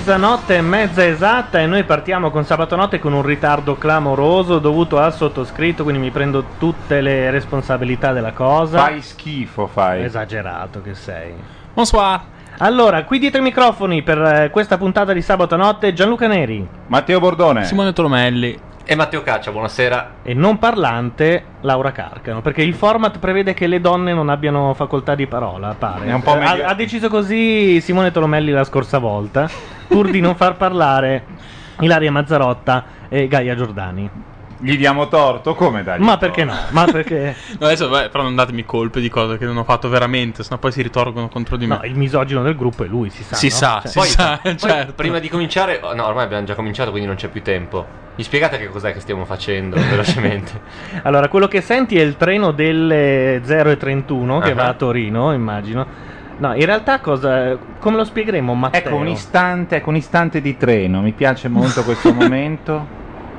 mezzanotte e mezza esatta e noi partiamo con Sabato Notte con un ritardo clamoroso dovuto al sottoscritto, quindi mi prendo tutte le responsabilità della cosa. Fai schifo, fai. Esagerato che sei. Bonsoir. Allora, qui dietro i microfoni per questa puntata di Sabato Notte Gianluca Neri, Matteo Bordone, Simone Tolomelli e Matteo Caccia, buonasera. e non parlante Laura Carcano, perché il format prevede che le donne non abbiano facoltà di parola, pare. È un po' meglio. Ha deciso così Simone Tolomelli la scorsa volta, pur di non far parlare Ilaria Mazzarotta e Gaia Giordani. Gli diamo torto? Come dai? Ma perché no? Ma perché No, adesso però non datemi colpe di cose che non ho fatto veramente, sennò poi si ritorgono contro di me. no, il misogino del gruppo è lui, si sa. Si no? sa, Cioè, si Poi, sa, poi, certo. prima di cominciare, no, ormai abbiamo già cominciato, quindi non c'è più tempo. Mi spiegate che cos'è che stiamo facendo velocemente? Allora, quello che senti è il treno delle 0:31 che Ah. va a Torino, immagino. No, in realtà come lo spiegheremo, Matteo? Ecco un istante di treno, mi piace molto questo momento.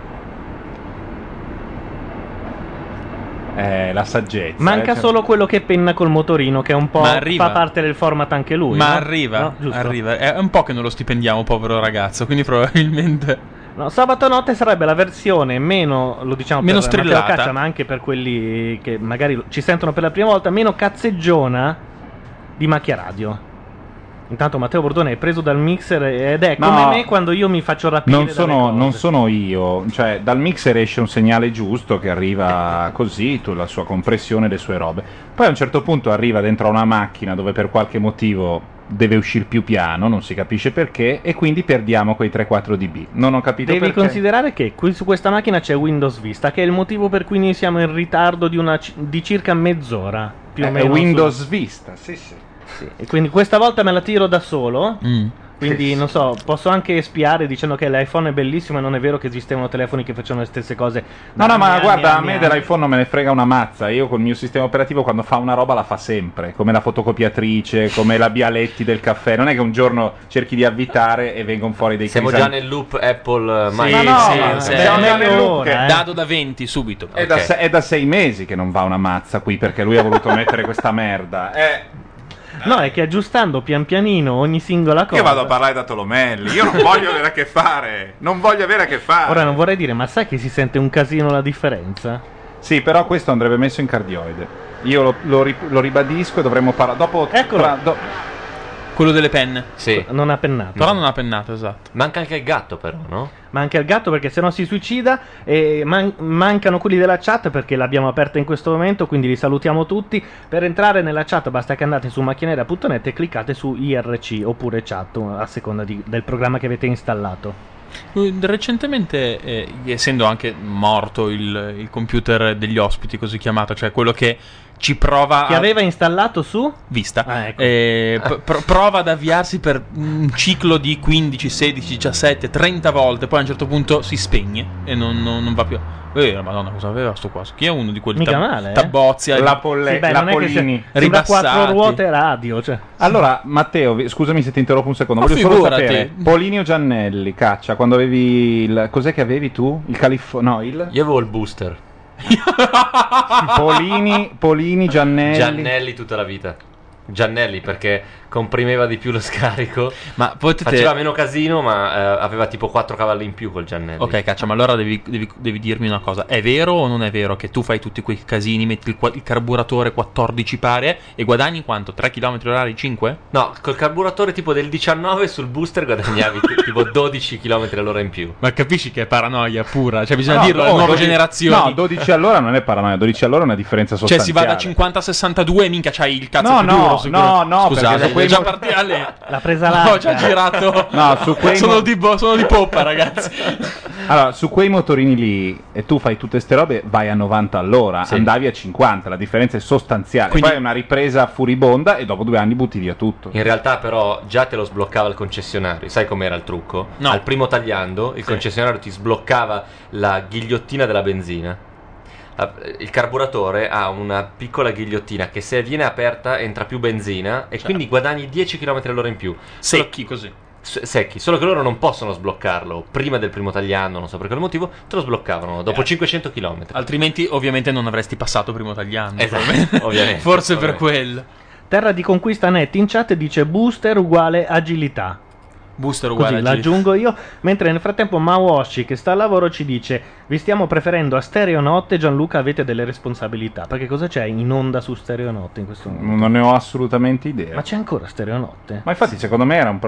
La saggezza. Manca cioè- solo quello che penna col motorino, che è un po' Ma arriva. fa parte del format anche lui. Ma no? arriva, No, giusto? arriva. È un po' che non lo stipendiamo, povero ragazzo, quindi probabilmente... No, Sabato Notte sarebbe la versione meno, lo diciamo Meno per Matteo strillata. Caccia, ma anche per quelli che magari ci sentono per la prima volta, meno cazzeggiona di Macchia Radio. Intanto Matteo Bordone è preso dal mixer ed è No, come me quando io mi faccio rapire Non dalle sono, cose. non sono io, cioè dal mixer esce un segnale giusto che arriva così, la sua compressione, le sue robe. Poi a un certo punto arriva dentro a una macchina dove per qualche motivo deve uscire più piano, non si capisce perché, e quindi perdiamo quei 3-4 dB. Non ho capito Devi perché. considerare che qui su questa macchina c'è Windows Vista, che è il motivo per cui noi siamo in ritardo di circa mezz'ora, più o È meno. Windows Vista, sì sì. Sì, e quindi questa volta me la tiro da solo. Mm. Quindi non so, posso anche spiare dicendo che l'iPhone è bellissimo e non è vero che esistevano telefoni che facevano le stesse cose. No, da ma anni, guarda, a anni, me anni. dell'iPhone non me ne frega una mazza. Io col mio sistema operativo quando fa una roba la fa sempre, come la fotocopiatrice, come la Bialetti del caffè. Non è che un giorno cerchi di avvitare e vengono fuori dei Siamo già crisanti. nel loop Apple, mai. Ma no, sì, ma sì. siamo già nel Meglio loop ora, che- Dado da 20 subito. È, Ok. è da 6 mesi che non va una mazza qui perché lui ha voluto mettere questa merda. No, è che aggiustando pian pianino ogni singola cosa. Io vado a parlare da Tolomelli, io non voglio avere a che fare. Non voglio avere a che fare. Ora non vorrei dire, ma sai che si sente un casino la differenza? Sì, però questo andrebbe messo in cardioide. Io lo ribadisco e dovremmo parlare. Dopo. Eccolo. Quello delle penne. Sì. Non ha pennato. Però non ha pennato, esatto. Manca anche il gatto, però, no? Manca il gatto perché sennò si suicida e mancano quelli della chat perché l'abbiamo aperta in questo momento, quindi li salutiamo tutti. Per entrare nella chat basta che andate su macchinera.net e cliccate su IRC oppure chat a seconda del programma che avete installato. Recentemente, essendo anche morto il computer degli ospiti, così chiamato, cioè quello che ci prova Che aveva installato su? Vista, Ah, ecco. prova ad avviarsi per un ciclo di 15, 16, 17, 30 volte, poi a un certo punto si spegne e non va più. Madonna, cosa aveva sto qua? Chi è uno di quelli Mica male, tabbozia? La Sì, beh, la non è che Pollini. sembra Ribassati. 4 ruote radio, cioè. Allora, Matteo, scusami se ti interrompo un secondo. Ma Voglio solo figurati. sapere, Polini o Giannelli, Caccia, quando avevi il. Cos'è che avevi tu? Il No, il. Io avevo il booster. Polini, Giannelli. Giannelli tutta la vita. Giannelli perché comprimeva di più lo scarico. Ma potete... Faceva meno casino, ma aveva tipo 4 cavalli in più col Giannelli. Ok, Caccia, ma allora devi dirmi una cosa. È vero o non è vero che tu fai tutti quei casini, metti il carburatore 14 pare e guadagni quanto? 3 km orari? 5? No, col carburatore tipo del 19 sul booster guadagnavi tipo 12 km all'ora in più. Ma capisci che è paranoia pura? Cioè bisogna No, dirlo alle oh, nuove 12 generazioni. No, 12 all'ora non è paranoia, 12 all'ora è una differenza Cioè si sostanziale. va da 50 a 62 e minchia c'hai il cazzo No, più no, duro sicuro. no, perché Scusate, su quei già mo- partita lì. L'ha presa larga. Ho già girato. No, su quei sono di poppa, ragazzi. Allora, su quei motorini lì, e tu fai tutte ste robe, vai a 90 all'ora, Sì. andavi a 50, la differenza è sostanziale. Quindi- Poi è una ripresa furibonda e dopo 2 anni butti via tutto. In realtà però già te lo sbloccava il concessionario. Sai com'era il trucco? No. Al primo tagliando il concessionario ti sbloccava la ghigliottina della benzina. Il carburatore ha una piccola ghigliottina che se viene aperta entra più benzina e quindi guadagni 10 km all'ora in più. Secchi così. Secchi, solo che loro non possono sbloccarlo prima del primo tagliando, non so per quale motivo, te lo sbloccavano dopo 500 km. Altrimenti ovviamente non avresti passato primo tagliando. Esatto, ovviamente. Forse per Ovviamente. quello. Terra di Conquista Net in chat dice booster uguale agilità. Booster uguale Così a G. l'aggiungo io. Mentre nel frattempo Mawashi, che sta al lavoro, ci dice: vi stiamo preferendo a Stereonotte. Gianluca, avete delle responsabilità. Perché cosa c'è in onda su Stereonotte in questo momento? Non ne ho assolutamente idea. Ma c'è ancora Stereonotte? Ma infatti secondo me era un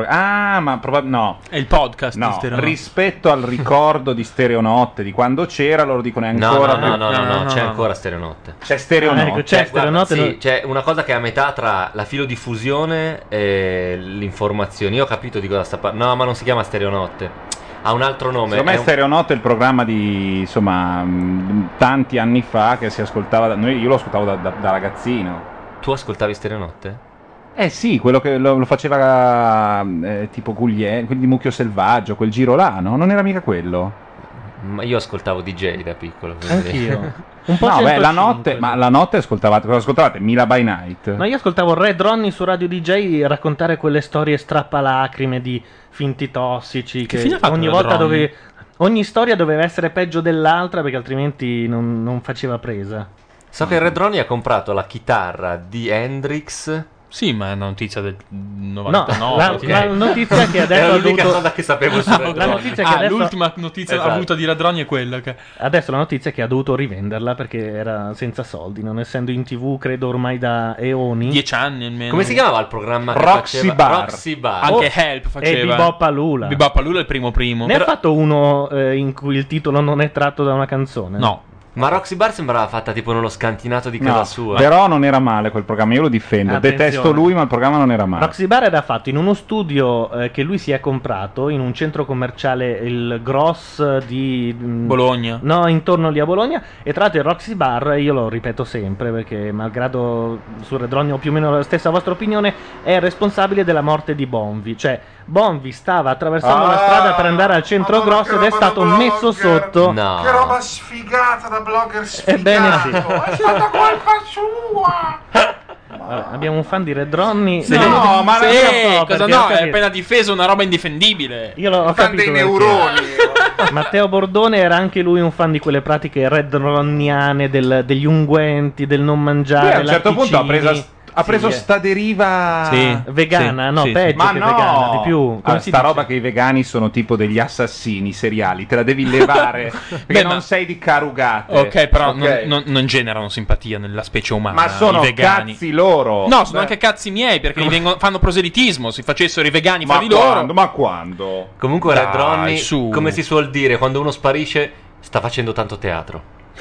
no. È il podcast di No, Stereonotte. rispetto al ricordo di Stereonotte di quando c'era, loro dicono è ancora No, c'è ancora Stereonotte. C'è Stereonotte. Ecco, c'è Stereonotte. Sì, c'è una cosa che è a metà tra la filodiffusione e l'informazione. Io ho capito di cosa sta parlando. No, ma non si chiama Stereonotte. Ha un altro nome. Secondo me Stereonotte è il programma di, insomma, tanti anni fa che si ascoltava io lo ascoltavo da ragazzino. Tu ascoltavi Stereonotte? Eh sì, quello che lo faceva tipo Guglielmo, quelli di Mucchio Selvaggio, quel giro là, no? Non era mica quello? Ma io ascoltavo DJ da piccolo. Anch'io. Un po' No, 105, la notte, ma la notte ascoltavate, cosa ascoltavate? Mila by Night? No, io ascoltavo Red Ronnie su Radio DJ raccontare quelle storie strappalacrime di finti tossici. Che fine ha fatto ogni Red volta Ronnie? ogni storia doveva essere peggio dell'altra perché altrimenti non faceva presa. So che Red Ronnie ha comprato la chitarra di Hendrix. Sì, ma è una notizia del No, 99. la notizia che adesso Era ha l'unica dovuto... cosa che sapevo su Red La Ronnie. notizia che adesso... l'ultima notizia Esatto. avuta di Red Ronnie è quella che... Adesso la notizia è che ha dovuto rivenderla perché era senza soldi, non essendo in TV credo ormai da eoni. 10 anni almeno. Come si chiamava il programma che Roxy faceva? Bar. Roxy Bar. Anche Help faceva. E Bebop Alula. Bebop Alula è il primo. Ne ha fatto uno in cui il titolo non è tratto da una canzone? No. Ma Roxy Bar sembrava fatta tipo nello scantinato di casa No, sua. però non era male quel programma, io lo difendo. Attenzione. Detesto lui, ma il programma non era male. Roxy Bar era fatto in uno studio che lui si è comprato in un centro commerciale, il Gross di Bologna. No, intorno lì a Bologna. E tra l'altro il Roxy Bar, io lo ripeto sempre perché malgrado su Red Ronnie ho più o meno la stessa vostra opinione, è responsabile della morte di Bonvi. Cioè Bonvi stava attraversando la strada per andare al centro Grosso ed è stato messo sotto. No. Che roba sfigata da blogger sfigato. Ebbene sì. È stata colpa sua. Vabbè, abbiamo un fan di Red Ronnie. Sì. No, ma Sì, io lo so, cosa perché no? ho È capito. appena difeso una roba indifendibile. Io l'ho Fan capito dei perché. neuroni. Matteo Bordone era anche lui un fan di quelle pratiche red ronniane degli unguenti, del non mangiare. Lui a un certo punto ha latticini. preso Sì, sta deriva Sì. vegana, Sì, no, sì, peggio Ma che no, vegana, di più. Come si sta dice? roba che i vegani sono tipo degli assassini seriali, te la devi levare perché Beh, non ma- sei di carugate. Ok, però Ok. non generano simpatia nella specie umana. Ma sono i vegani. cazzi loro. No, sono Beh, anche cazzi miei perché fanno proselitismo. Se facessero i vegani ma fra di loro. quando? Ma quando? Comunque Dai, Red Ronnie, su. come si suol dire, quando uno sparisce, sta facendo tanto teatro.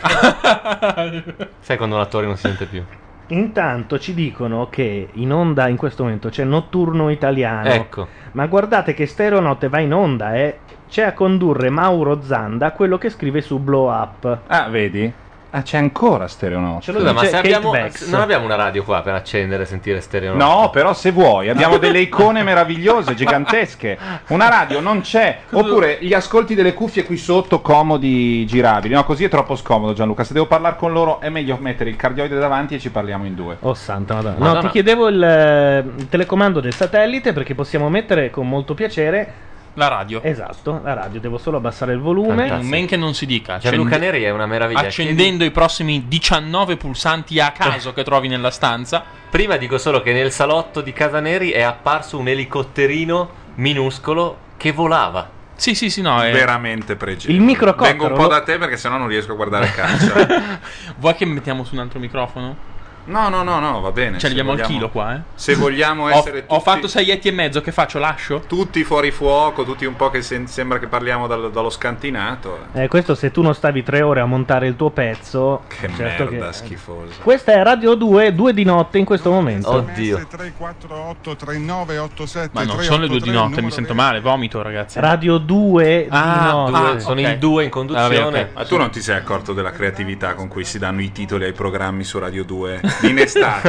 Sai quando un attore non si sente più? Intanto ci dicono che in onda in questo momento c'è Notturno Italiano. Ecco. Ma guardate che Stereonotte va in onda, c'è a condurre Mauro Zanda, quello che scrive su Blow Up. Ah, vedi? Ah, c'è ancora Stereonotte. Ce lo Scusa, ma dice se Kate abbiamo, Becks. non abbiamo una radio qua per accendere e sentire stereo? No, però se vuoi, abbiamo delle icone meravigliose, gigantesche. Una radio non c'è. Oppure gli ascolti delle cuffie qui sotto, comodi, girabili. No, così è troppo scomodo, Gianluca. Se devo parlare con loro è meglio mettere il cardioide davanti e ci parliamo in due. Oh santa madonna. No, Madonna. ti chiedevo il telecomando del satellite perché possiamo mettere con molto piacere. La radio. Esatto, la radio, devo solo abbassare il volume. Fantastico. Men che non si dica. Gianluca Neri è una meraviglia. Accendendo i prossimi 19 pulsanti a caso che trovi nella stanza. Prima dico solo che nel salotto di Casa Neri è apparso un elicotterino minuscolo che volava. Sì, no. Veramente pregevole. Il microcottero Vengo un po' da te perché sennò non riesco a guardare calcio. Vuoi che mettiamo su un altro microfono? No, va bene. Ce se l'abbiamo al vogliamo- chilo qua, eh. Se vogliamo Ho, essere ho tutti, fatto 6,5 che faccio? Lascio? tutti fuori fuoco, tutti un po' che sembra che parliamo dallo scantinato. Questo se tu non stavi 3 ore a montare il tuo pezzo. Che certo merda che- schifosa. Questa è Radio 2, 2 di notte in questo momento. Oddio. 348 3987 Ma non sono le 2 di notte, mi sento male, vomito ragazzi. Radio 2 di notte. Sono ok. i due in conduzione. Vabbè, ok. Ma tu non ti sei accorto della creatività con cui si danno i titoli ai programmi su Radio 2 in estate?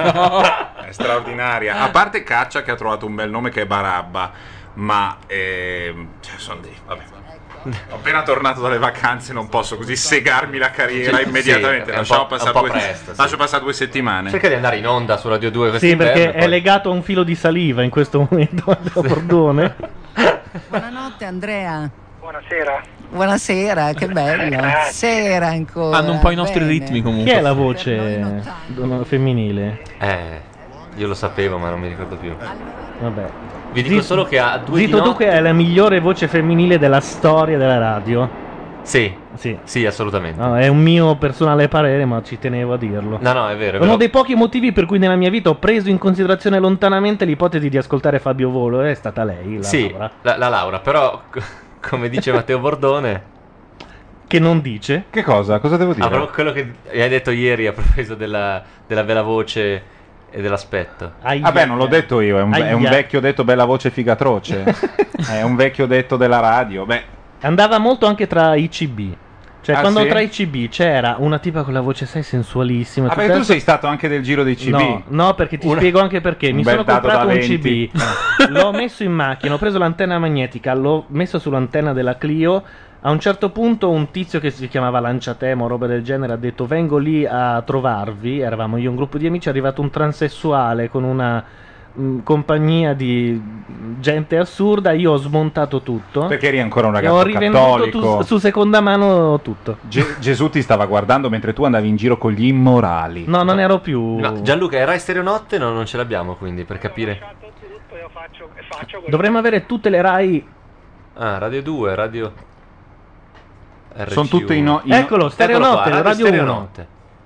È straordinaria. A parte Caccia che ha trovato un bel nome che è Barabba, ma cioè sono dei vabbè. Ho appena tornato dalle vacanze, non posso così segarmi la carriera Sì, immediatamente. sì, Lasciamo è passare un po' due, presto, sì. lascio passare 2 settimane. Cerca di andare in onda su Radio 2 Sì, perché quest'inverno, è poi- legato a un filo di saliva in questo momento. Matteo Bordone. Buonanotte Andrea. Buonasera. Buonasera, che bello. Sera ancora. Hanno un po' i nostri bene. ritmi Chi comunque. è la Per noi voce nottambuli. femminile? Io lo sapevo, ma non mi ricordo più. Vabbè. Vi dico solo che ha due Zito di notte. Duque è la migliore voce femminile della storia della radio. Sì, Sì. sì, assolutamente. No, è un mio personale parere, ma ci tenevo a dirlo. No, è vero. È Uno vero. dei pochi motivi per cui nella mia vita ho preso in considerazione lontanamente l'ipotesi di ascoltare Fabio Volo è stata lei, la Sì, Laura. la Laura, però come dice Matteo Bordone, Che non dice. Che cosa? Cosa devo dire? proprio quello che hai detto ieri a proposito della bella voce e dell'aspetto. Vabbè, non l'ho detto io, è un Aia. vecchio detto bella voce figa atroce. È un vecchio detto della radio. Beh, Andava molto anche tra ICB. Cioè, Ah, quando sì? tra ICB c'era una tipa con la voce, sai, sensualissima. vabbè, tutto tu adesso- sei stato anche del giro dei CB. No, perché ti spiego anche perché. un Mi bel sono dato comprato da un 20. CB, l'ho messo in macchina, ho preso l'antenna magnetica, l'ho messo sull'antenna della Clio. A un certo punto un tizio che si chiamava Lanciatemo o roba del genere ha detto vengo lì a trovarvi, eravamo io e un gruppo di amici, è arrivato un transessuale con una compagnia di gente assurda, io ho smontato tutto Perché eri ancora un e ragazzo ho rivenduto cattolico. su seconda mano tutto. Gesù ti stava guardando mentre tu andavi in giro con gli immorali. No, non ero più. No, Gianluca, e Rai Stereo Notte non ce l'abbiamo quindi per capire. Dovremmo avere tutte le Rai. Ah, Radio 2, Radio RCU. Sono tutte Eccolo, Stereo Eccolo qua, Notte, Radio Stereo 1. Notte.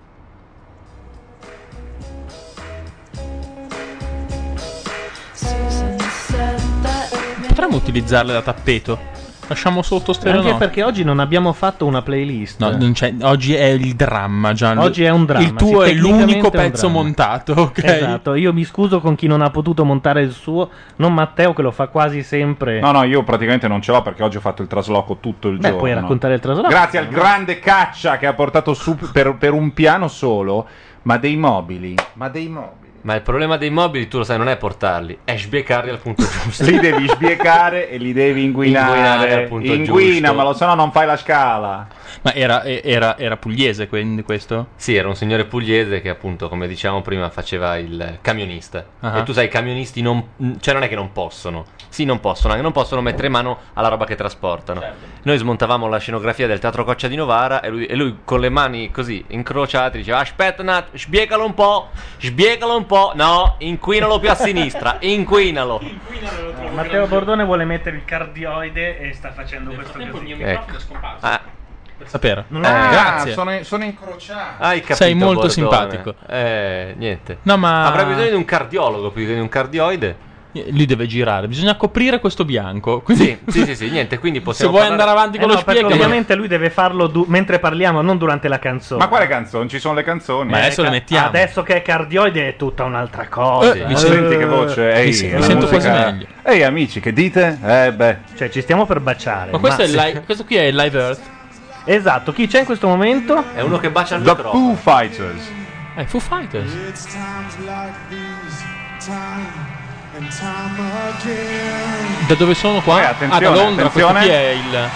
Potremmo utilizzarle da tappeto. Lasciamo sotto stereo Anche no. perché oggi non abbiamo fatto una playlist. No, non c'è, oggi è il dramma, Gianni. Oggi è un dramma. Il tuo sì, è l'unico tecnicamente è un pezzo dramma. montato, ok? Esatto, io mi scuso con chi non ha potuto montare il suo, non Matteo che lo fa quasi sempre. No, io praticamente non ce l'ho perché oggi ho fatto il trasloco tutto il Beh, giorno. puoi raccontare il trasloco. Grazie al grande Caccia che ha portato su per un piano solo, ma dei mobili. Ma il problema dei mobili, tu lo sai, non è portarli, è sbiecarli al punto giusto. Li devi sbiecare e li devi Inguinare inguinare. al punto Inguina, giusto. ma lo so, no, non fai la scala. Ma era pugliese quindi questo? Sì, era un signore pugliese che appunto, come dicevamo prima, faceva il camionista. Ah. E tu sai, i camionisti cioè non è che non possono. Sì, non possono, anche non possono mettere mano alla roba che trasportano. Noi smontavamo la scenografia del Teatro Coccia di Novara e lui con le mani così incrociate diceva aspetta un attimo, sbiegalo un po', no, inquinalo più a sinistra, inquinalo. Matteo Bordone vuole mettere il cardioide e sta facendo questo così. Ecco. Ah, Per sapere. Grazie. Grazie. Sono incrociati. hai capito, Sei molto Bordone. simpatico. Niente. No, ma Avrei bisogno di un cardiologo più che di un cardioide. Lui deve girare, bisogna coprire questo bianco. Quindi Sì, niente, quindi se possiamo vuoi parlare- andare avanti con lo perché spiega, ovviamente lui deve farlo mentre parliamo, non durante la canzone. Ma quale canzoni? Ci sono le canzoni. Ma adesso le mettiamo. Adesso che è cardioide è tutta un'altra cosa. Mi Senti che voce? Ehi, mi la sento musica- quasi meglio. Ehi amici, che dite? Beh. Cioè, ci stiamo per baciare. Ma questo, ma- questo qui è il Live Earth. Esatto, chi c'è in questo momento? È uno che bacia il The microfono. Foo Fighters. Foo Fighters. It's times like these, time and time again. Da dove sono qua? attenzione, da Londra, attenzione. questo qui è il...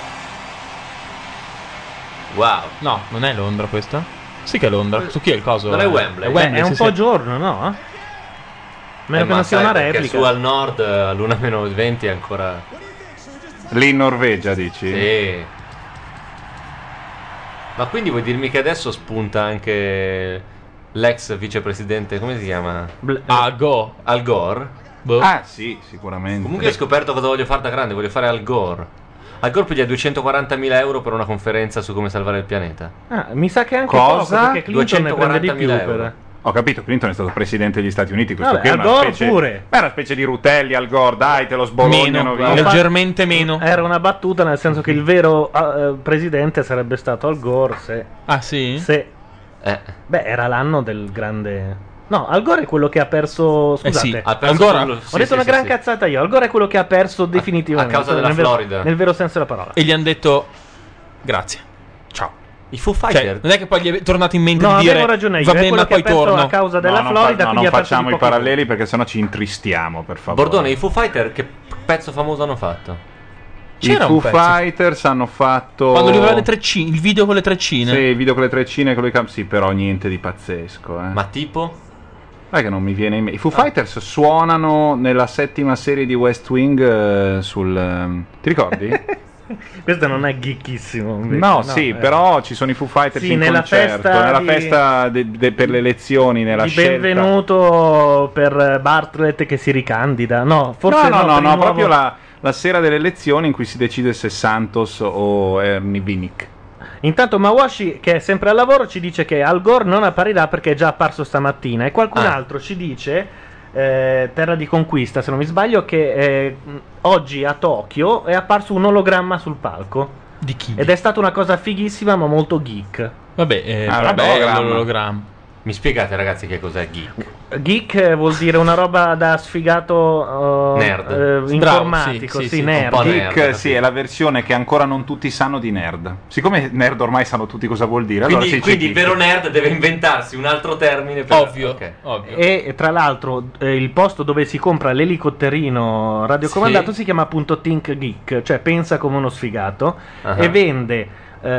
Wow. No, non è Londra questa? Sì che è Londra, questo qui è il coso. Non è Wembley? Beh, è un sì, po' sì. giorno, no? Meno che Ma non sia sai, una perché replica. su al nord, all'una meno 20 è ancora... Lì in Norvegia, dici? Sì. Ma quindi vuoi dirmi che adesso spunta anche l'ex vicepresidente, come si chiama? Al Gore? Boh. Ah, sì, sicuramente. Comunque ho scoperto cosa voglio fare da grande, voglio fare Al Gore. Al Gore piglia 240.000 euro per una conferenza su come salvare il pianeta. Ah, mi sa che anche Cosa? poco, perché Clinton ne prende di più 240.000 per... euro. Ho capito, Clinton è stato presidente degli Stati Uniti. Questo Vabbè, qui è Al una Gore specie. pure. È una specie di Rutelli al Gore, dai, te lo sbolognano Meno, via. leggermente meno. Era una battuta, nel senso che il vero presidente sarebbe stato Al Gore se... Ah sì? se... Beh, era l'anno del grande... No, Al Gore è quello che ha perso... Scusate. sì, Ha perso Al Gore- solo- Ho sì, detto sì, una sì, gran sì. cazzata io. Al Gore è quello che ha perso definitivamente. a causa della nel vero- Florida. Nel vero senso della parola. E gli hanno detto grazie. Ciao. I Foo Cioè, Fighter? non è che poi gli è tornato in mente No, di dire avevo ragione io. va È bene, quello ma che ha poi perso torno. a causa della non Florida, non quindi ha perso facciamo di i pochi paralleli perché sennò ci intristiamo, per favore. Bordone, i Foo Fighter che pezzo famoso hanno fatto? I C'era un Foo pezzo. Fighters hanno fatto Quando lui aveva le treccine, il video con le treccine. Sì, il video con le treccine, quello di sì, però niente di pazzesco, Ma tipo? È che non mi viene in mente. I Foo Fighters suonano nella settima serie di West Wing sul ti ricordi? Questo non è geekissimo. Invece. No, sì, però ci sono i Foo Fighters Sì, in nella concerto, festa nella di- festa per le elezioni, nella Di scelta. benvenuto per Bartlett che si ricandida. No, forse no, per il nuovo- proprio la sera delle elezioni in cui si decide se Santos o Ernie Vinnick. Intanto Mawashi, che è sempre al lavoro, ci dice che Al Gore non apparirà perché è già apparso stamattina. E qualcun altro ci dice, Terra di Conquista, se non mi sbaglio, che oggi a Tokyo è apparso un ologramma sul palco. Di chi? Ed è stata una cosa fighissima, ma molto geek. Vabbè, l'ologramma. l'ologramma. Mi spiegate, ragazzi, che cos'è geek? Geek vuol dire una roba da sfigato Nerd. informatico, Bravo, sì, sì, nerd. un po' Geek, nerd, sì, è la versione che ancora non tutti sanno di nerd. Siccome nerd ormai sanno tutti cosa vuol dire, allora Quindi, si quindi dice il geek. vero nerd deve inventarsi un altro termine per... Ovvio, Ok. ovvio. E tra l'altro il posto dove si compra l'elicotterino radiocomandato Sì. si chiama appunto Think Geek, cioè pensa come uno sfigato, Ah. e vende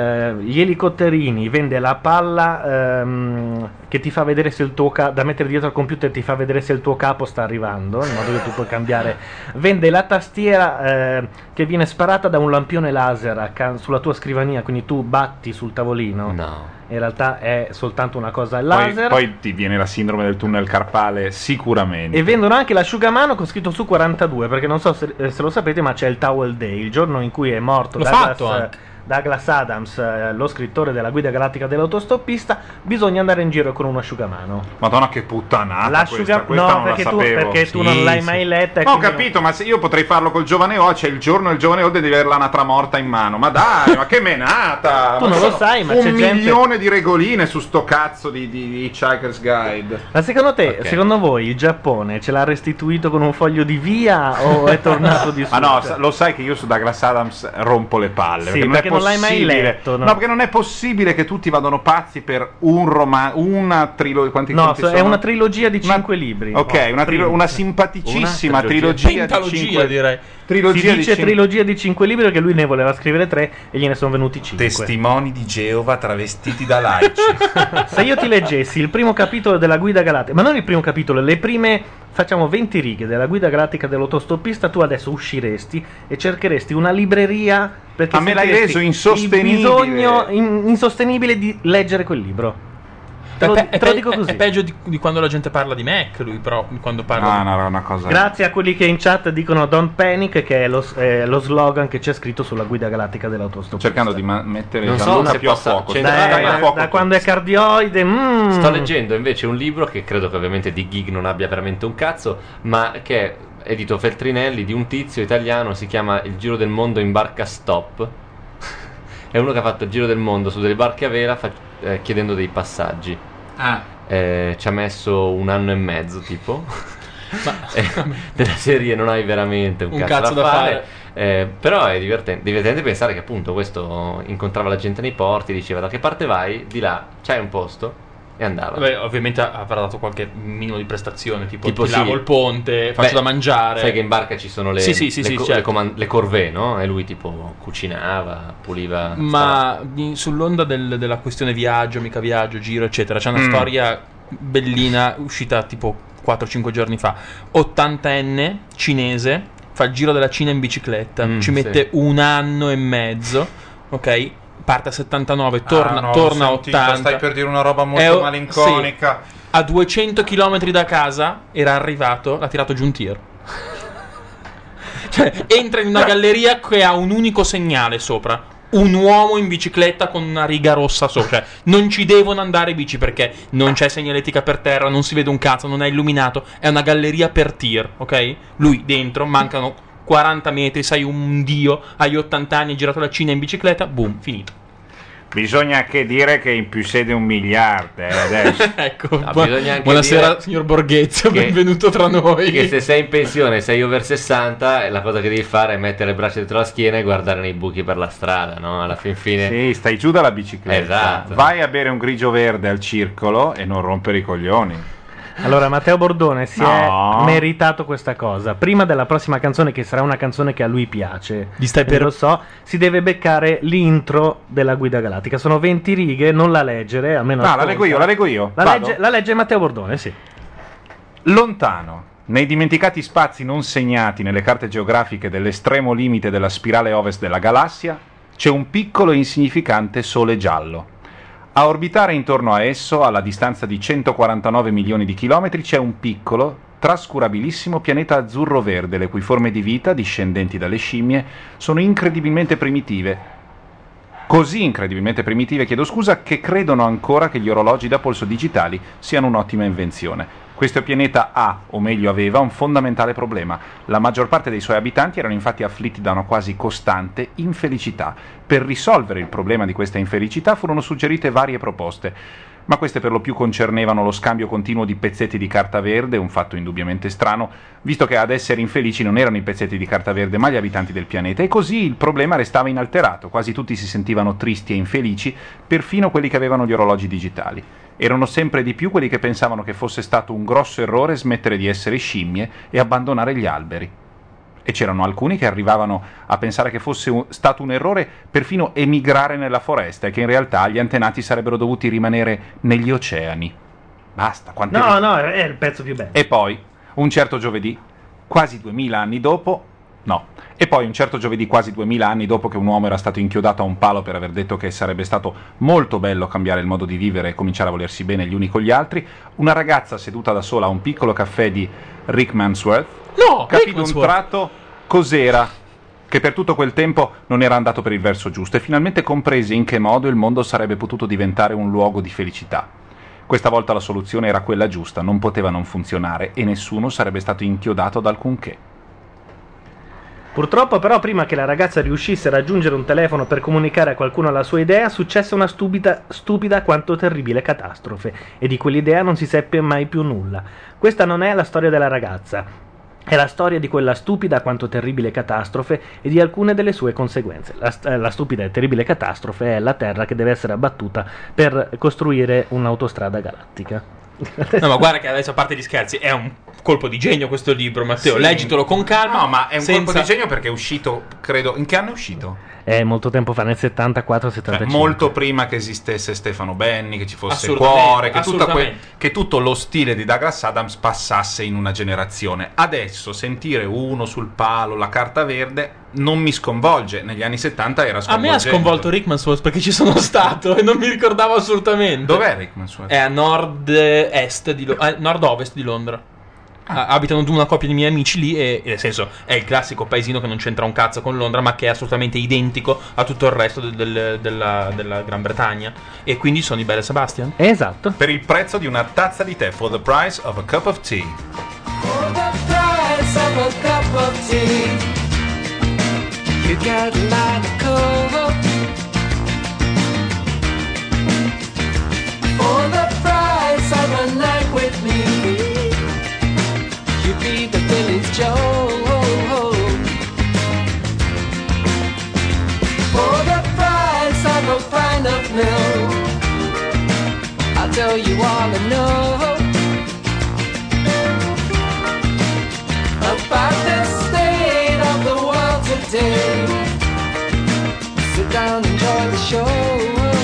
gli elicotterini, vende la palla che ti fa vedere se il tuo da mettere dietro al computer, ti fa vedere se il tuo capo sta arrivando, in modo che tu puoi cambiare. Vende la tastiera che viene sparata da un lampione laser sulla tua scrivania, quindi tu batti sul tavolino. No. In realtà è soltanto una cosa Poi, laser. poi ti viene la sindrome del tunnel carpale, sicuramente. E vendono anche l'asciugamano con scritto su 42, perché non so se lo sapete, ma c'è il Towel Day, il giorno in cui è morto L'ho fatto anche. Douglas Adams, lo scrittore della Guida Galattica dell'autostoppista. Bisogna andare in giro con un asciugamano. Madonna, che puttanata questa no, non perché la tu, sapevo. perché tu Sì, non l'hai sì. mai letta. e Ho quindi capito, ma se io potrei farlo col giovane O, c'è il giorno del giovane O devi avere l'anatra morta in mano. Ma dai, ma che menata! Tu Ma non lo sono sai, ma un c'è gente- milione di regoline su sto cazzo di Hitchhiker's Guide. Ma secondo te, Ok. secondo voi il Giappone ce l'ha restituito con un foglio di via o è tornato di su? Ah no, lo sai che io su Douglas Adams rompo le palle. Sì, perché perché non è l'hai mai possibile- letto, no? No, perché non è possibile che tutti vadano pazzi per una trilogia. Quanti No, quanti è sono? una trilogia di Una- 5 libri. Ok, Prima. una simpaticissima Una trilogia di Pentalogia, 5 direi. Si dice trilogia di 5 libri perché lui ne voleva scrivere 3 e gliene sono venuti 5. Testimoni di Geova travestiti da laici. Se io ti leggessi il primo capitolo della Guida Galattica, ma non il primo capitolo, le prime, facciamo 20 righe della Guida Galattica dell'autostoppista, tu adesso usciresti e cercheresti una libreria perché Ma me l'hai sentiresti reso insostenibile. il bisogno insostenibile di leggere quel libro. Te lo dico così. È peggio di quando la gente parla di Mac, lui, però, quando parla No, no, una cosa. Grazie a quelli che in chat dicono Don't Panic, che è lo slogan che c'è scritto sulla Guida Galattica dell'autostoppista. Cercando di mettere Non so Gianluca se più a possa fuoco. centrare, Dai, ma- a fuoco Da tu. quando è cardioide. Sto leggendo invece un libro che credo che ovviamente di gig non abbia veramente un cazzo, ma che è edito Feltrinelli, di un tizio italiano, si chiama Il giro del mondo in barca stop. È uno che ha fatto il giro del mondo su delle barche a vela chiedendo dei passaggi. Ci ha messo 1 anno e mezzo tipo. Della serie non hai veramente un cazzo da fare. Però è divertente pensare che appunto questo incontrava la gente nei porti, diceva da che parte vai? Di là, c'hai un posto? E andava. Beh, ovviamente avrà dato qualche minimo di prestazione, tipo ti sì. lavo il ponte, faccio da mangiare. Sai che in barca ci sono le, Sì, certo. le corvée, no? E lui tipo cucinava, puliva. Ma sull'onda della questione viaggio, mica viaggio, giro, eccetera, c'è una storia bellina uscita tipo 4-5 giorni fa. 80enne cinese, fa il giro della Cina in bicicletta, ci mette 1 anno e mezzo, ok? Parte a 79, torna a 80. Stai per dire una roba molto malinconica. Sì. A 200 km da casa era arrivato, l'ha tirato giù un tir. Cioè, entra in una galleria che ha un unico segnale sopra. Un uomo in bicicletta con una riga rossa sopra. Cioè, non ci devono andare bici perché non c'è segnaletica per terra, non si vede un cazzo, non è illuminato. È una galleria per tir, ok? Lui dentro, mancano 40 metri, sei un dio, hai 80 anni, hai girato la Cina in bicicletta, boom, finito. Bisogna anche dire che in più sede 1 miliardo adesso. Ecco, bisogna anche buonasera dire signor Borghezio, che- benvenuto tra noi. Che se sei in pensione, sei over 60, e la cosa che devi fare è mettere le braccia dietro la schiena e guardare nei buchi per la strada, no? Alla fin fine. Sì, stai giù dalla bicicletta. Esatto. Vai a bere un grigio verde al circolo e non rompere i coglioni. Allora, Matteo Bordone si No. è meritato questa cosa. Prima della prossima canzone, che sarà una canzone che a lui piace, Gli stai per- lo so, si deve beccare l'intro della Guida Galattica. Sono 20 righe, non la leggere, almeno No, ascolta. la leggo io. La Vado? legge Matteo Bordone, sì. Lontano, Nei dimenticati spazi non segnati nelle carte geografiche dell'estremo limite della spirale ovest della galassia c'è un piccolo e insignificante sole giallo. A orbitare intorno a esso, alla distanza di 149 milioni di chilometri, c'è un piccolo, trascurabilissimo pianeta azzurro-verde, le cui forme di vita, discendenti dalle scimmie, sono incredibilmente primitive. Così incredibilmente primitive, che credono ancora che gli orologi da polso digitali siano un'ottima invenzione. Questo pianeta ha, o meglio aveva, un fondamentale problema. La maggior parte dei suoi abitanti erano infatti afflitti da una quasi costante infelicità. Per risolvere il problema di questa infelicità furono suggerite varie proposte, ma queste per lo più concernevano lo scambio continuo di pezzetti di carta verde, un fatto indubbiamente strano, visto che ad essere infelici non erano i pezzetti di carta verde ma gli abitanti del pianeta, e così il problema restava inalterato. Quasi tutti si sentivano tristi e infelici, perfino quelli che avevano gli orologi digitali. Erano sempre di più quelli che pensavano che fosse stato un grosso errore smettere di essere scimmie e abbandonare gli alberi. E c'erano alcuni che arrivavano a pensare che fosse stato un errore perfino emigrare nella foresta e che in realtà gli antenati sarebbero dovuti rimanere negli oceani. Basta, No, è il pezzo più bello. E poi, un certo giovedì, quasi 2000 anni dopo, quasi 2000 anni dopo che un uomo era stato inchiodato a un palo per aver detto che sarebbe stato molto bello cambiare il modo di vivere e cominciare a volersi bene gli uni con gli altri, una ragazza seduta da sola a un piccolo caffè di Rickmansworth capì d'un tratto cos'era, che per tutto quel tempo non era andato per il verso giusto, e finalmente comprese in che modo il mondo sarebbe potuto diventare un luogo di felicità. Questa volta la soluzione era quella giusta, non poteva non funzionare e nessuno sarebbe stato inchiodato ad alcunché. Purtroppo però prima che la ragazza riuscisse a raggiungere un telefono per comunicare a qualcuno la sua idea, successe una stupida quanto terribile catastrofe, e di quell'idea non si seppe mai più nulla. Questa non è la storia della ragazza, è la storia di quella stupida quanto terribile catastrofe e di alcune delle sue conseguenze. La stupida e terribile catastrofe è la Terra che deve essere abbattuta per costruire un'autostrada galattica. No, ma guarda che adesso, a parte gli scherzi, è un colpo di genio questo libro, Matteo. Sì. Leggitelo con calma. No, ma è un colpo di genio perché è uscito, credo, in che anno è uscito? Molto tempo fa, nel 74-75. Molto prima che esistesse Stefano Benni, che ci fosse Assolutamente, Cuore, che tutto lo stile di Douglas Adams passasse in una generazione. Adesso sentire uno sul palo, la carta verde, non mi sconvolge. Negli anni 70 era A sconvolgente. me ha sconvolto Rickmansworth perché ci sono stato e non mi ricordavo assolutamente. Dov'è Rickmansworth? È a nord-ovest di Londra. Abitano una coppia di miei amici lì e nel senso è il classico paesino che non c'entra un cazzo con Londra, ma che è assolutamente identico a tutto il resto della Gran Bretagna, e quindi sono i Belle Sebastian. Esatto. Per il prezzo di una tazza di tè, for the price of a cup of tea. For the price of a cup of tea, you get a lot of cover. For the price of a night with me, you be the village Joe. For the price of a pint of milk, I'll tell you all I know about the state of the world today. Sit down, enjoy the show.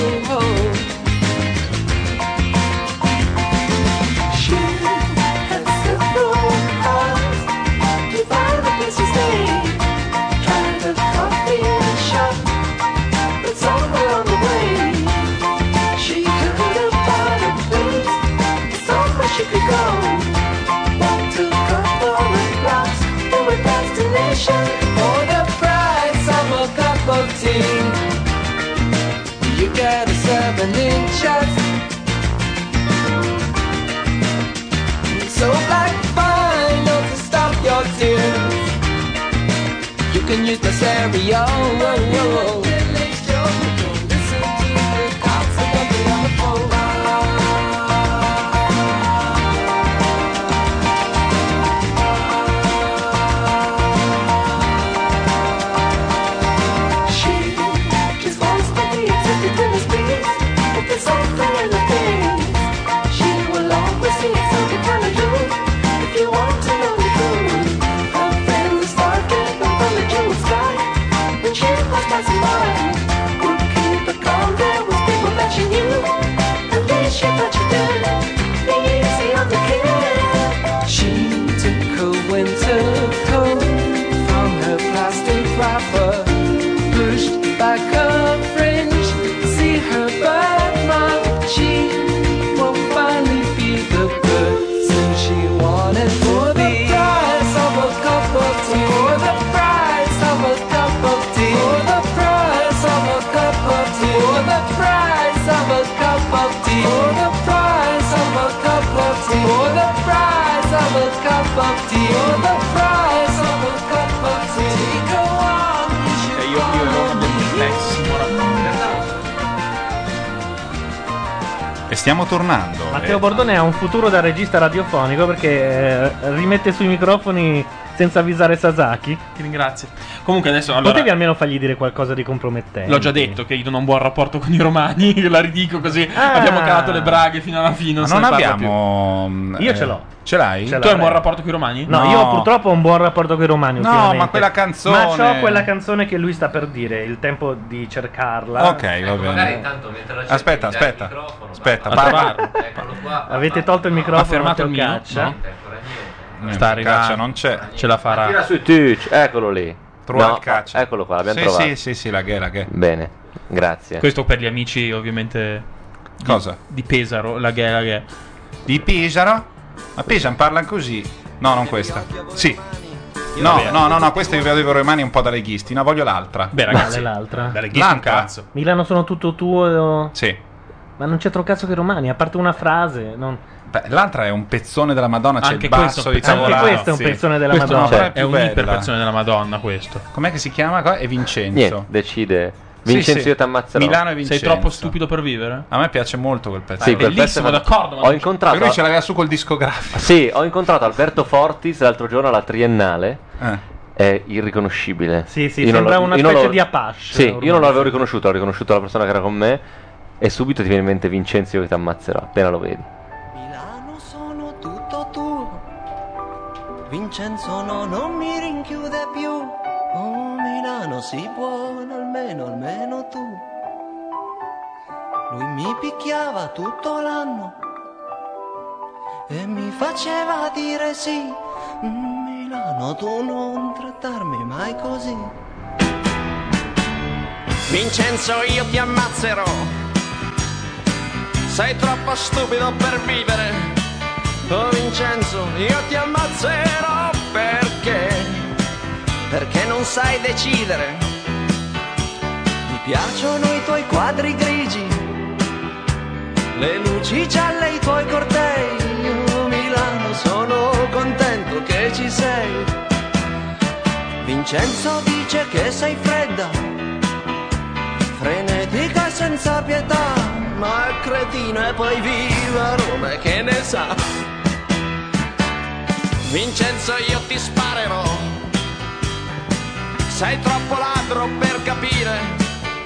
She has simple eyes, you find the place to stay. Kind of coffee in a shop, but somewhere on the way. She could have bought a place, somewhere she could go. To couple of blocks to a destination for the price of a cup of tea. You get a 7-inch. So black vinyl to stop your tears. You can use my stereo. Listen to the concert of the phone. She was passing by. cup of tea or the price of a cup of tea. Go on, you should Io ero un pessimo E stiamo tornando. Matteo Bordone ha un futuro da regista radiofonico perché rimette sui microfoni senza avvisare Sasaki. Ti ringrazio. Comunque adesso allora, Potevi almeno fargli dire qualcosa di compromettente. l'ho già detto che io non ho un buon rapporto con i romani, la ridico così. Abbiamo calato le braghe fino alla fine. Ma se non ne parla abbiamo. Io ce l'ho. Ce l'hai? Ce più. Tu hai un buon l'avrei. rapporto con i romani? No, io purtroppo ho un buon rapporto con i romani. No, ultimamente. ma quella canzone. Ma c'ho quella canzone che lui sta per dire. Il tempo di cercarla. Ok, va Ecco, magari bene. intanto mentre la cerchi, Aspetta, mi dai aspetta. il microfono, Aspetta, A parla. trovarlo. Eccolo qua. Avete tolto il microfono. Ha fermato il Matteo mio? Caccia? No. Niente, ancora niente. Sta arrivando. Caccia non c'è. Ce la farà. Tira su Twitch, eccolo lì. Trova No, il caccia. eccolo qua, l'abbiamo Sì, trovato. sì, la ghe. Bene, grazie. Questo per gli amici ovviamente Cosa? di Pesaro, la ghe. Di Pesaro? Ma Pesaro parla così. No, non questa. Sì. Vabbè. No, questa io vedo i romani un po' da leghisti. No, voglio l'altra. Beh ragazzi, Quale l'altra? dalle ghiste un L'altra? cazzo. Milano sono tutto tuo. Sì. Ma non c'entra un cazzo che i romani, a parte una frase. Non... Beh, l'altra è un pezzone della Madonna. C'è Anche il basso questo è di un pezzone. Anche Tavolazzi. questo è un pezzone della Questo Madonna. Cioè, è più un'iperpersone della Madonna questo. Com'è che si chiama? È Vincenzo. Niente, decide. Sì, Vincenzo, sì. io ti ammazzerò. Milano e Vincenzo. Sei troppo stupido per vivere? A me piace molto quel pezzo. Sì, quel bellissimo, pezzo- d'accordo, ma Ho non- incontrato. Perché lui ce l'aveva su col discografico. Sì, ho incontrato Alberto Fortis l'altro giorno alla Triennale. Eh. È irriconoscibile. Sì, sì, Io non sembra lo- una io non specie lo- di Apache. Sì, ormai. io non l'avevo riconosciuto, ho riconosciuto la persona che era con me. E subito ti viene in mente Vincenzo, io che ti ammazzerò appena lo vedi. Milano sono tutto tuo. Vincenzo no, non mi rinchiude più. Oh Milano si può, almeno tu. Lui mi picchiava tutto l'anno e mi faceva dire sì. Milano tu non trattarmi mai così. Vincenzo io ti ammazzerò. Sei troppo stupido per vivere. Oh Vincenzo, io ti ammazzerò perché? Perché non sai decidere. Mi piacciono i tuoi quadri grigi, le luci gialle, i tuoi cortei. Io Milano sono contento che ci sei. Vincenzo dice che sei fredda, frenetica e senza pietà, ma è cretino e poi viva Roma e che ne sa. Vincenzo io ti sparerò, sei troppo ladro per capire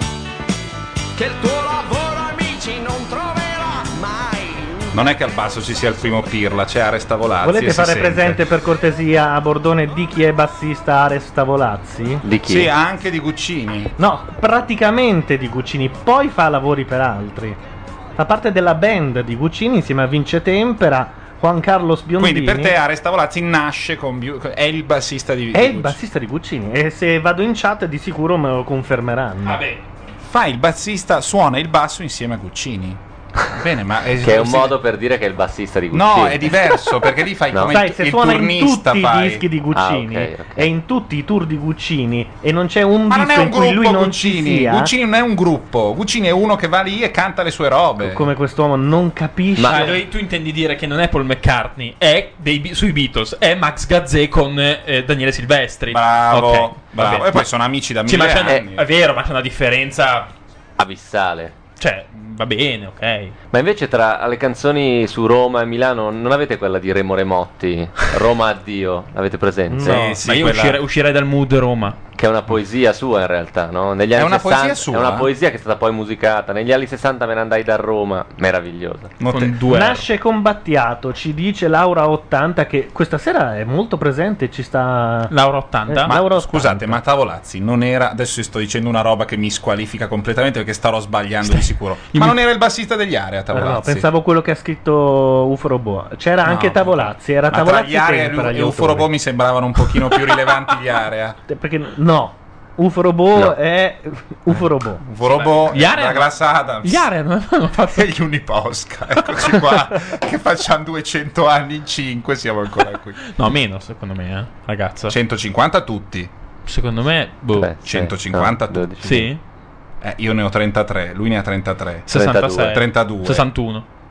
che il tuo lavoro amici non troverà mai. Non è che al basso ci sia il primo Pirla, c'è Ares Tavolazzi. Volete e si fare sente. presente per cortesia a Bordone di chi è bassista Ares Tavolazzi? Di chi? Sì, anche di Guccini. No, praticamente di Guccini, poi fa lavori per altri. Fa parte della band di Guccini insieme a Vince Tempera, Juan Carlos Biondini. Quindi per te Ares Tavolazzi nasce con è il bassista di è il Guccini. bassista di Guccini e se vado in chat di sicuro me lo confermeranno. Vabbè. Fa il bassista, suona il basso insieme a Guccini. Bene, ma Che è un modo per dire che è il bassista di Guccini. No, è diverso perché lì fai No. come Sai, se il suona in turnista tutti fai. i dischi di Guccini Ah, ok. e in tutti i tour di Guccini e non c'è un Ma non è disco un in cui lui gruppo non ci Guccini. sia, Guccini non è un gruppo. Guccini è uno che va lì e canta le sue robe. come quest'uomo non capisce. Cioè, tu intendi dire che non è Paul McCartney, è sui Beatles, è Max Gazzè con Daniele Silvestri. Bravo, Ok, bravo. vabbè. E poi sono amici da Sì, ma mille c'è anni. è vero, ma c'è una differenza. Abissale. Cioè, va bene, ok. Ma invece tra le canzoni su Roma e Milano non avete quella di Remo Remotti? Roma addio, l'avete presente? No. Sì, Ma io quella- uscirei dal mood Roma. Che è una poesia sua in realtà, no? Negli anni una 60 poesia sua? È una poesia che è stata poi musicata. Negli anni 60 me ne andai da Roma, meravigliosa. Con due Nasce con Battiato, ci dice Laura 80 che questa sera è molto presente, ci sta Laura 80. Ma- Laura Scusate, 80. ma Tavolazzi non era. Adesso sto dicendo una roba che mi squalifica completamente perché starò sbagliando di sicuro. Ma non era il bassista degli Area, Tavolazzi. No, pensavo quello che ha scritto Ufo Robot. C'era No, anche Tavolazzi, era ma tra Tavolazzi gli Area Tempera, gli e Ufo autori. Robot mi sembravano un pochino più rilevanti gli Area. Perché no, Ufo Robot No. è Ufo Robot. Ufo Robot, Gli Area- Douglas Adams Gli Area non hanno fatto. e gli Uniposca. Eccoci qua, che facciamo 200 anni in 5, siamo ancora qui. No, meno secondo me, ragazza. 150 tutti. Secondo me, boh. Beh, sì, 150 no, 12. Sì? Io ne ho 33, lui ne ha 33. 66. 32. 61.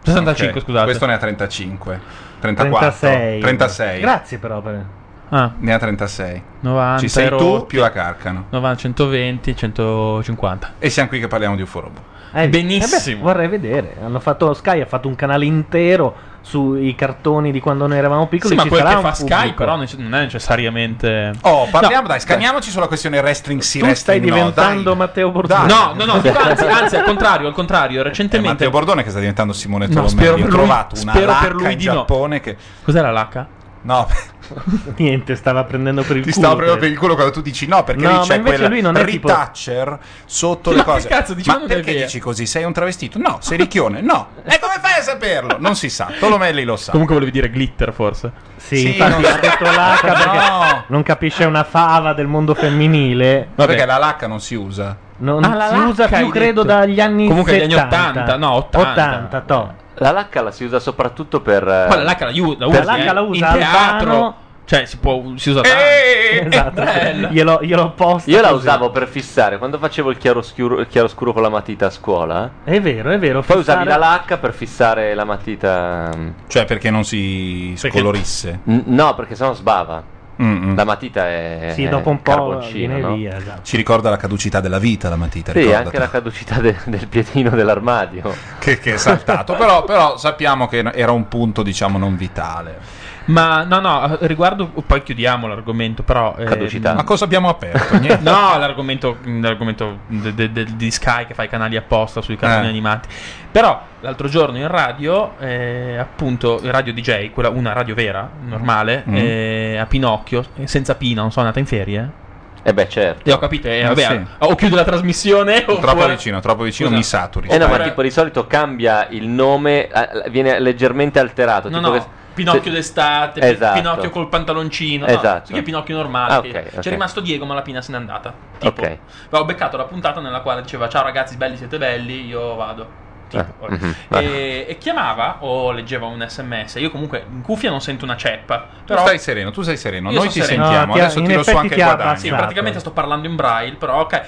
65, Ok, scusate. Questo ne ha 35. 34. 36. Grazie però per... Ne ha 36. 90 Ci sei tu rotti. più la Carcano. 90, 120, 150. E siamo qui che parliamo di UFO Robot. Benissimo. vorrei vedere. Sky ha fatto un canale intero sui cartoni di quando noi eravamo piccoli. Sì, ma ci quel sarà che un fa Sky pubblico. però non è necessariamente... Oh, parliamo, No, dai, scaniamoci sulla questione wrestling sì, Tu stai wrestling no, diventando dai. Matteo Bordone. Dai. anzi, al contrario, recentemente... Matteo Bordone che sta diventando Simone No, Tolomelli. spero Ho per lui- trovato una spero per lacca lui in di no. Giappone che... Cos'era l'H? No, Niente, stava prendendo per il ti culo. stavo prendendo per il culo quando tu dici no, perché No, lì ma c'è invece quel lui non è tipo- retoucher sotto Ma le che cose. cazzo, dicevano ma che è perché vero. dici così? Sei un travestito? No, sei ricchione? No. E come fai a saperlo? Non si sa. Tolomelli lo sa. Comunque volevi dire glitter, forse. Sì, infatti ha detto l'H perché No. non capisce una fava del mondo femminile. Ma perché la lacca non si usa? Non la si usa lacca, più, hai credo, detto. dagli anni Comunque dagli 70. anni 80, no, 80. 80, to. La lacca la si usa soprattutto per... Poi la lacca la usi, La lacca la usa in teatro. Albano. Cioè, si usa tanto. Esatto. Bella. Glielo posto. Io la così. usavo per fissare quando facevo il chiaroscuro con la matita a scuola. È vero, è vero. Poi usavi fissare- la lacca per fissare la matita. Cioè perché non si scolorisse? No, perché sennò sbava. Mm-mm. La matita è Sì, dopo un po' carboncino, viene no? via. Esatto. Ci ricorda la caducità della vita la matita, Sì, ricordatelo. anche la caducità del piedino dell'armadio. che è saltato. però sappiamo che era un punto, diciamo, non vitale. Ma no, riguardo, poi chiudiamo l'argomento, però... Caducità. Ma cosa abbiamo aperto? Niente. No, l'argomento di Sky che fa i canali apposta sui cartoni animati. Però l'altro giorno in radio, appunto, in radio DJ, una radio vera, normale, a Pinocchio, senza Pina, non so, è andata in ferie. Beh, certo. E ho capito, Ah, vabbè, sì. o chiudo la trasmissione o Troppo vicino, Scusa. mi saturi. No, ma Oppure- tipo di solito cambia il nome, viene leggermente alterato. No, tipo no, che- Pinocchio se- d'estate, Esatto. Pinocchio col pantaloncino. Esatto. No, che Pinocchio normale. Ah, che ok, ok. C'è rimasto Diego, ma la Pina se n'è andata. Tipo. Ok. Ma ho beccato la puntata nella quale diceva: ciao ragazzi, belli siete belli, io vado. Tipo. E chiamava o leggeva un SMS. Io comunque in cuffia non sento una ceppa. Però Tu sei sereno. Io Noi sono ti sereno. sentiamo. No, Adesso in tiro su effetti anche ti il ha guadagno. sì, praticamente sto parlando in braille, però ok.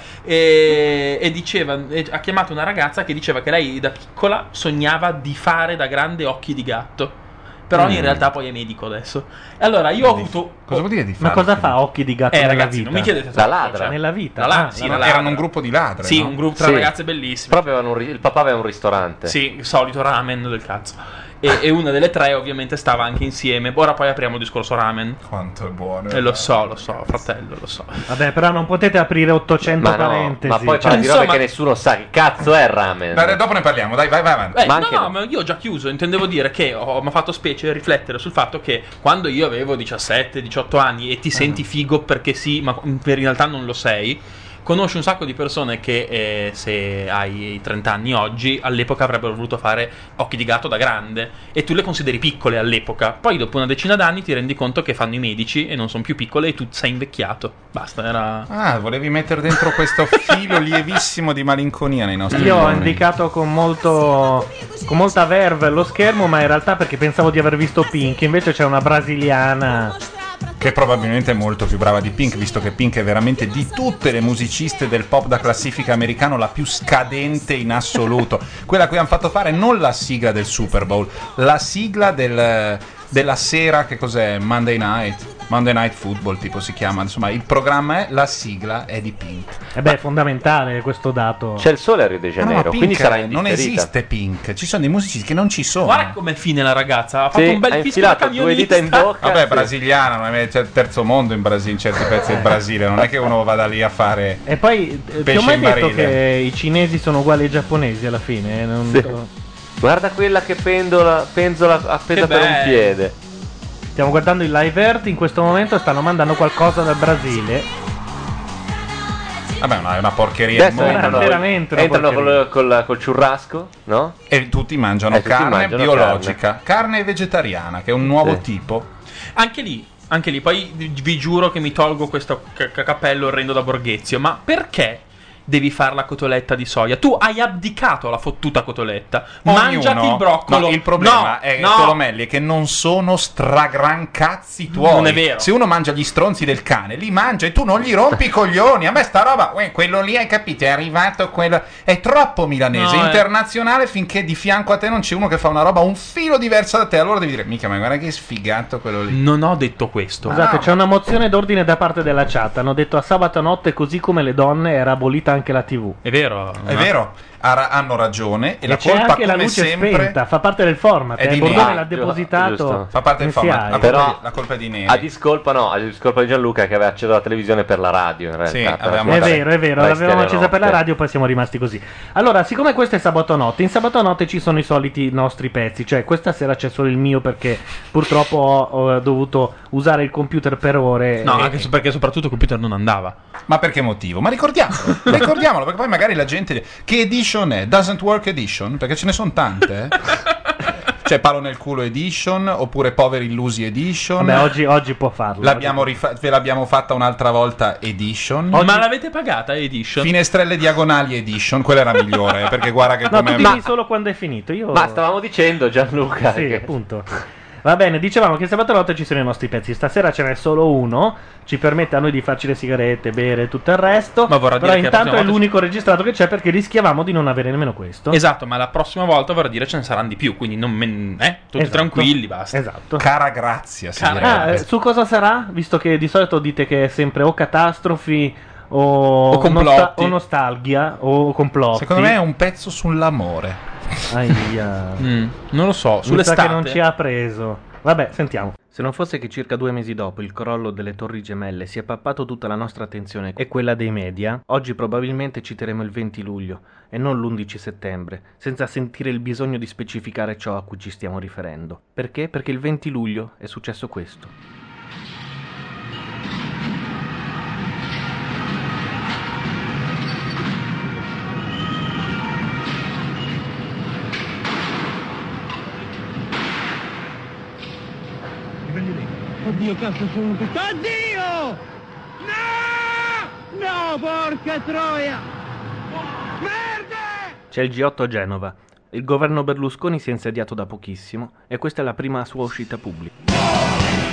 E diceva, ha chiamato una ragazza che diceva che lei da piccola sognava di fare da grande occhi di gatto. Però in realtà poi è medico adesso. E allora io ho avuto. Cosa vuol dire di Ma fare? cosa fa occhi di gatto nella Ragazzi, vita? non mi chiedete La troppo, ladra. cioè. Nella vita? La ladra, Ah, sì, la la Erano ladra. un gruppo di ladri, Sì, no? un gruppo tra Sì. ragazze bellissime. Proprio il papà aveva un ristorante. Sì, il solito ramen del cazzo. E una delle tre ovviamente stava anche insieme. Ora poi apriamo il discorso ramen. Quanto è buono. E lo so, fratello, lo so. Vabbè, però non potete aprire 800 Ma no, parentesi. ma poi Cioè, parla di robe insomma- che nessuno sa che cazzo è il ramen. Dai, dopo ne parliamo, dai, vai avanti. Ma anche no, no. ma io ho già chiuso. Intendevo dire che mi ha fatto specie riflettere sul fatto che quando io avevo 17-18 anni e ti senti figo perché sì, ma in realtà non lo sei. Conosci un sacco di persone che se hai 30 anni oggi all'epoca avrebbero voluto fare occhi di gatto da grande e tu le consideri piccole all'epoca. Poi dopo una decina d'anni ti rendi conto che fanno i medici e non sono più piccole e tu sei invecchiato. Basta, era... Ah, volevi mettere dentro questo filo lievissimo di malinconia nei nostri Io ho giorni. indicato con molta verve lo schermo, ma in realtà perché pensavo di aver visto Pink, invece c'è una brasiliana. Che probabilmente è molto più brava di Pink, visto che Pink è veramente di tutte le musiciste del pop da classifica americano la più scadente in assoluto. Quella a cui hanno fatto fare non la sigla del Super Bowl, la sigla della sera, che cos'è? Monday Night Football tipo si chiama, insomma il programma la sigla è di Pink. E beh, è fondamentale questo dato. C'è il sole a Rio de Janeiro, Pink quindi sarà non indifferita. esiste Pink, ci sono dei musicisti che non ci sono. Guarda com'è fine la ragazza. Ha fatto Sì, un bel ha fischio da infilato due dita in camionista. bocca. Vabbè, Sì. brasiliana, non è, c'è il terzo mondo in Brasile, in certi pezzi del Brasile, non è che uno vada lì a fare. E poi ti ho Pesce mai in detto barile. che i cinesi sono uguali ai giapponesi alla fine? Sì. Guarda quella che penzola appesa Che per un bello. piede. Stiamo guardando il live Earth in questo momento, stanno mandando qualcosa dal Brasile. Vabbè, è una porcheria Adesso immonda. veramente una entrano porcheria. col ciurrasco, no? E tutti mangiano tutti carne mangiano biologica, carne vegetariana, che è un nuovo Sì. tipo. Anche lì, poi vi giuro che mi tolgo questo cappello orrendo da Borghezio. Ma perché devi fare la cotoletta di soia. Tu hai abdicato alla fottuta cotoletta. Ognuno- Mangiati il broccolo. No, il problema No, è, no. Tolomelli, è che non sono stragran cazzi tuoi. Non è vero. Se uno mangia gli stronzi del cane, li mangia e tu non gli rompi i coglioni. A me sta roba, quello lì, hai capito, è arrivato quello. È troppo milanese, No, internazionale, finché di fianco a te non c'è uno che fa una roba un filo diversa da te. Allora devi dire, mica, ma guarda che sfigato quello lì. Non ho detto questo. Scusate, c'è una mozione d'ordine da parte della chat. Hanno detto a sabato notte, così come le donne, era abolita anche la TV. È vero. È vero, hanno ragione. E la c'è colpa, anche la come luce sempre, spenta, fa parte del format. è di Bordone Neri. l'ha depositato. giusto. fa parte del format. SIAE. La Però- la colpa è di Neri. A discolpa di Gianluca che aveva acceso la televisione per la radio in realtà. Sì, per avevamo- È ascoltare vero, Resti l'avevamo alle accesa per la notte. radio, poi siamo rimasti così. Allora, siccome questo è sabato notte, in sabato notte ci sono i soliti nostri pezzi, cioè questa sera c'è solo il mio perché purtroppo ho dovuto usare il computer per ore. No, e- anche perché soprattutto il computer non andava. Ma per che motivo? Ma ricordiamolo, perché poi magari la gente... Che edition è? Doesn't Work Edition? Perché ce ne sono tante, Cioè Palo nel culo edition, oppure Poveri illusi edition. Vabbè, oggi può farlo. Ve l'abbiamo fatta un'altra volta edition. Ma l'avete pagata Edition? Finestrelle diagonali edition, quella era migliore, perché guarda che No, tu come... dimmi solo quando è finito. Io... Ma stavamo dicendo Gianluca Sì, che- appunto. Va bene, dicevamo che sabato notte ci sono i nostri pezzi. Stasera ce n'è solo uno. Ci permette a noi di farci le sigarette, bere tutto il resto. Ma vorrà Però dire che la intanto è prossima volta l'unico registrato che c'è perché rischiavamo di non avere nemmeno questo. Esatto, ma la prossima volta vorrà dire ce ne saranno di più, quindi non tutti Esatto. tranquilli, basta. Esatto. Cara grazia, si Cara- direbbe. Su cosa sarà? Visto che di solito dite che è sempre o catastrofi o complotti. o nostalgia o complotti. Secondo me è un pezzo sull'amore. Aia. Non lo so, Mi sa sull'estate. che non ci ha preso. Vabbè, sentiamo. Se non fosse che circa 2 mesi dopo il crollo delle Torri Gemelle si è pappato tutta la nostra attenzione e quella dei media, oggi probabilmente citeremo il 20 luglio e non l'11 settembre, senza sentire il bisogno di specificare ciò a cui ci stiamo riferendo. Perché? Perché il 20 luglio è successo questo. Oddio, cazzo, sono tutti... Oddio! No! No, porca troia! Merda! C'è il G8 a Genova. Il governo Berlusconi si è insediato da pochissimo e questa è la prima sua uscita pubblica.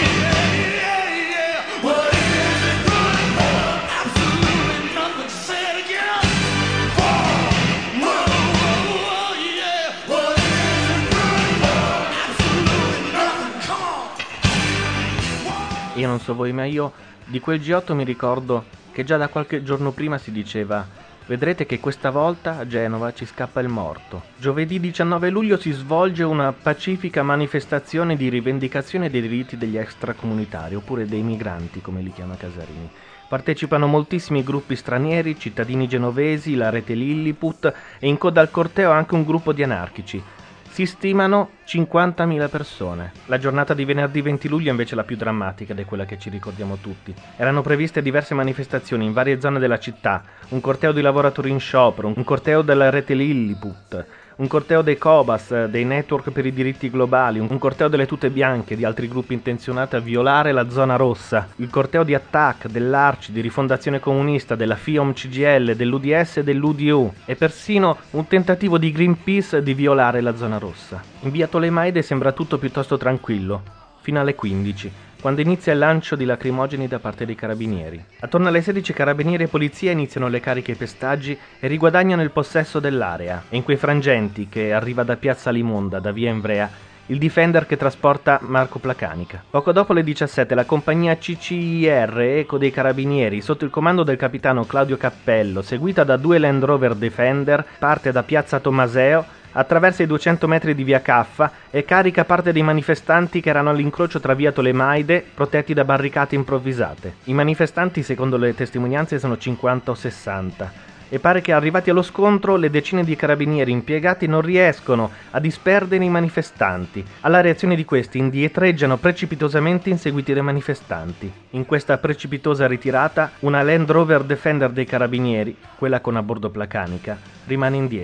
Io non so voi, ma io di quel G8 mi ricordo che già da qualche giorno prima si diceva: vedrete che questa volta a Genova ci scappa il morto. Giovedì 19 luglio si svolge una pacifica manifestazione di rivendicazione dei diritti degli extracomunitari, oppure dei migranti, come li chiama Casarini. Partecipano moltissimi gruppi stranieri, cittadini genovesi, la rete Lilliput e in coda al corteo anche un gruppo di anarchici. Si stimano 50.000 persone. La giornata di venerdì 20 luglio è invece la più drammatica ed è quella che ci ricordiamo tutti. Erano previste diverse manifestazioni in varie zone della città, un corteo di lavoratori in sciopero, un corteo della rete Lilliput, un corteo dei Cobas, dei network per i diritti globali, un corteo delle tute bianche e di altri gruppi intenzionati a violare la zona rossa, il corteo di Attac, dell'Arci, di Rifondazione Comunista, della FIOM CGL, dell'UDS e dell'UDU e persino un tentativo di Greenpeace di violare la zona rossa. In via Tolemaide sembra tutto piuttosto tranquillo, fino alle 15. Quando inizia il lancio di lacrimogeni da parte dei carabinieri. Attorno alle 16 carabinieri e polizia iniziano le cariche e pestaggi e riguadagnano il possesso dell'area. E in quei frangenti che arriva da Piazza Limonda, da via Ivrea, il Defender che trasporta Marco Placanica. Poco dopo le 17 la compagnia CCIR Eco dei Carabinieri, sotto il comando del capitano Claudio Cappello, seguita da 2 Land Rover Defender, parte da Piazza Tommaseo, attraversa i 200 metri di via Caffa e carica parte dei manifestanti che erano all'incrocio tra via Tolemaide, protetti da barricate improvvisate. I manifestanti, secondo le testimonianze, sono 50 o 60. E pare che arrivati allo scontro le decine di carabinieri impiegati non riescono a disperdere i manifestanti. Alla reazione di questi indietreggiano precipitosamente inseguiti dai manifestanti. In questa precipitosa ritirata una Land Rover Defender dei carabinieri, quella con a bordo Placanica, rimane indietro.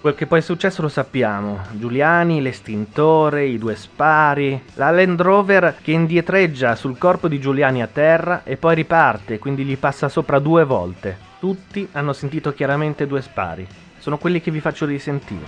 Quel che poi è successo lo sappiamo. Giuliani, l'estintore, i 2 spari, la Land Rover che indietreggia sul corpo di Giuliani a terra e poi riparte, quindi gli passa sopra 2 volte. Tutti hanno sentito chiaramente 2 spari. Sono quelli che vi faccio risentire.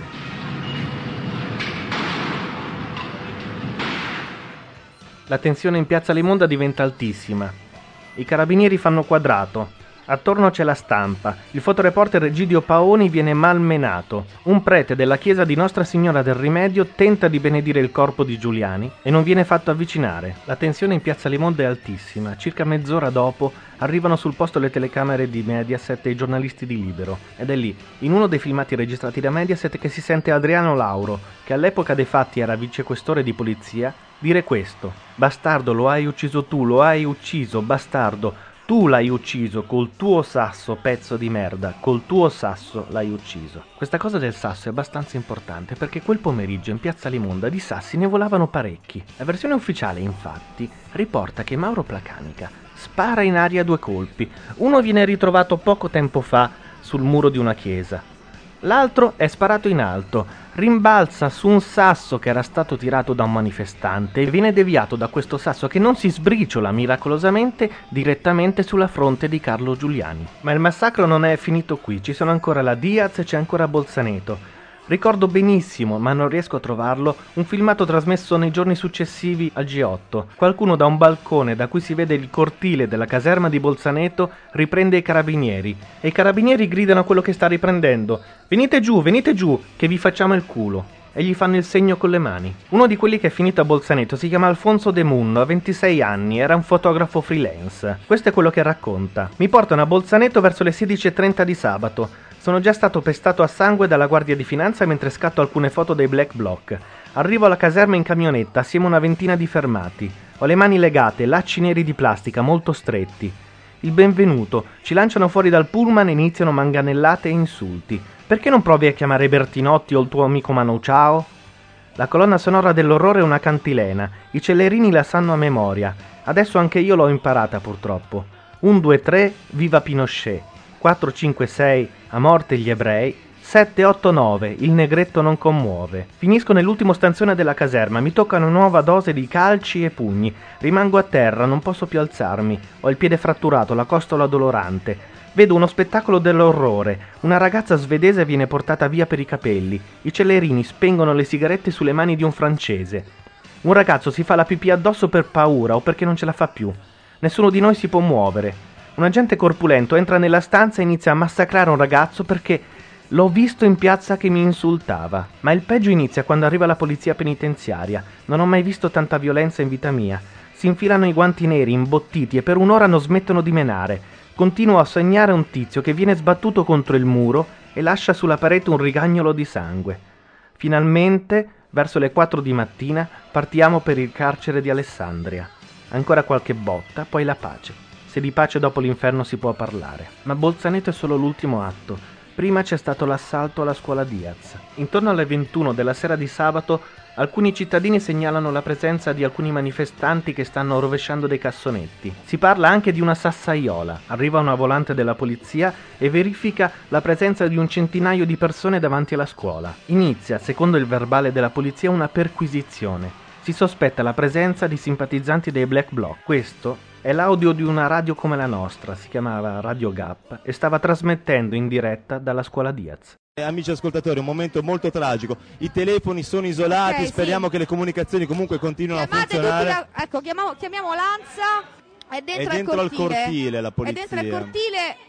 La tensione in piazza Limonda diventa altissima. I carabinieri fanno quadrato. Attorno c'è la stampa. Il fotoreporter Egidio Paoni viene malmenato. Un prete della chiesa di Nostra Signora del Rimedio tenta di benedire il corpo di Giuliani e non viene fatto avvicinare. La tensione in piazza Limonda è altissima. Circa mezz'ora dopo arrivano sul posto le telecamere di Mediaset e i giornalisti di Libero. Ed è lì, in uno dei filmati registrati da Mediaset, che si sente Adriano Lauro, che all'epoca dei fatti era vicequestore di polizia, dire questo: «Bastardo, lo hai ucciso tu, lo hai ucciso, bastardo. Tu l'hai ucciso col tuo sasso, pezzo di merda, col tuo sasso l'hai ucciso». Questa cosa del sasso è abbastanza importante perché quel pomeriggio in piazza Limonda di sassi ne volavano parecchi. La versione ufficiale, infatti, riporta che Mauro Placanica spara in aria 2 colpi. Uno viene ritrovato poco tempo fa sul muro di una chiesa. L'altro è sparato in alto, rimbalza su un sasso che era stato tirato da un manifestante e viene deviato da questo sasso, che non si sbriciola miracolosamente, direttamente sulla fronte di Carlo Giuliani. Ma il massacro non è finito qui, ci sono ancora la Diaz e c'è ancora Bolzaneto. Ricordo benissimo, ma non riesco a trovarlo, un filmato trasmesso nei giorni successivi al G8. Qualcuno da un balcone da cui si vede il cortile della caserma di Bolzaneto riprende i carabinieri e i carabinieri gridano a quello che sta riprendendo: venite giù, che vi facciamo il culo. E gli fanno il segno con le mani. Uno di quelli che è finito a Bolzaneto si chiama Alfonso De Munno, ha 26 anni, era un fotografo freelance. Questo è quello che racconta. Mi portano a Bolzaneto verso le 16:30 di sabato. Sono già stato pestato a sangue dalla Guardia di Finanza mentre scatto alcune foto dei Black Bloc. Arrivo alla caserma in camionetta assieme a una ventina di fermati. Ho le mani legate, lacci neri di plastica molto stretti. Il benvenuto, ci lanciano fuori dal pullman e iniziano manganellate e insulti. Perché non provi a chiamare Bertinotti o il tuo amico Manu Chao? La colonna sonora dell'orrore è una cantilena. I cellerini la sanno a memoria. Adesso anche io l'ho imparata purtroppo. 1, 2, 3, viva Pinochet. 4, 5, 6, a morte gli ebrei. 7, 8, 9, il negretto non commuove. Finisco nell'ultimo stanzione della caserma, mi tocca una nuova dose di calci e pugni. Rimango a terra, non posso più alzarmi. Ho il piede fratturato, la costola dolorante. Vedo uno spettacolo dell'orrore. Una ragazza svedese viene portata via per i capelli. I cellerini spengono le sigarette sulle mani di un francese. Un ragazzo si fa la pipì addosso per paura o perché non ce la fa più. Nessuno di noi si può muovere. Un agente corpulento entra nella stanza e inizia a massacrare un ragazzo perché l'ho visto in piazza che mi insultava. Ma il peggio inizia quando arriva la polizia penitenziaria. Non ho mai visto tanta violenza in vita mia. Si infilano i guanti neri, imbottiti, e per un'ora non smettono di menare. Continuo a sognare un tizio che viene sbattuto contro il muro e lascia sulla parete un rigagnolo di sangue. Finalmente, verso le 4 di mattina, partiamo per il carcere di Alessandria. Ancora qualche botta, poi la pace. Se di pace dopo l'inferno si può parlare. Ma Bolzaneto è solo l'ultimo atto. Prima c'è stato l'assalto alla scuola Diaz. Intorno alle 21 della sera di sabato, alcuni cittadini segnalano la presenza di alcuni manifestanti che stanno rovesciando dei cassonetti. Si parla anche di una sassaiola. Arriva una volante della polizia e verifica la presenza di un centinaio di persone davanti alla scuola. Inizia, secondo il verbale della polizia, una perquisizione. Si sospetta la presenza di simpatizzanti dei Black Bloc. Questo è l'audio di una radio come la nostra, si chiamava Radio Gap, e stava trasmettendo in diretta dalla scuola Diaz. Amici ascoltatori, un momento molto tragico. I telefoni sono isolati, Ok, speriamo sì. che le comunicazioni comunque continuino a Chiamate funzionare. tutti ecco, chiamiamo l'ANSA. È dentro, È dentro al cortile la polizia. È dentro al cortile.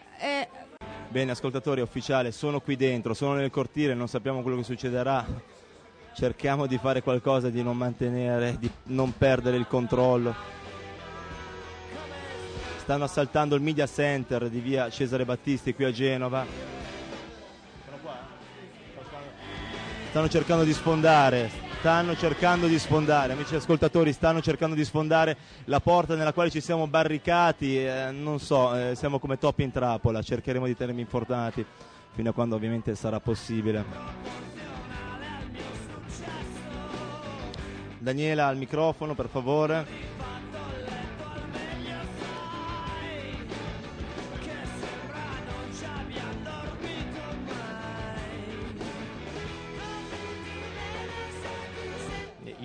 Bene, ascoltatori, ufficiale, sono qui dentro, sono nel cortile, non sappiamo quello che succederà. Cerchiamo di fare qualcosa, di non mantenere, di non perdere il controllo. Stanno assaltando il media center di via Cesare Battisti qui a Genova. Sono qua? Stanno cercando di sfondare, amici ascoltatori, stanno cercando di sfondare la porta nella quale ci siamo barricati, non so, siamo come topi in trappola, cercheremo di tenervi informati fino a quando ovviamente sarà possibile. Daniela al microfono, per favore.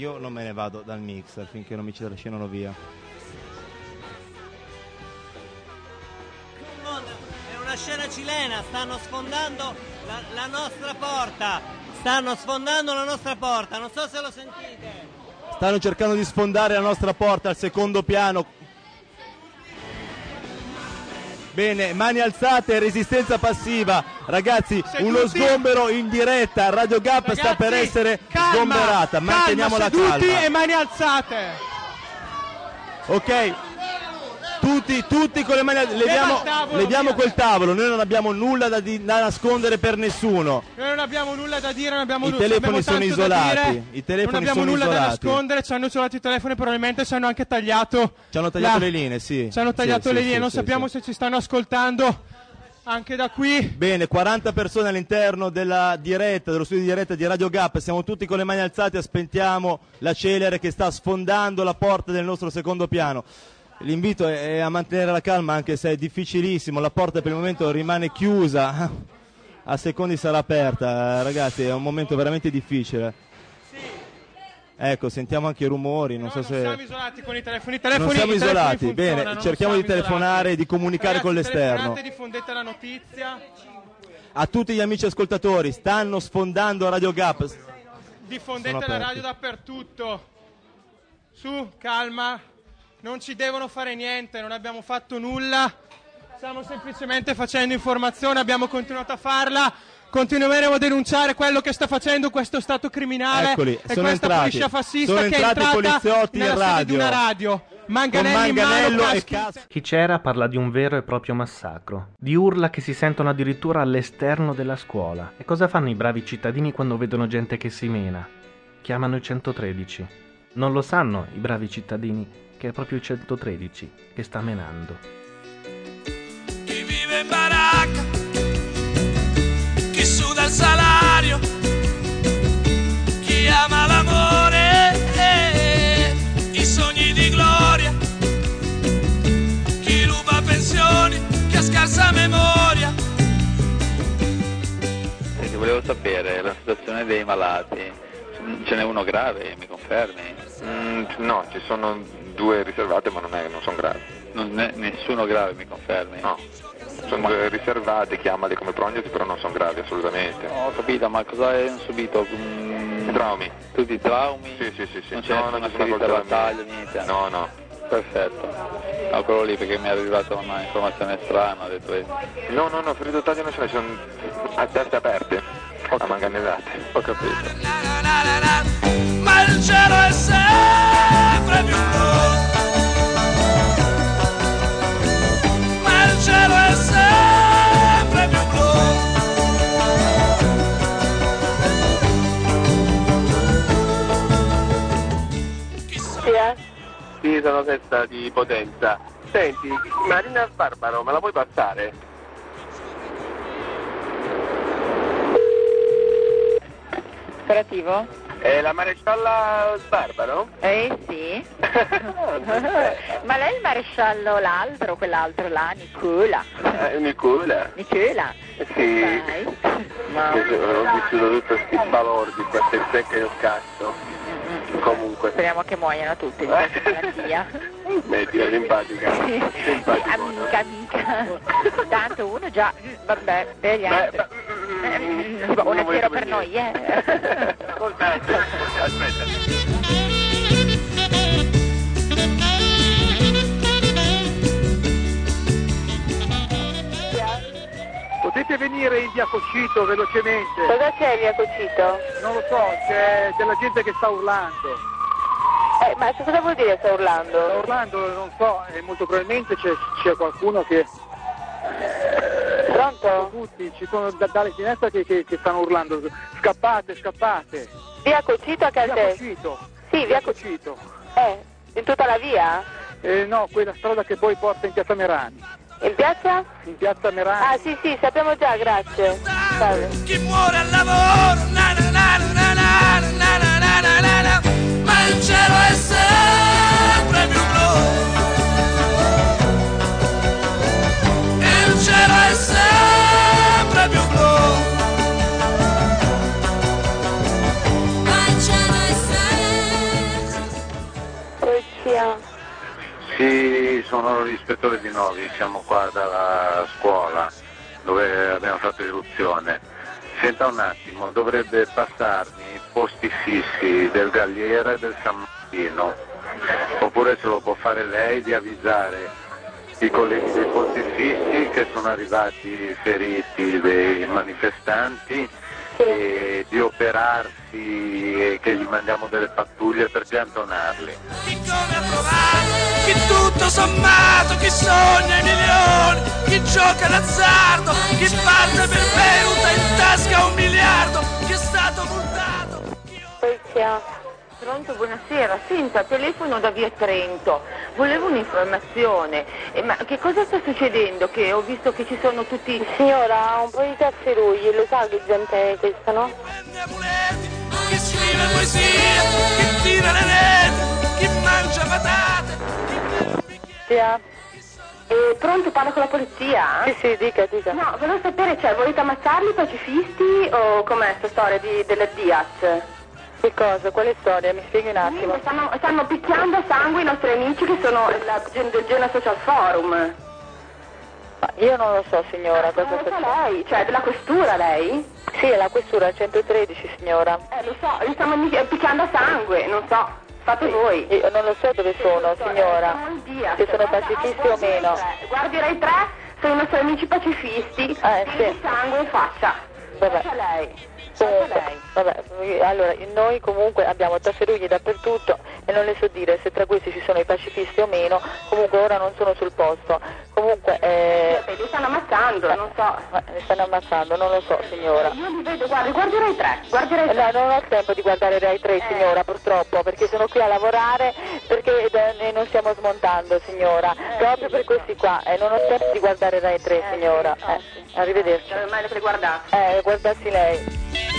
Io non me ne vado dal mixer finché non mi ci trascinano via. È una scena cilena, stanno sfondando la nostra porta. Stanno sfondando la nostra porta, non so se lo sentite. Stanno cercando di sfondare la nostra porta al secondo piano. Bene, mani alzate, resistenza passiva. Ragazzi, uno sgombero in diretta. Radio Gap sta per essere sgomberata. Manteniamo la calma. Seduti e mani alzate. Ok. Tutti con le mani alzate. Leviamo quel tavolo. Noi non abbiamo nulla da nascondere per nessuno. Noi non abbiamo nulla da dire, non abbiamo I telefoni sono tanto isolati. da dire. I telefoni non abbiamo sono nulla isolati. da nascondere, ci hanno isolato i telefoni, probabilmente ci hanno anche tagliato. Ci hanno tagliato le linee, sì. Ci hanno tagliato Sì, le sì, linee, sì, non sì, sappiamo sì. se ci stanno ascoltando anche da qui. Bene, 40 persone all'interno della diretta, dello studio di diretta di Radio Gap. Siamo tutti con le mani alzate, aspettiamo la celere che sta sfondando la porta del nostro secondo piano. L'invito è a mantenere la calma, anche se è difficilissimo. La porta per il momento rimane chiusa, a secondi sarà aperta. Ragazzi, è un momento veramente difficile. Ecco, sentiamo anche i rumori, non so se... Siamo isolati con i telefoni. Non siamo isolati, funzionano, bene, non cerchiamo di siamo telefonare isolati. e di comunicare Ragazzi, con l'esterno. telefonate, diffondete la notizia. A tutti gli amici ascoltatori, stanno sfondando Radio Gap. Diffondete Sono la aperti. radio dappertutto. Su, calma. Non ci devono fare niente, non abbiamo fatto nulla. Stiamo semplicemente facendo informazione, abbiamo continuato a farla. Continueremo a denunciare quello che sta facendo questo stato criminale. Eccoli, e sono questa entrati. policia fascista Sono che è entrati entrata poliziotti in nella sede di una radio. Manganello in mano, caschi. Chi c'era parla di un vero e proprio massacro, di urla che si sentono addirittura all'esterno della scuola. E cosa fanno i bravi cittadini quando vedono gente che si mena? Chiamano il 113. Non lo sanno i bravi cittadini che è proprio il 113 che sta menando. Chi vive in baracca, chi suda il salario, chi ama l'amore, i sogni di gloria, chi ruba pensioni, chi ha scarsa memoria. Senti, volevo sapere la situazione dei malati. Ce n'è uno grave, mi confermi? No, ci sono 2 riservate, ma non sono gravi. Non è nessuno grave, mi confermi? No, sono 2 riservate, chiamali come prognosi, però non sono gravi assolutamente. Ho capito, ma cosa hanno subito? Traumi. Tutti traumi? Sì. Non c'è No, nessuna ci sono ferita a coltellamenti. battaglia, niente? No. Perfetto. No, quello lì perché mi è arrivata una informazione strana, ho detto No, ferite a taglio non ce ne sono a teste aperte, a manganellate. Ho capito. Ma il cielo è sempre più blu, ma il cielo è sempre più blu. Sì, sono Testa di Potenza. Senti, Marina Sbarbaro, me la puoi passare? Operativo? La marescialla Sbarbaro? Sì. Ma lei è il maresciallo l'altro, quell'altro là, Nicola? Nicola? Nicola? Sì. Dai. Ho vissuto tutti questi balordi, queste secche del cazzo. Comunque. Speriamo che muoiano tutti di questa malattia. Smettila, simpatica. Amica. Tanto uno già, vabbè, per gli altri. Un è vero per noi, Potete venire in via Cocito velocemente? Cosa c'è via Cocito? Non lo so, c'è della gente che sta urlando. Ma cosa vuol dire sta urlando? Sta urlando, non so, molto probabilmente c'è qualcuno che... Pronto? Tutti, ci sono dalle finestre che stanno urlando. Scappate. Via Cocito a casa? Via Cocito. Sì, via Cocito. In tutta la via? No, quella strada che poi porta in piazza Merani. In piazza? In piazza Merani. Ah sì, sappiamo già, grazie. Salve. Chi muore al lavoro, ma il cielo è sempre più blu. Il cielo è sempre più blu. Ma il cielo è sempre Sì, sono l'ispettore Di Novi, siamo qua dalla scuola dove abbiamo fatto irruzione. Senta un attimo, dovrebbe passarmi i posti fissi del Galliera e del San Martino, oppure se lo può fare lei di avvisare i colleghi dei posti fissi che sono arrivati feriti dei manifestanti e di operarsi e che gli mandiamo delle pattuglie per piantonarli. Chi tutto sommato, chi sogna i milioni, chi gioca d'azzardo, chi parte per bevuta in tasca 1 miliardo, chi è stato multato. Polizia. Pronto, buonasera. Senta, telefono da via Trento. Volevo un'informazione. Ma che cosa sta succedendo? Che ho visto che ci sono tutti... Signora, un po' di tafferugli, lo sa che gente è questa, no? Chi scrive poesia, chi tira le reti, chi mangia patate. Pronto, parlo con la polizia? Sì, dica. No, volevo sapere, volete ammazzarli i pacifisti o com'è sta storia delle Diaz? Che cosa? Quale storia? Mi spieghi un attimo. Stanno picchiando a sangue i nostri amici che sono del Genoa Social Forum. Ma io non lo so, signora, cosa sta lei? Cioè, della questura lei? Sì, è la questura, 113, signora. Lo so, li stanno picchiando a sangue, non so. Fate voi. Io non lo so dove sono, signora. Se sono pacifisti o meno. Guardi Rai 3, sono i nostri amici pacifisti. Sì. Sangue in faccia. Vabbè. Lei. Vabbè, allora noi comunque abbiamo tafferugli dappertutto e non le so dire se tra questi ci sono i pacifisti o meno, comunque ora non sono sul posto. Comunque li stanno ammazzando, non so. Li stanno ammazzando, non lo so, signora. Io li vedo, guardi Rai 3, No, non ho tempo di guardare Rai 3, signora, purtroppo, perché sono qui a lavorare, perché non stiamo smontando, signora, proprio per questi qua, e non ho tempo di guardare Rai 3, signora. Arrivederci. Meglio che guardassi. Guardassi lei.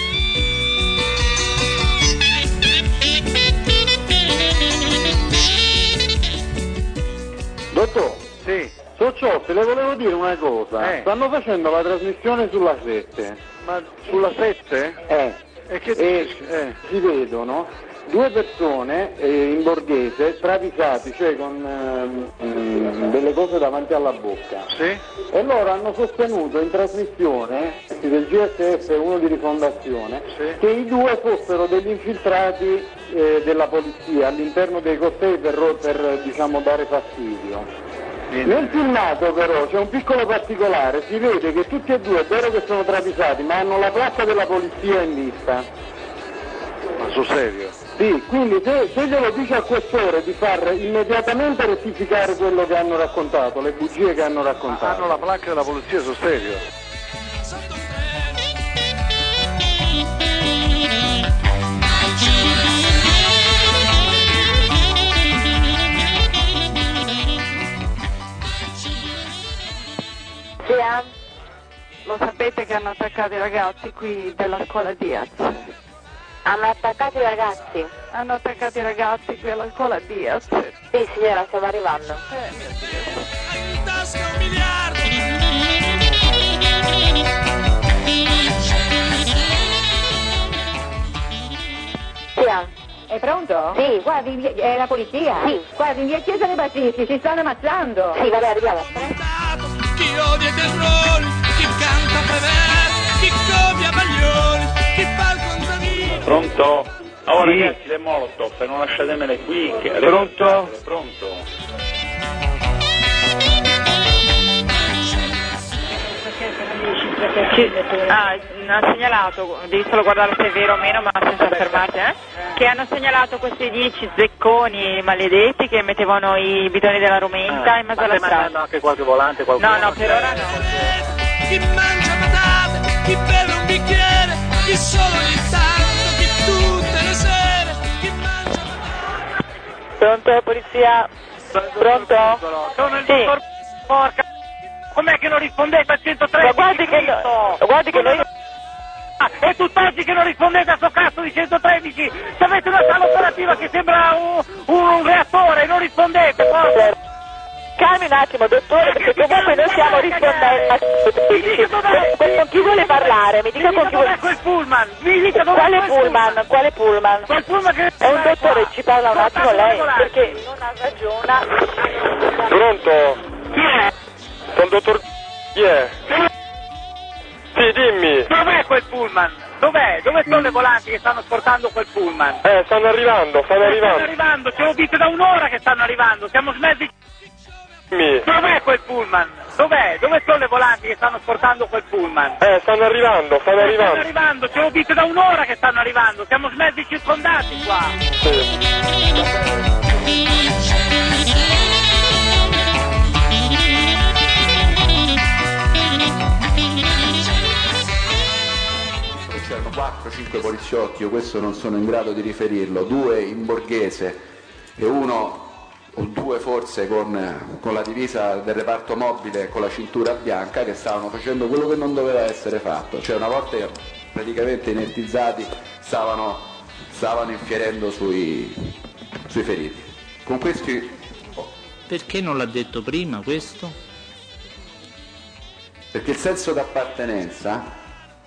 Dottor, sì. Socciotti, le volevo dire una cosa. Stanno facendo la trasmissione sulla 7. Ma sulla 7? E che si vedono 2 persone in borghese travisati, cioè con delle cose davanti alla bocca. Sì. E loro hanno sostenuto in trasmissione del GSF e uno di Rifondazione che i 2 fossero degli infiltrati della polizia all'interno dei cortei per diciamo dare fastidio. Nel filmato però c'è un piccolo particolare, si vede che tutti e 2 è vero che sono travisati, ma hanno la placca della polizia in vista. Ma sul serio? Sì, quindi se glielo dice al questore di far immediatamente rettificare quello che hanno raccontato, le bugie che hanno raccontato. Hanno la placca della polizia sul serio? Lo sapete che hanno attaccato i ragazzi qui della scuola Diaz? Hanno attaccato i ragazzi? Hanno attaccato i ragazzi qui alla scuola Diaz. Sì, signora, stiamo arrivando. È pronto? Sì. Guardi, è la polizia? Sì. Guardi, in via Chiesa dei Battisti, si stanno ammazzando. Sì, vabbè, arriviamo. Chi odia i terrori, chi canta Prever, chi copia Baglioni, chi fa il contadino. Pronto? Oh Sì. ragazzi, le Molotov, non lasciatemele qui. Pronto? Pronto? Hanno segnalato, devi solo guardare se è vero o meno, ma senza fermarti, che hanno segnalato questi 10 zecconi maledetti che mettevano i bidoni della rumenta in mezzo alla strada. anche qualche volante, qualcuno? No, per ora no. Chi mangia patate, chi beve un bicchiere, chi solo ogni tanto, chi tutte le sere, chi mangia patate. Pronto, polizia? Pronto? Sono il Sì. dottor Porca. Com'è che non rispondete a 113? Ma guardi che noi... È tutt'oggi che non rispondete a sto cazzo di 113. Se avete una sala operativa che sembra un reattore, non rispondete. Calmi un attimo, dottore, perché comunque noi stiamo rispondendo. Con chi vuole parlare? Mi dica con chi vuole. Quel pullman! Quale pullman? Quale pullman? Quel pullman che è un dottore, ci parla un attimo lei, perché non ha ragione. Pronto? Chi è? Sono il dottor... Chi è? Sì, dimmi. Dov'è quel pullman? Dov'è? Dove sono le volanti che stanno portando quel pullman? Stanno arrivando. Stanno arrivando, ce lo dite da un'ora che stanno arrivando, siamo smessi. Dimmi. Dov'è quel pullman? Dov'è? Dove sono le volanti che stanno portando quel pullman? Stanno arrivando. Stanno arrivando, ce lo dite da un'ora che stanno arrivando, siamo smessi circondati qua. C'erano 4-5 poliziotti, io questo non sono in grado di riferirlo, 2 in borghese e uno o 2 forse con la divisa del reparto mobile con la cintura bianca, che stavano facendo quello che non doveva essere fatto, cioè una volta praticamente inertizzati stavano infierendo sui feriti. Con questi... Perché non l'ha detto prima questo? Perché il senso d'appartenenza,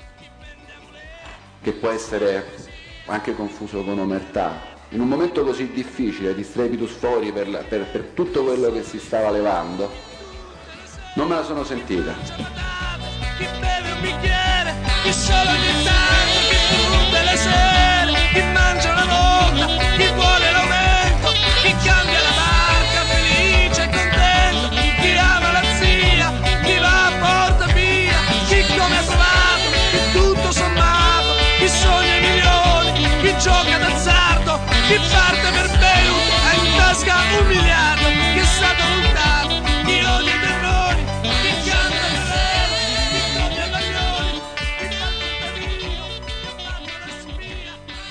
che può essere anche confuso con omertà, in un momento così difficile di strepitus fori per tutto quello che si stava levando, non me la sono sentita. Chi beve un bicchiere, chi solo ogni tanto, chi tutte le sere, chi mangia una volta, chi vuole l'aumento, chi cambia la barca felice e contento, chi ama la zia, chi va a porta via, chi come ha provato, chi tutto sommato, chi sogna i milioni, chi gioca d'azzardo, chi parte per Beirut ha in tasca 1 miliardo, chi è stato lontano, chi odia i terrori, chi canta Guerrero, chi copia Baglioni, chi fa il contadino, chi mangia la spia.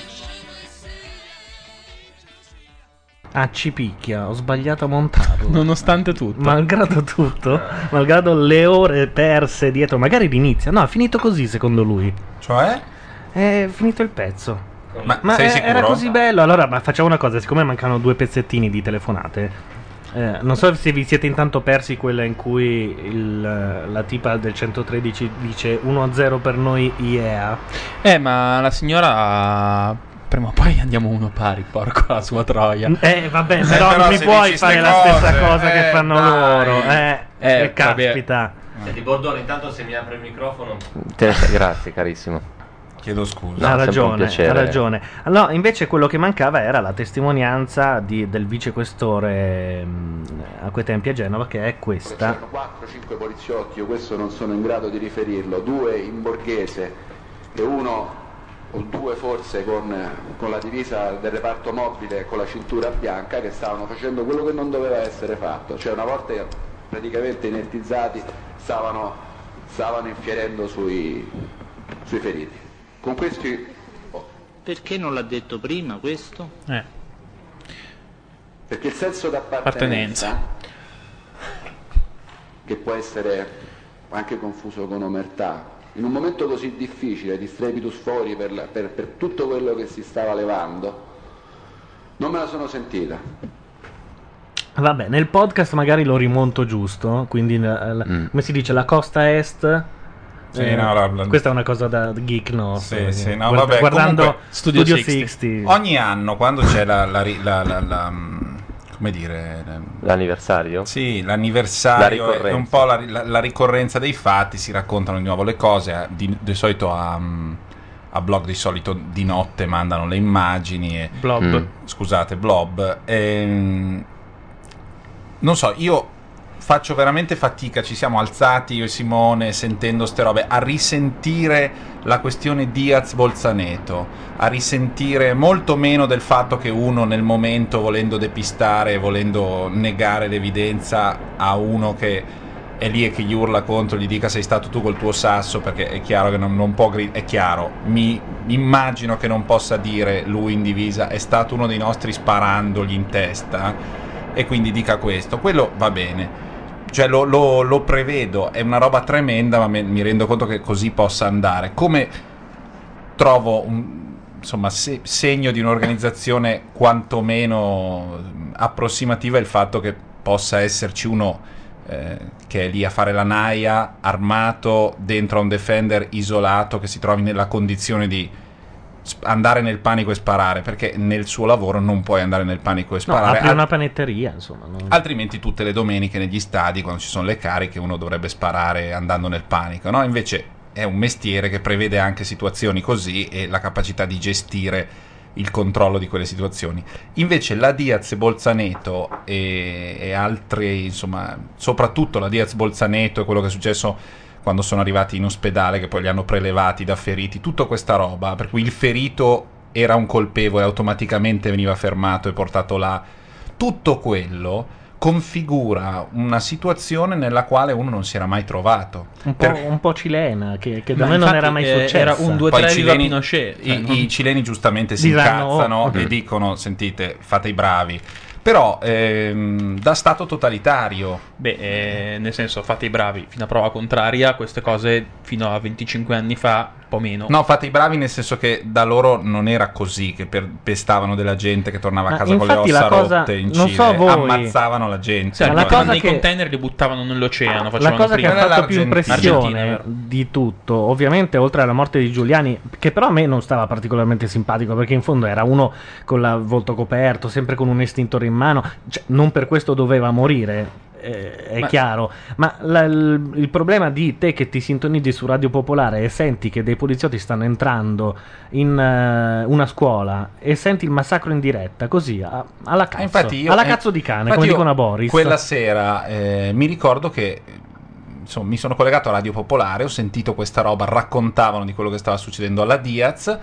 Ci picchia, ho sbagliato a montarlo. Nonostante tutto. Malgrado tutto, malgrado le ore perse dietro, magari l'inizio. No, è finito così secondo lui. Cioè? È finito il pezzo. Ma sei sicuro? Era così bello. Allora, ma facciamo una cosa, siccome mancano 2 pezzettini di telefonate, non so se vi siete intanto persi quella in cui la tipa del 113 dice 1-0 per noi, yeah. Ma la signora... Prima o poi andiamo uno pari, porco la sua troia. Vabbè, però non mi puoi fare la stessa cosa che fanno loro. Caspita. Di Bordone, intanto se mi apre il microfono. Grazie carissimo. Chiedo scusa. Ha ragione. Allora, invece quello che mancava era la testimonianza del vicequestore a quei tempi a Genova, che è questa. C'erano 4-5 poliziotti, io questo non sono in grado di riferirlo, 2 in borghese e uno o 2 forse con la divisa del reparto mobile con la cintura bianca, che stavano facendo quello che non doveva essere fatto, cioè una volta praticamente inertizzati stavano infierendo sui feriti. Con questi... Perché non l'ha detto prima questo? Perché il senso d'appartenenza, che può essere anche confuso con omertà, in un momento così difficile di strepitus fori per tutto quello che si stava levando, non me la sono sentita. Vabbè, nel podcast magari lo rimonto giusto, quindi come si dice, la costa est. Sì, no, questa è una cosa da geek, no? Sì, no, vabbè, guardando comunque, Studio 60. Ogni anno, quando c'è come dire, l'anniversario? Sì, l'anniversario è un po' la ricorrenza dei fatti, si raccontano di nuovo le cose, di solito a Blog di solito di notte mandano le immagini e Blob. Scusate, Blob. Non so, io faccio veramente fatica, ci siamo alzati io e Simone sentendo ste robe, a risentire la questione Diaz-Bolzaneto, a risentire molto meno del fatto che uno nel momento, volendo depistare, volendo negare l'evidenza a uno che è lì e che gli urla contro, gli dica sei stato tu col tuo sasso, perché è chiaro che non può è chiaro, mi immagino che non possa dire lui in divisa è stato uno dei nostri sparandogli in testa, e quindi dica questo, quello va bene. Cioè lo prevedo, è una roba tremenda, ma mi rendo conto che così possa andare. Come trovo segno di un'organizzazione quantomeno approssimativa il fatto che possa esserci uno che è lì a fare la naia, armato, dentro a un Defender isolato, che si trovi nella condizione di andare nel panico e sparare, perché nel suo lavoro non puoi andare nel panico e No, sparare. apri una panetteria, insomma. Altrimenti tutte le domeniche negli stadi, quando ci sono le cariche, uno dovrebbe sparare andando nel panico, no? Invece è un mestiere che prevede anche situazioni così e la capacità di gestire il controllo di quelle situazioni. Invece la Diaz Bolzaneto e altri, insomma, soprattutto la Diaz Bolzaneto e quello che è successo quando sono arrivati in ospedale, che poi li hanno prelevati da feriti, tutta questa roba, per cui il ferito era un colpevole, automaticamente veniva fermato e portato là. Tutto quello configura una situazione nella quale uno non si era mai trovato. Un po' cilena, che da Ma noi non infatti, era mai successa. era un 2-3 Poi i viva cileni, Pinochet. i cileni giustamente si Diranno, incazzano oh. e dicono: sentite, fate i bravi. Però da stato totalitario. Nel senso, fate i bravi fino a prova contraria, queste cose fino a 25 anni fa, un po' meno. No, fate i bravi nel senso che da loro non era così, che pestavano della gente che tornava a casa con le infatti ossa la cosa- rotte in non Cile, so voi- ammazzavano la gente. Sì, la cosa nei che- container li buttavano nell'oceano. La Facevano cosa che prima. ha fatto più Argentina, impressione vero? di tutto, ovviamente, oltre alla morte di Giuliani, che però a me non stava particolarmente simpatico, perché in fondo era uno con il volto coperto, sempre con un estintore in mano, cioè, non per questo doveva morire. È Ma- chiaro, ma il problema di te che ti sintonizzi su Radio Popolare e senti che dei poliziotti stanno entrando in una scuola e senti il massacro in diretta, così alla cazzo, Infatti io- alla cazzo di cane, infatti come io dicono a Boris. Quella sera mi ricordo che insomma, mi sono collegato a Radio Popolare, ho sentito questa roba, raccontavano di quello che stava succedendo alla Diaz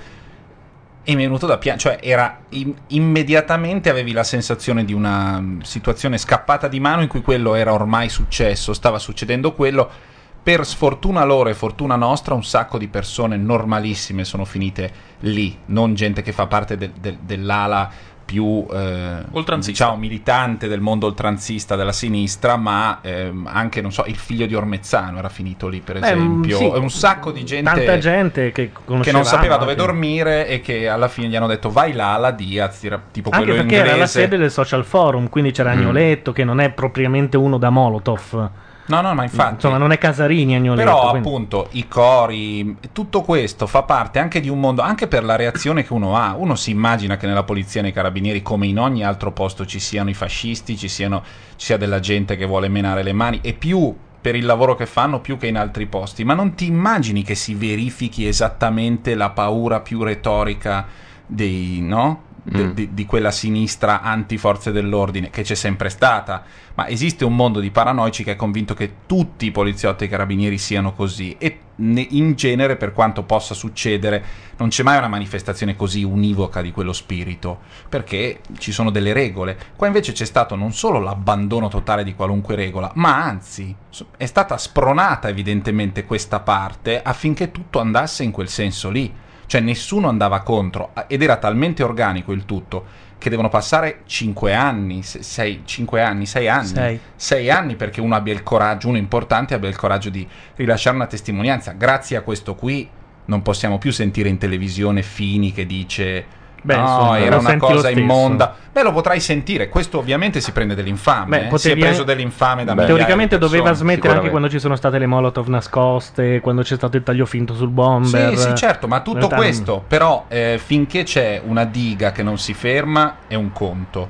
e mi è venuto da piangere, cioè era immediatamente avevi la sensazione di una situazione scappata di mano in cui quello era ormai successo, stava succedendo quello. Per sfortuna loro e fortuna nostra un sacco di persone normalissime sono finite lì, non gente che fa parte dell'ala più diciamo militante del mondo oltranzista della sinistra, ma anche, non so, il figlio di Ormezzano era finito lì, per esempio. sì. Un sacco di gente, Tanta gente che non sapeva dove anche. dormire e che alla fine gli hanno detto vai là alla Diaz, tipo Anche quello perché inglese. era la sede del Social Forum, quindi c'era Agnoletto, che non è propriamente uno da Molotov. No, ma infatti. Insomma, non è Casarini Agnoletto. Però quindi- appunto i cori, tutto questo fa parte anche di un mondo, anche per la reazione che uno ha. Uno si immagina che nella polizia e nei carabinieri, come in ogni altro posto, ci siano i fascisti, ci sia della gente che vuole menare le mani, e più per il lavoro che fanno più che in altri posti. Ma non ti immagini che si verifichi esattamente la paura più retorica dei, no? Di quella sinistra anti-forze dell'ordine, che c'è sempre stata, ma esiste un mondo di paranoici che è convinto che tutti i poliziotti e i carabinieri siano così, e in genere, per quanto possa succedere, non c'è mai una manifestazione così univoca di quello spirito, perché ci sono delle regole. Qua invece c'è stato non solo l'abbandono totale di qualunque regola, ma anzi è stata spronata evidentemente questa parte affinché tutto andasse in quel senso lì. Cioè nessuno andava contro, ed era talmente organico il tutto che devono passare 5 anni, 6 anni, 6 anni, 6 anni perché uno abbia il coraggio, uno importante abbia il coraggio di rilasciare una testimonianza. Grazie a questo qui non possiamo più sentire in televisione Fini che dice no, insomma, era lo una senti lo cosa stesso. immonda. Beh, lo potrai sentire, questo ovviamente si prende dell'infame, si è potevi preso anche- dell'infame da migliaia teoricamente di persone. doveva smettere anche quando ci sono state le molotov nascoste, quando c'è stato il taglio finto sul bomber. Sì, certo, ma tutto In realtà- questo, però finché c'è una diga che non si ferma è un conto.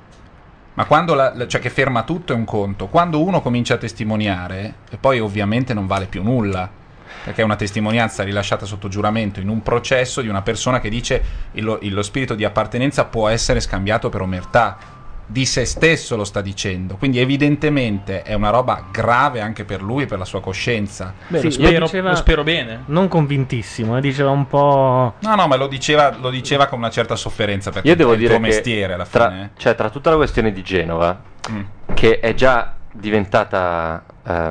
Ma quando cioè che ferma tutto è un conto. Quando uno comincia a testimoniare, e poi ovviamente non vale più nulla, perché è una testimonianza rilasciata sotto giuramento in un processo di una persona che dice lo spirito di appartenenza può essere scambiato per omertà. Di se stesso lo sta dicendo, quindi evidentemente è una roba grave anche per lui e per la sua coscienza. Beh, Sì, lo spero bene. Non convintissimo, diceva un po'. No, ma lo diceva con una certa sofferenza, perché Io devo è il dire tuo che mestiere alla fine. tra tutta la questione di Genova, che è già diventata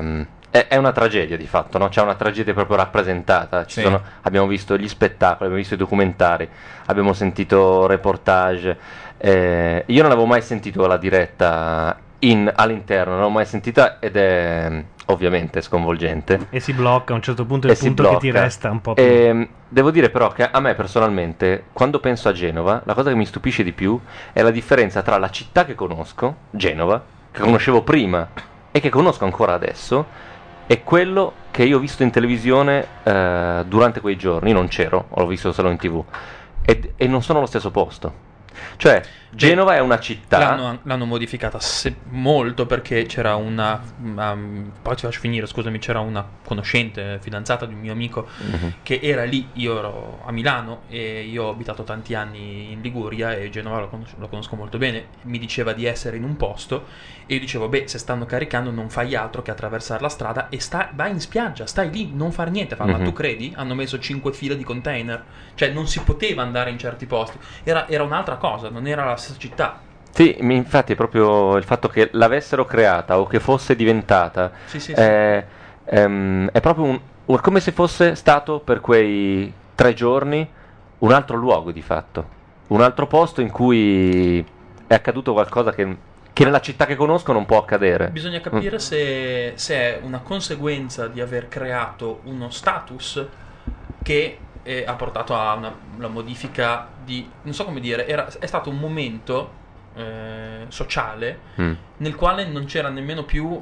è una tragedia di fatto, no? C'è una tragedia proprio rappresentata. Sì. Abbiamo visto gli spettacoli, abbiamo visto i documentari, abbiamo sentito reportage. Io non avevo mai sentito la diretta all'interno, non l'ho mai sentita ed è ovviamente sconvolgente. E si blocca a un certo punto, il punto che ti resta un po' più. Devo dire però che a me personalmente, quando penso a Genova, la cosa che mi stupisce di più è la differenza tra la città che conosco, Genova, che conoscevo prima e che conosco ancora adesso è quello che io ho visto in televisione durante quei giorni. Non c'ero, l'ho visto solo in TV, e non sono allo stesso posto. Cioè, Genova è una città. L'hanno modificata molto, perché c'era una. Poi ti faccio finire, scusami. C'era una conoscente, fidanzata di un mio amico, che era lì. Io ero a Milano e io ho abitato tanti anni in Liguria e Genova lo conosco molto bene. Mi diceva di essere in un posto e io dicevo: beh, se stanno caricando, non fai altro che attraversare la strada e vai in spiaggia, stai lì, non far niente. Ma tu credi? Hanno messo 5 file di container, cioè non si poteva andare in certi posti. Era un'altra cosa, non era la stessa città. Sì, infatti è proprio il fatto che l'avessero creata o che fosse diventata è proprio come se fosse stato per quei 3 giorni un altro luogo, di fatto, un altro posto in cui è accaduto qualcosa che nella città che conosco non può accadere. Bisogna capire se è una conseguenza di aver creato uno status che ha portato a una modifica di, non so come dire, è stato un momento sociale nel quale non c'era nemmeno più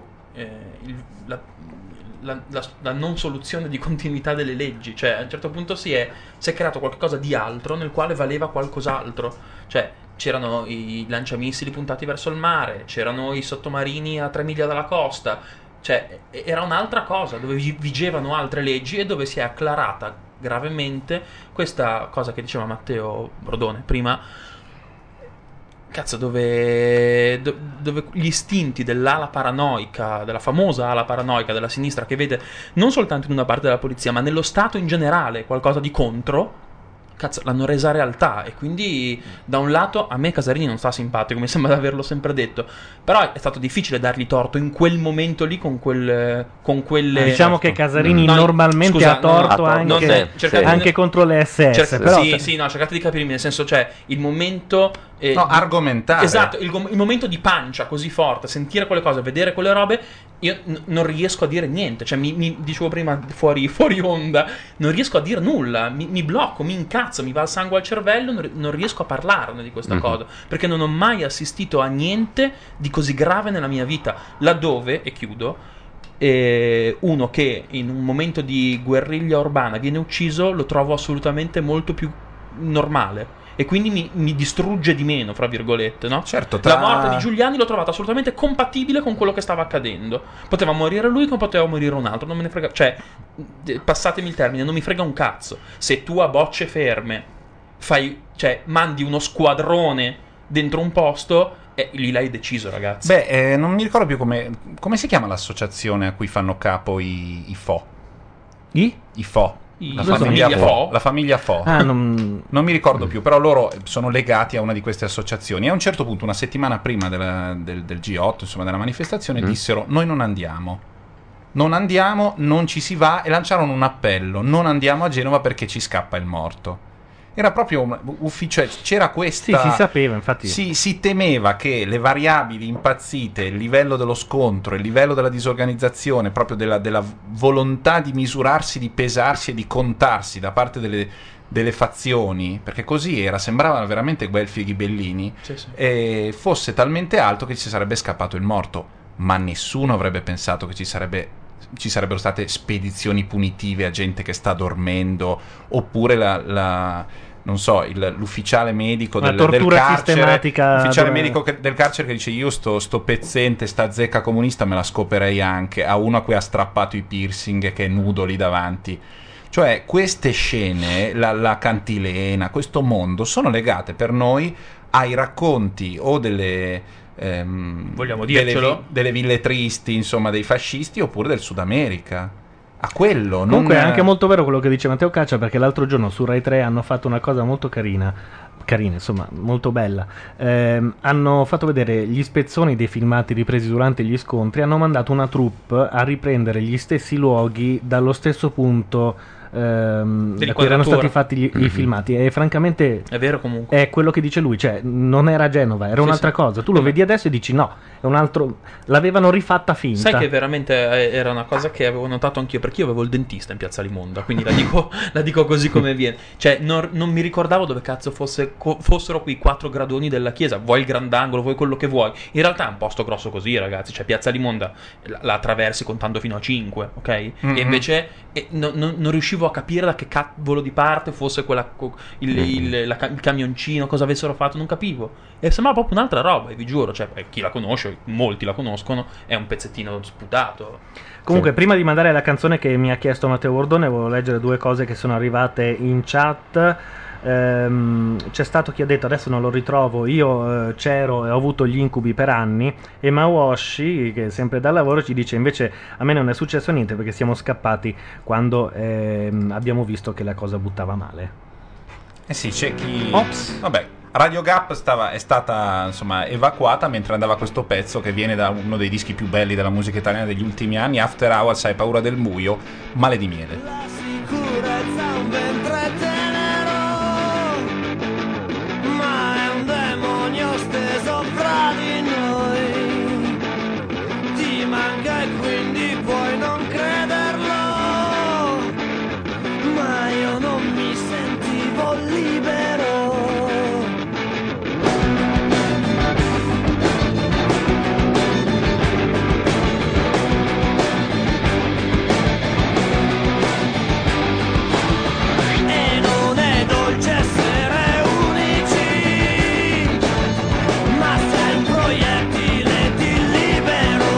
la non soluzione di continuità delle leggi. Cioè, a un certo punto si è creato qualcosa di altro nel quale valeva qualcos'altro. Cioè, c'erano i lanciamissili puntati verso il mare, c'erano i sottomarini a 3 miglia dalla costa. Cioè, era un'altra cosa, dove vigevano altre leggi e dove si è acclarata gravemente questa cosa che diceva Matteo Brodone prima. Cazzo, dove gli istinti dell'ala paranoica, della famosa ala paranoica della sinistra, che vede non soltanto in una parte della polizia, ma nello Stato in generale qualcosa di contro, cazzo, l'hanno resa realtà. E quindi, da un lato, a me Casarini non sta simpatico, mi sembra di averlo sempre detto, però è stato difficile dargli torto in quel momento lì con quelle. Diciamo che Casarini normalmente ha torto anche contro le SS. Però cercate di capirmi, nel senso, cioè, il momento argomentare. Esatto, il momento di pancia così forte, sentire quelle cose, vedere quelle robe, io non riesco a dire niente. Cioè, mi dicevo prima fuori onda, non riesco a dire nulla, mi blocco, mi incazzo, mi va il sangue al cervello, non riesco a parlarne di questa cosa, perché non ho mai assistito a niente di così grave nella mia vita, laddove, e chiudo, uno che in un momento di guerriglia urbana viene ucciso lo trovo assolutamente molto più normale. E quindi mi distrugge di meno, fra virgolette, no? Certo, La morte di Giuliani l'ho trovata assolutamente compatibile con quello che stava accadendo. Poteva morire lui come poteva morire un altro, non me ne frega. Cioè, passatemi il termine, non mi frega un cazzo. Se tu a bocce ferme mandi uno squadrone dentro un posto, lì l'hai deciso, ragazzi. Beh, non mi ricordo più come si chiama l'associazione a cui fanno capo i FO. I FO. La famiglia Fo. Non mi ricordo più, però loro sono legati a una di queste associazioni. E a un certo punto, una settimana prima del G8, insomma, della manifestazione, dissero: noi non andiamo, non ci si va, e lanciarono un appello: non andiamo a Genova perché ci scappa il morto. Era proprio ufficio, c'era questa. Sì, si sapeva, infatti. Si temeva che le variabili impazzite, il livello dello scontro, il livello della disorganizzazione, proprio della volontà di misurarsi, di pesarsi e di contarsi da parte delle fazioni, perché così era, sembravano veramente Guelfi e Ghibellini, e fosse talmente alto che ci sarebbe scappato il morto. Ma nessuno avrebbe pensato che ci sarebbero state spedizioni punitive a gente che sta dormendo, oppure non so, l'ufficiale medico del carcere, l'ufficiale medico del carcere che dice: io sto pezzente, sta zecca comunista me la scoperei anche, a uno a cui ha strappato i piercing che è nudo lì davanti. Cioè, queste scene, la cantilena, questo mondo, sono legate per noi ai racconti o vogliamo dircelo? Delle ville tristi, insomma, dei fascisti, oppure del Sud America. A quello. Comunque è anche molto vero quello che dice Matteo Caccia, perché l'altro giorno su Rai 3 hanno fatto una cosa molto carina, insomma, molto bella. Hanno fatto vedere gli spezzoni dei filmati ripresi durante gli scontri, hanno mandato una troupe a riprendere gli stessi luoghi dallo stesso punto da cui erano stati fatti i filmati, e francamente è vero, comunque è quello che dice lui, cioè non era Genova, era Sì, un'altra sì. cosa. Tu lo vedi adesso e dici no, è un altro, l'avevano rifatta finta. Sai che veramente era una cosa che avevo notato anch'io, perché io avevo il dentista in Piazza Limonda, quindi la dico così come viene. Cioè non mi ricordavo dove cazzo fossero quei 4 gradoni della chiesa, vuoi il grandangolo, vuoi quello che vuoi. In realtà è un posto grosso così, ragazzi, cioè Piazza Limonda la attraversi contando fino a 5, ok? E invece non riuscivo a capire da che cavolo di parte fosse il camioncino, cosa avessero fatto, non capivo. E sembrava proprio un'altra roba, e vi giuro, cioè chi la conosce, molti la conoscono, è un pezzettino sputato. Comunque, prima di mandare la canzone che mi ha chiesto Matteo Bordone, volevo leggere 2 cose che sono arrivate in chat. C'è stato chi ha detto, adesso non lo ritrovo, io c'ero e ho avuto gli incubi per anni, e Mawashi, che è sempre dal lavoro, ci dice invece a me non è successo niente perché siamo scappati quando abbiamo visto che la cosa buttava male. Eh sì, c'è chi... Vabbè, Radio Gap è stata insomma evacuata mentre andava questo pezzo che viene da uno dei dischi più belli della musica italiana degli ultimi anni, After Hours, Hai paura del buio, Male di miele. Sicurezza un ventre tenero, ma è un demonio steso fra di noi. Ti manca e quindi puoi non crederlo, ma io non mi sentivo libero. E non è dolce essere unici, ma sei un proiettile di libero.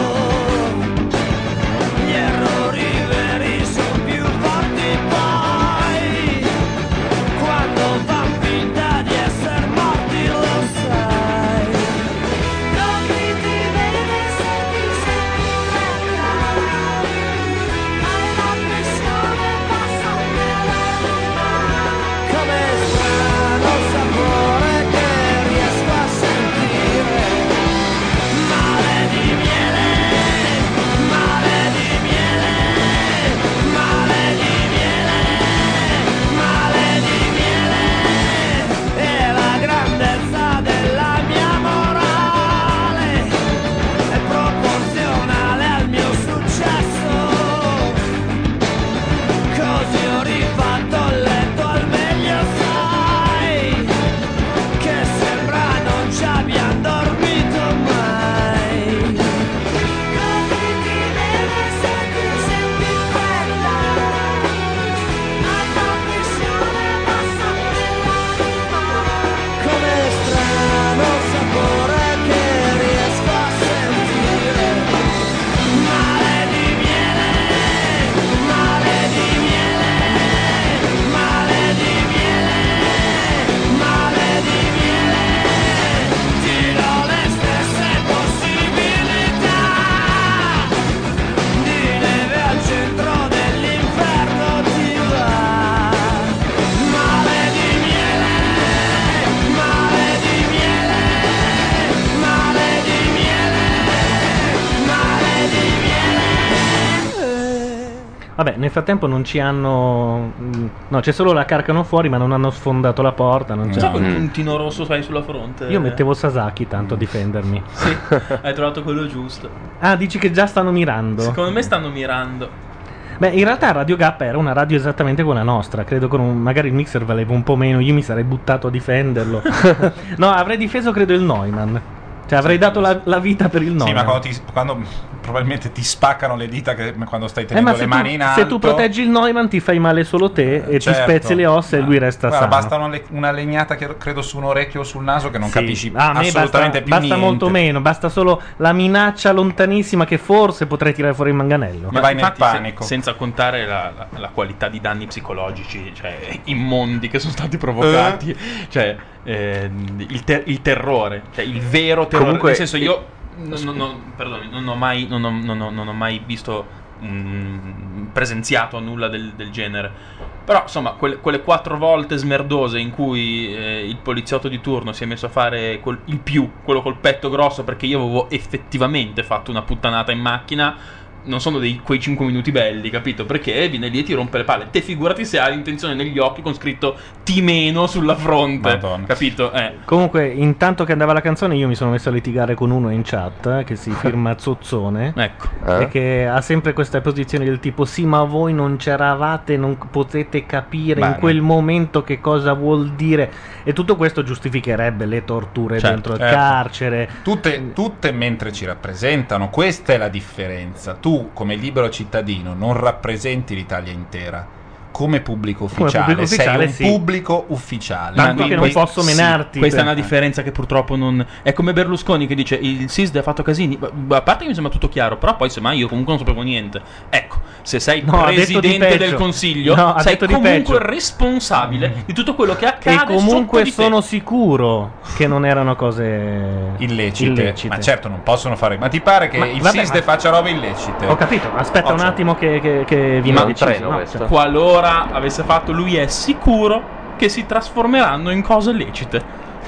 Gli errori veri sono più forti poi, quando fan finta di essere morti, lo sai. Come ti vedi se ti senti bella, hai la pressione bassa nell'anima. Come strano sapore che riesco a sentire, male di miele, male di miele, male di miele, male di miele. E la grandezza della mia morale è proporzionale al mio successo. Così ho rifatto il letto al meglio, sai, che sembra non ci abbiamo dormito mai. Come ti vedi se ti senti quella, hai la pressione bassa nell'anima. Come strano sapore che riesco a sentire, male di miele, male di miele, male di miele, male di miele. Ti do le stesse possibilità di neve al centro dell'inferno, ti va. Male di miele, male di miele, male di miele, male di miele. Vabbè, nel frattempo non ci hanno. No, c'è solo la carcano fuori, ma non hanno sfondato la porta. Non c'è. Sai quel puntino rosso sai sulla fronte? Io mettevo Sasaki tanto a difendermi. Sì, hai trovato quello giusto. Ah, dici che già stanno mirando? Secondo me stanno mirando. Beh, in realtà Radio Gap era una radio esattamente come la nostra. Credo con magari il mixer valeva un po' meno. Io mi sarei buttato a difenderlo. No, avrei difeso credo il Neumann. Cioè avrei dato la vita per il Neumann. Sì, ma quando probabilmente ti spaccano le dita quando stai tenendo ma le mani in alto. se tu proteggi il Neumann ti fai male solo te e certo. ti spezzi le ossa e lui resta Guarda, sano. basta una legnata credo su un orecchio o sul naso che non Sì. capisci Ah, a me assolutamente più basta niente. molto meno, basta solo la minaccia lontanissima che forse potrei tirare fuori il manganello. Ma vai nel infatti, panico. senza contare la qualità di danni psicologici, cioè immondi che sono stati provocati, cioè il terrore, cioè il vero terrore. Comunque, nel senso, io perdoni, non ho mai visto presenziato nulla del genere. Però insomma quelle 4 volte smerdose in cui il poliziotto di turno si è messo a fare quello col petto grosso perché io avevo effettivamente fatto una puttanata in macchina, non sono quei 5 minuti belli, capito? Perché viene lì e ti rompe le palle. Te figurati se ha l'intenzione negli occhi con scritto ti meno sulla fronte. Madonna. Capito? Comunque, intanto che andava la canzone, io mi sono messo a litigare con uno in chat che si firma Zozzone. Ecco. E che ha sempre questa posizione del tipo: sì, ma voi non c'eravate, non potete capire in quel momento che cosa vuol dire. E tutto questo giustificherebbe le torture dentro il carcere. Tutte mentre ci rappresentano, questa è la differenza. Tu, come libero cittadino, non rappresenti l'Italia intera. Come pubblico ufficiale, sei un pubblico ufficiale. Tanto che non posso menarti. Questa è una differenza che purtroppo non. È come Berlusconi che dice il SISD ha fatto casini. A parte che mi sembra tutto chiaro, però poi semmai io comunque non sapevo niente. Ecco, se sei presidente del consiglio, sei comunque responsabile di tutto quello che accade. E comunque sotto di te. sono sicuro che non erano cose illecite. Ma certo, non possono fare. Ma ti pare che il SISD faccia robe illecite? Ho capito, aspetta un attimo che viene deciso. Qualora avesse fatto, lui è sicuro che si trasformeranno in cose lecite.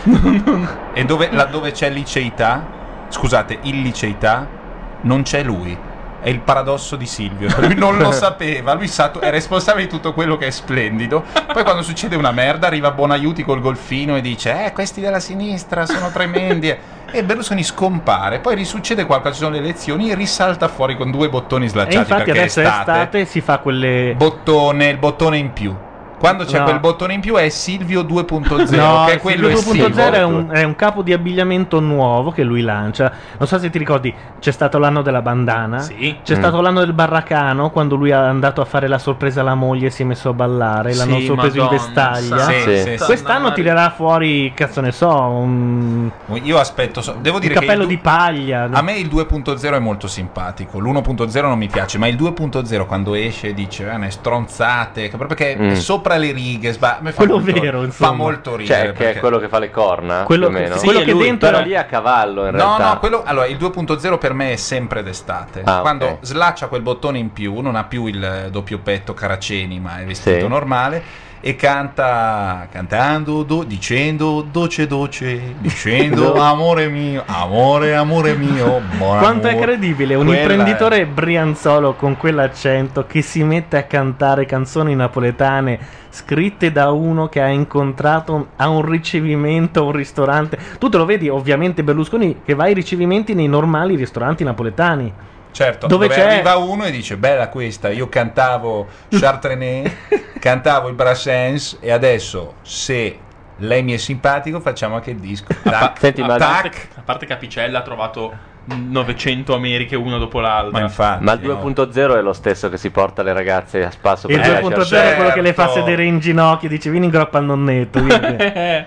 E laddove c'è liceità, scusate, illiceità, non c'è lui. È il paradosso di Silvio. Lui non lo sapeva, lui è responsabile di tutto quello che è splendido. Poi quando succede una merda arriva Bonaiuti col golfino e dice questi della sinistra sono tremendi. E Berlusconi scompare, poi risuccede qualcosa, ci sono le elezioni, risalta fuori con 2 bottoni slacciati. E infatti perché adesso è estate, si fa quelle... il bottone in più. Quando c'è quel bottone in più è Silvio 2.0, No, che è quello Silvio 2.0 estivo. è un capo di abbigliamento nuovo che lui lancia. Non so se ti ricordi, c'è stato l'anno della bandana, c'è stato l'anno del barracano, quando lui è andato a fare la sorpresa alla moglie e si è messo a ballare, l'hanno sorpreso in vestaglia. Quest'anno tirerà fuori, cazzo ne so, Io aspetto, devo dire un cappello che di paglia. A me il 2.0 è molto simpatico, l'1.0 non mi piace, ma il 2.0 quando esce dice stronzate, proprio che è sopra le righe, quello vero, fa molto ridere, cioè che è quello che fa le corna, Quello più o che- meno. sì, quello che Lui, dentro però era- lì a cavallo in No, realtà. allora il 2.0 per me è sempre d'estate. Ah, Quando ok. slaccia quel bottone in più, non ha più il doppio petto Caraceni, ma è vestito Sì. normale e cantando, dicendo doce, dicendo amore mio, amore mio, buon Quanto è amore. credibile un Quella imprenditore brianzolo con quell'accento che si mette a cantare canzoni napoletane scritte da uno che ha incontrato a un ricevimento a un ristorante. Tu te lo vedi ovviamente Berlusconi che va ai ricevimenti nei normali ristoranti napoletani. Certo, dove c'è arriva uno e dice bella questa, io cantavo Chartrené, cantavo il Brassens e adesso se lei mi è simpatico facciamo anche il disco. Tac, tac. A parte Capicella ha trovato 900 Americhe una dopo l'altra. Ma il 2.0 è lo stesso che si porta le ragazze a spasso il per 2.0 è quello che le fa sedere in ginocchio e dice vieni in groppa al nonnetto. vieni."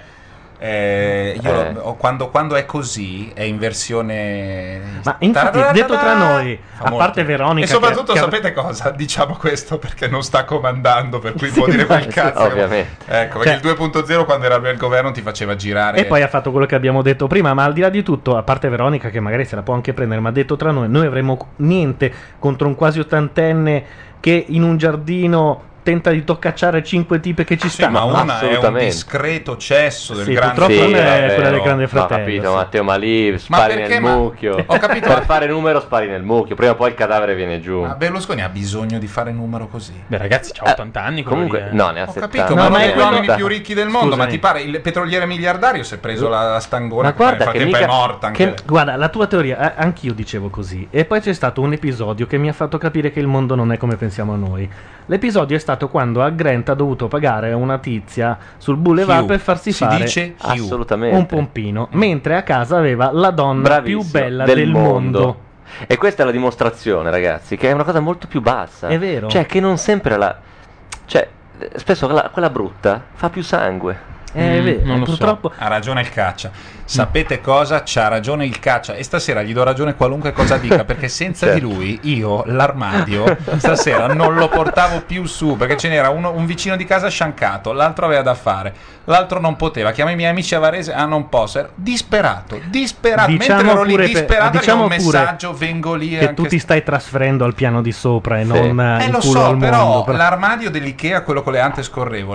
Quando è così è in versione. Ma infatti, detto tra noi, Fa a molto. parte Veronica E soprattutto che- sapete cosa? Diciamo questo perché non sta comandando, per cui può dire quel cazzo. ovviamente. Ecco, perché il 2.0 quando era lui al governo ti faceva girare. E poi ha fatto quello che abbiamo detto prima, ma al di là di tutto, a parte Veronica che magari se la può anche prendere, ma detto tra noi avremmo niente contro un quasi ottantenne che in un giardino tenta di toccacciare 5 tipe che ci Sì, stanno. ma una è un discreto cesso del Sì, grande purtroppo non è fratello. quella del grande No, ho fratello. capito, sì. Matteo, ma lì spari perché, nel ma- mucchio. Ho capito, Per ma- fare numero spari nel mucchio, prima o poi il cadavere viene giù. Ma Berlusconi ha bisogno di fare numero così. Beh, ragazzi, c'ha 80 anni. quello Comunque, lì, no, ne ha Ho 70. capito, ma ma è è uno degli quello- più ricchi del mondo. Scusami. Ma ti pare il petroliere miliardario si è preso la stangona? Ma che nel guarda che frattempo mica, è morta anche. guarda, la tua teoria, anch'io dicevo così. E poi c'è stato un episodio che mi ha fatto capire che il mondo non è come pensiamo noi. L'episodio è stato quando a Grant ha dovuto pagare una tizia sul boulevard Hugh. per farsi Si fare dice Hugh. Assolutamente. un pompino, mentre a casa aveva la donna Bravissimo, più bella del mondo. E questa è la dimostrazione, ragazzi, che è una cosa molto più bassa. È vero. Cioè, che non sempre Cioè, spesso quella brutta fa più sangue. È vero, Non lo purtroppo. so. Ha ragione il caccia. Sapete cosa? C'ha ragione il caccia. E stasera gli do ragione qualunque cosa dica. Perché senza Certo. di lui, io l'armadio stasera non lo portavo più su. Perché ce n'era un vicino di casa sciancato, l'altro aveva da fare, l'altro non poteva. Chiama i miei amici a Varese, non posso. Ero disperato. Mentre ero lì disperato, arriva un messaggio, vengo lì. Che tu ti stai trasferendo al piano di sopra e non il lo culo so, al però mondo. l'armadio dell'Ikea, quello con le ante scorrevole,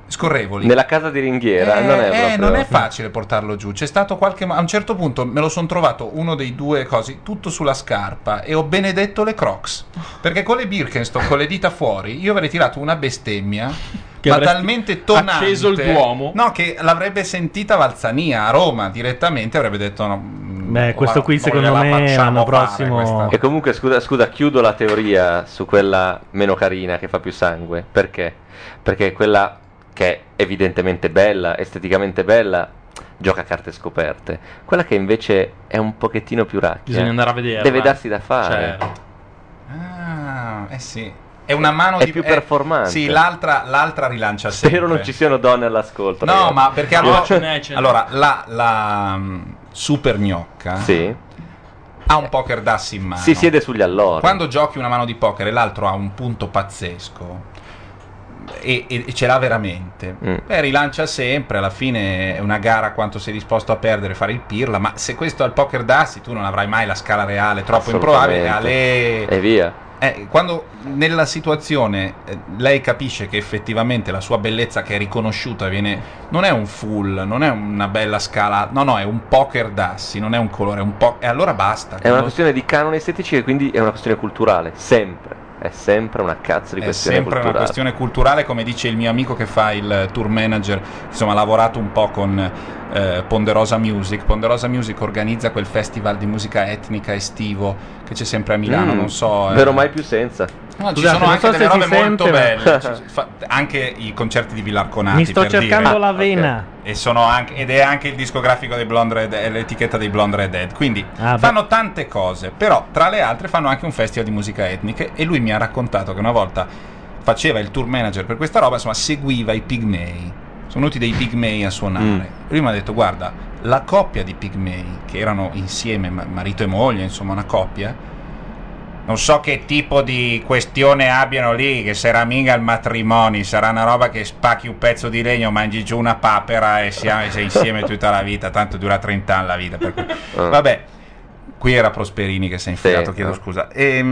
scorrevoli. Nella casa di ringhiera non è proprio... non è facile portarlo giù. C'è stato a un certo punto me lo sono trovato uno dei due cosi tutto sulla scarpa e ho benedetto le Crocs, perché con le Birkenstock con le dita fuori io avrei tirato una bestemmia ma talmente tonante, acceso il Duomo. no, che l'avrebbe sentita Valzania a Roma direttamente, avrebbe detto no. Beh, questo qui secondo me l'anno prossimo. E comunque scusa, chiudo la teoria su quella meno carina che fa più sangue. Perché quella che è evidentemente bella, esteticamente bella, gioca a carte scoperte. Quella che invece è un pochettino più racchia, Bisogna andare a vederla. deve darsi da fare. Sì. È una mano È di più performante. Sì, l'altra rilancia sempre. Spero non ci siano donne all'ascolto. No, ragazzi. ma perché allora la super gnocca ha un poker d'ass in mano. Si siede sugli allori. Quando giochi una mano di poker e l'altro ha un punto pazzesco e ce l'ha veramente, rilancia sempre. Alla fine è una gara quanto sei disposto a perdere, fare il pirla. Ma se questo è il poker d'ass, tu non avrai mai la scala reale, troppo improbabile. E via. Quando nella situazione lei capisce che effettivamente la sua bellezza, che è riconosciuta, non è un full, non è una bella scala, no, è un poker d'assi, non è un colore, è un po', e allora basta. È una questione di canoni estetici e quindi è una questione culturale, sempre. È sempre una cazzo di È questione sempre culturale. una questione culturale, come dice il mio amico che fa il tour manager, insomma ha lavorato un po' con Ponderosa Music. Ponderosa Music organizza quel festival di musica etnica estivo che c'è sempre a Milano, non so. Vero mai più senza. No, ci Scusate, sono non anche so delle se si robe molto sente, ma- belle, anche i concerti di Villarconati. Mi sto per cercando dire. la vena. E sono anche, ed è anche il discografico dei Blonde Red, è l'etichetta dei Blonde Red Dead. Quindi fanno tante cose, però tra le altre fanno anche un festival di musica etnica. E lui mi ha raccontato che una volta faceva il tour manager per questa roba, insomma seguiva i Pigmei. Sono venuti dei Pigmei a suonare. Lui mi ha detto: guarda, la coppia di Pigmei, che erano insieme, marito e moglie, insomma una coppia, non so che tipo di questione abbiano lì, che sarà mica il matrimonio, sarà una roba che spacchi un pezzo di legno, mangi giù una papera e sei insieme tutta la vita, tanto dura 30 anni la vita, per cui. Vabbè, qui era Prosperini che si è infilato, chiedo scusa.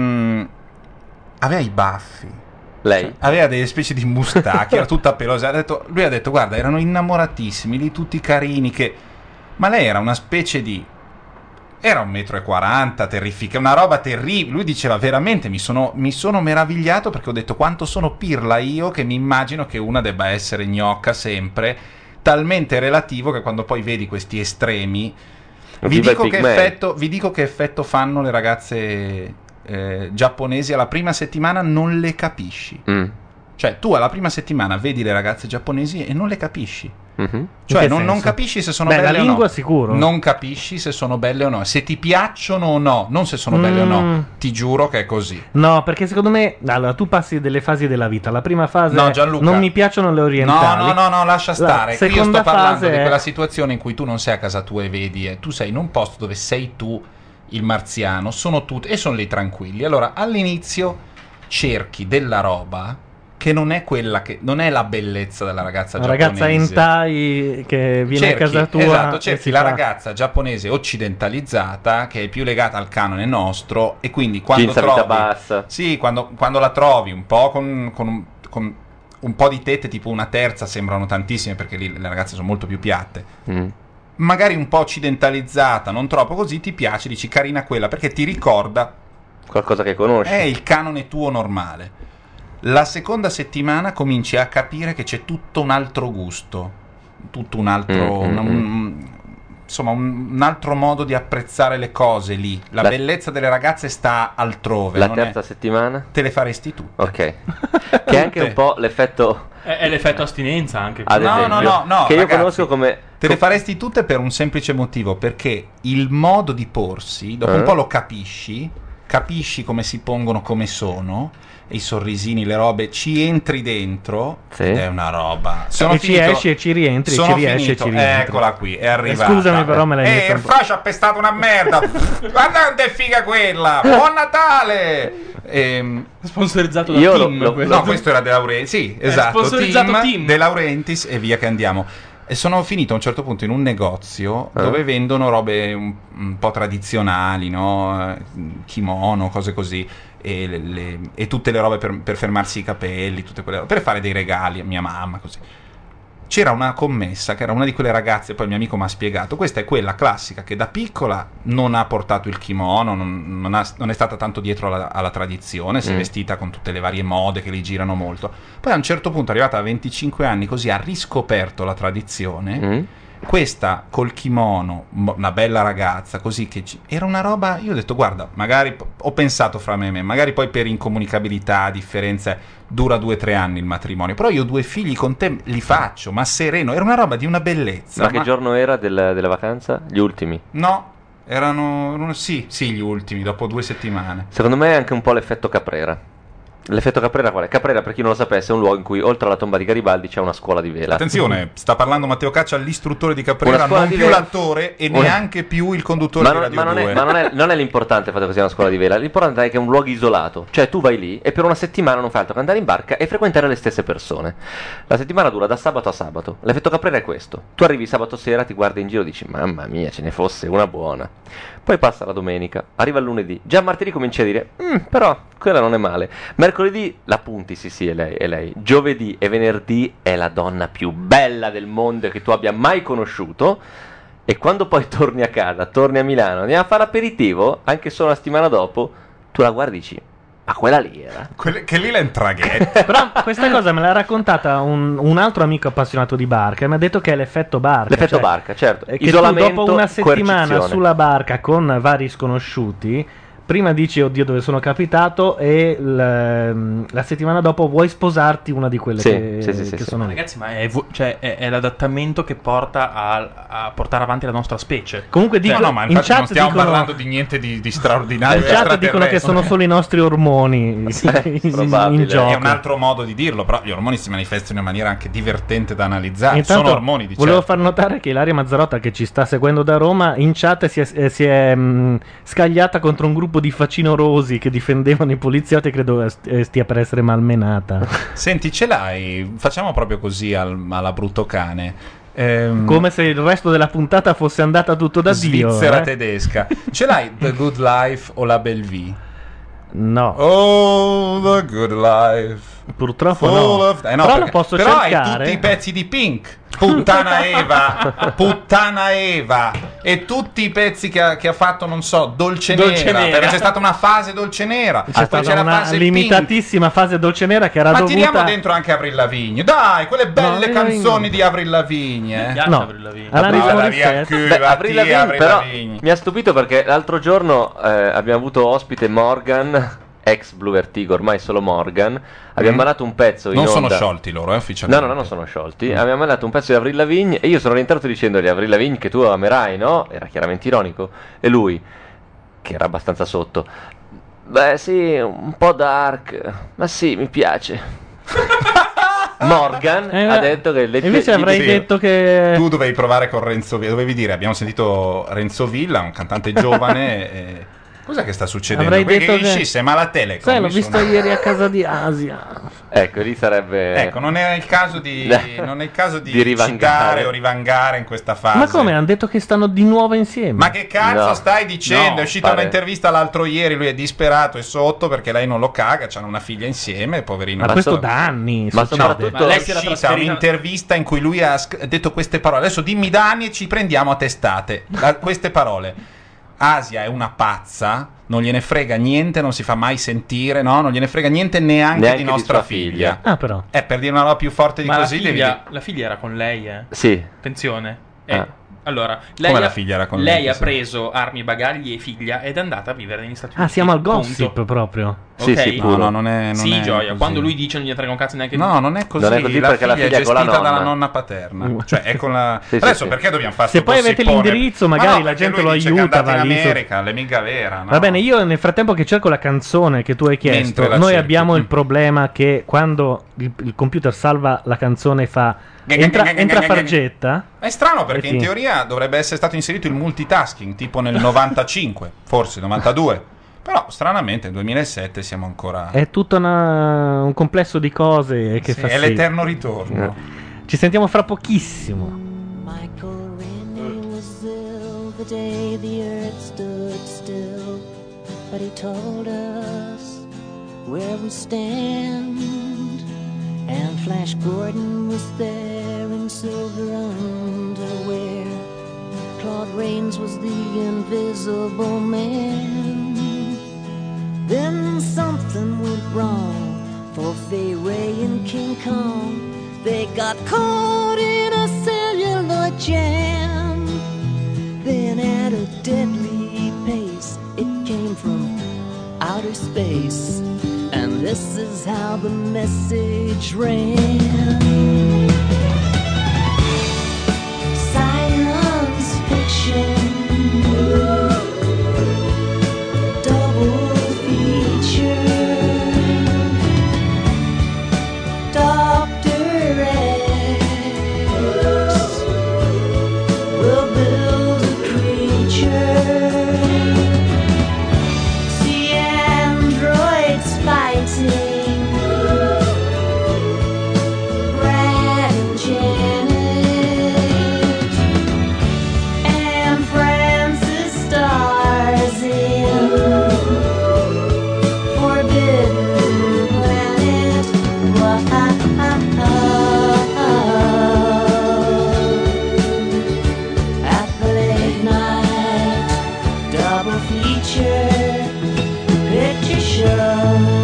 Aveva i baffi. Lei? Aveva delle specie di mustacchi, era tutta pelosa. Lui ha detto: guarda, erano innamoratissimi, lì tutti carini, ma lei era una specie di... Era 1,40 m, terrificante, una roba terribile. Lui diceva: veramente mi sono meravigliato, perché ho detto quanto sono pirla io, che mi immagino che una debba essere gnocca sempre, talmente relativo che quando poi vedi questi estremi, vi dico che effetto fanno le ragazze giapponesi alla prima settimana, non le capisci. Cioè tu alla prima settimana vedi le ragazze giapponesi e non le capisci. Cioè non capisci se sono belle la o no. lingua sicuro. Non capisci se sono belle o no, se ti piacciono o no, non se sono belle o no. Ti giuro che è così. No, perché secondo me, allora, tu passi delle fasi della vita. La prima fase No, Gianluca. non mi piacciono le orientali. No, lascia stare. La Qui io sto seconda parlando fase di è- quella situazione in cui tu non sei a casa tua e vedi, tu sei in un posto dove sei tu il marziano, sono tutti e sono lì tranquilli. Allora all'inizio cerchi della roba che non è quella che non è la bellezza della ragazza La giapponese. ragazza hentai che viene a casa tua. Esatto, e cerchi si la fa- ragazza giapponese occidentalizzata, che è più legata al canone nostro, e quindi quando Jeans a vita trovi bassa. sì, quando la trovi un po' con un po' di tette, tipo una terza, sembrano tantissime perché lì le ragazze sono molto più piatte. Magari un po' occidentalizzata, non troppo così, ti piace, dici carina quella, perché ti ricorda qualcosa che conosci. è il canone tuo normale. La seconda settimana cominci a capire che c'è tutto un altro gusto, tutto un altro insomma un altro modo di apprezzare le cose lì. La bellezza delle ragazze sta altrove. La non terza settimana? Te le faresti tu. Ok. Che è anche un po' l'effetto... È l'effetto astinenza anche. Ad esempio, no, che io ragazzi, conosco come... Te le faresti tutte per un semplice motivo, perché il modo di porsi, dopo un po' lo capisci come si pongono, come sono, e i sorrisini, le robe, ci entri dentro, ed è una roba. E ci esci e ci rientri, Sono e ci riesci finito. e ci rientri. Eccola qui, è arrivata. Scusami, però me l'hai messa il un po'. Fra ci ha pestato una merda. Guarda quanto è figa quella. Buon Natale. Sponsorizzato da Io Tim. No, questo era De Laurentiis. Sì, esatto. sponsorizzato Tim. De Laurentiis, e via che andiamo. E sono finito a un certo punto in un negozio dove vendono robe un po' tradizionali, no? Kimono, cose così, e tutte le robe per fermarsi i capelli, tutte quelle robe, per fare dei regali a mia mamma, così. c'era una commessa che era una di quelle ragazze, poi il mio amico mi ha spiegato, questa è quella classica che da piccola non ha portato il kimono, non è stata tanto dietro alla tradizione, si è vestita con tutte le varie mode che li girano molto, poi a un certo punto, arrivata a 25 anni, così ha riscoperto la tradizione. Questa col kimono, una bella ragazza, così che era una roba. Io ho detto, guarda, magari ho pensato fra me e me, magari poi per incomunicabilità, differenze, dura 2-3 anni il matrimonio, però io 2 figli con te li faccio, ma sereno, era una roba di una bellezza. Ma che giorno era della vacanza? Gli ultimi? No, erano sì, gli ultimi, dopo 2 settimane. Secondo me è anche un po' l'effetto Caprera. L'effetto Caprera qual è? Caprera, per chi non lo sapesse, è un luogo in cui oltre alla tomba di Garibaldi c'è una scuola di vela. Attenzione, sta parlando Matteo Caccia, l'istruttore di Caprera, non più l'attore e neanche più il conduttore di Radio 2. Ma non è l'importante il fatto che sia una scuola di vela, l'importante è che è un luogo isolato. Cioè tu vai lì e per una settimana non fai altro che andare in barca e frequentare le stesse persone. La settimana dura da sabato a sabato. L'effetto Caprera è questo: tu arrivi sabato sera, ti guardi in giro e dici mamma mia, ce ne fosse una buona. Poi passa la domenica, arriva il lunedì, già martedì cominci a dire però quella non è male. Mercoledì la punti, sì, è lei. Giovedì e venerdì è la donna più bella del mondo che tu abbia mai conosciuto. E quando poi torni a casa, torni a Milano, andiamo a fare aperitivo, anche solo una settimana dopo, tu la guardi e dici ma quella lì era. Che lì è un traghetto. Però questa cosa me l'ha raccontata un altro amico appassionato di barca e mi ha detto che è l'effetto barca. L'effetto barca, certo. Che Isolamento, tu dopo una settimana coercizione. sulla barca con vari sconosciuti, prima dici oddio dove sono capitato e la settimana dopo vuoi sposarti una di quelle che sono lì. Ragazzi, ma è l'adattamento che porta a portare avanti la nostra specie. Comunque dicono, no, ma in infatti chat non stiamo dicono, parlando di niente di straordinario. in chat dicono che sono solo i nostri ormoni in gioco. È un altro modo di dirlo, però gli ormoni si manifestano in maniera anche divertente da analizzare. Intanto Sono ormoni, diciamo. volevo far notare che Ilaria Mazzarotta, che ci sta seguendo da Roma, in chat si è scagliata contro un gruppo di facinorosi che difendevano i poliziotti e credo stia per essere malmenata. Senti, ce l'hai? Facciamo proprio così alla brutto cane. Come se il resto della puntata fosse andata tutto da Dio. Svizzera tedesca. Ce l'hai The Good Life o la Belle Vie? No. Oh, The Good Life. Purtroppo Full no. of- no, Però perché- lo posso però cercare. hai tutti i pezzi di Pink. Puttana Eva. E tutti i pezzi che ha fatto, non so, Dolce Nera. Perché c'è stata una fase Dolce Nera. C'è Poi stata la una fase limitatissima fase Dolce Nera che era Ma dovuta. tiriamo dentro anche Avril Lavigne. Dai, quelle belle No, canzoni di Avril Lavigne. No. Alanis Morissette. Avril Lavigne, Avril però Lavigne. mi ha stupito perché l'altro giorno abbiamo avuto ospite Morgan, ex Blue Vertigo, ormai solo Morgan. Abbiamo mandato un pezzo in Non onda. sono sciolti loro, ufficialmente. No, non sono sciolti. Abbiamo mandato un pezzo di Avril Lavigne e io sono rientrato dicendogli Avril Lavigne che tu amerai, no? Era chiaramente ironico. E lui, che era abbastanza sotto, beh sì, un po' dark, ma sì, mi piace. Morgan ha detto che invece avrei detto che tu dovevi provare con Renzo Villa. Dovevi dire, abbiamo sentito Renzo Villa, un cantante giovane. Cos'è che sta succedendo? Avrei Qui detto che che- dici, sei mala Telecom. Sai, l'ho mi visto sono- ieri a casa di Asia. Ecco, lì sarebbe. Ecco, non è il caso di, non è il caso di, Di rivangare. citare o rivangare in questa fase. Ma come? Hanno detto che stanno di nuovo insieme. Ma che cazzo No. stai dicendo? No, È uscita pare- un'intervista l'altro ieri, lui è disperato e sotto perché lei non lo caga, c'hanno una figlia insieme, poverino. Ma questo da anni Ma succede. soprattutto- È lei si era uscita trasferita- un'intervista in cui lui ha detto queste parole. Adesso dimmi da anni e ci prendiamo a testate. Queste parole. Asia è una pazza, non gliene frega niente, non si fa mai sentire, no? Non gliene frega niente neanche di nostra sua figlia. Ah, però. Per dire una roba più forte di Ma così devi la figlia era con lei, Sì. Attenzione. Ah. Allora, Come la figlia era con lei? lei ha Sì. preso armi, bagagli e figlia ed è andata a vivere negli Stati Uniti. Ah, siamo al Punto. gossip proprio. Sì, Ok? sì, puro. No, non è Sì, è Gioia, così. quando lui dice non gli frega un cazzo neanche No, non è così. Non è così la perché la figlia è figlia è con la gestita dalla nonna. nonna paterna. Cioè, è con la... Sì, sì, Adesso sì. perché dobbiamo fare Se sto poi avete gossipone? l'indirizzo, Ma magari no, la perché gente lui lo dice che è aiuta, andato va in lì su- America, le mica vera, no? Va bene, io nel frattempo che cerco la canzone che tu hai chiesto, Mentre la noi cerchi. abbiamo il problema che quando il computer salva la canzone fa entra fargetta. È strano perché E in ti- teoria dovrebbe essere stato inserito il multitasking, tipo nel 95, forse 92. Però stranamente nel 2007 siamo ancora... È tutto un complesso di cose che Sì, fa è sì. l'eterno ritorno. Ci sentiamo fra pochissimo. Michael Rennie was ill the day the earth stood still, but he told us where we stand, and Flash Gordon was there in in silver underwear. Claude Rains was the invisible man. Then something went wrong for Fay Ray and King Kong. They got caught in a celluloid jam. Then at a deadly pace, it came from outer space. And this is how the message ran. Science fiction, double feature. Dr. X will build a creature. See androids fighting. Brad and Janet and Francis stars in Forbidden Planet. At the late night double feature picture show.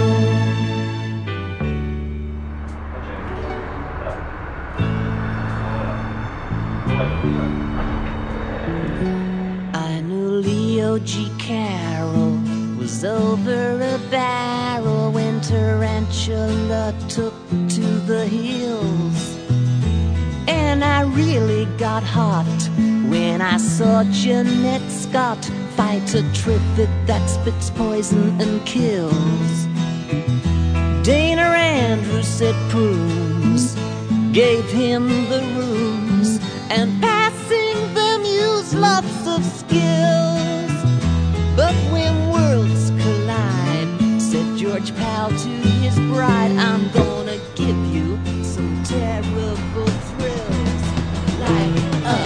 I knew Leo G. Carroll was over a barrel when Tarantula took to the hills. And I really got hot when I saw Jeanette Scott fight a trivet that spits poison and kills. Dana Andrews said prunes gave him the rooms, and passing them used lots of skills. But when worlds collide, said George Powell to his bride, I'm gonna give you some terrible thrills, like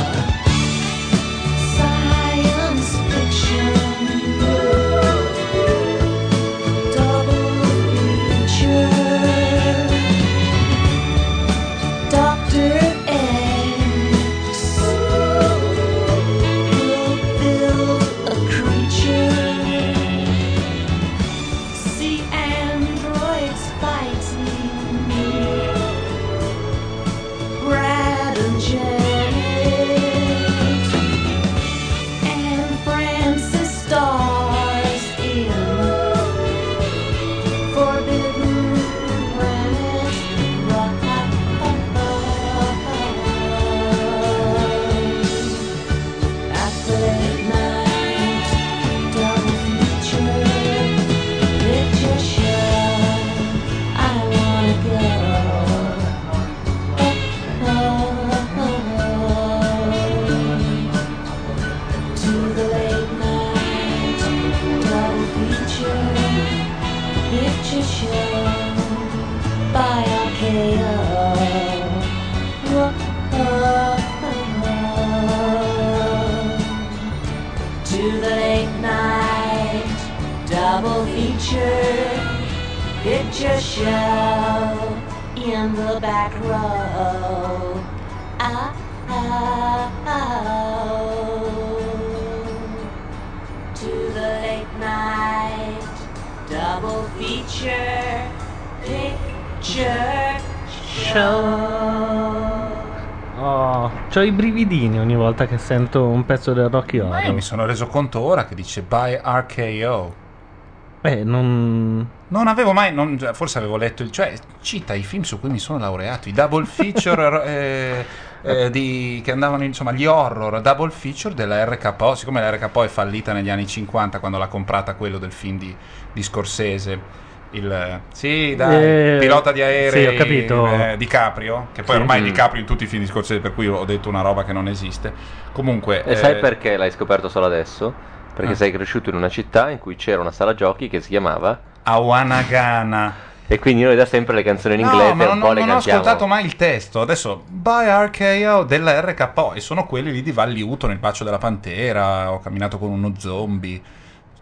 science fiction, double feature. Dr. X will build a creature. See androids fighting. Brad and Janet and Francis stars in Forbidden Planet. At the late night double feature picture show, I wanna go. To the late night double feature picture show by RKO. To the late night double feature picture show in the back row. To the late night double feature picture show. Oh, c'ho i brividini ogni volta che sento un pezzo del Rocky Ma io Horror. mi sono reso conto ora che dice by RKO. Non avevo mai, forse avevo letto, cioè cita i film su cui mi sono laureato, i double feature che andavano, insomma, gli horror double feature della RKO, siccome la RKO è fallita negli anni 50 quando l'ha comprata quello del film di Scorsese. Sì, dai, pilota di aerei, sì, ho capito. DiCaprio, che poi Sì. ormai DiCaprio in tutti i film di Scorsese, per cui ho detto una roba che non esiste. Comunque, E sai perché l'hai scoperto solo adesso? Perché Ah. sei cresciuto in una città in cui c'era una sala giochi che si chiamava Awanagana. E quindi noi da sempre le canzoni in inglese No, ma un po' le non ho cantiamo. ascoltato mai il testo. Adesso by RKO della RKO, e sono quelli lì di Valli Uto nel Bacio della Pantera. Ho camminato con uno zombie.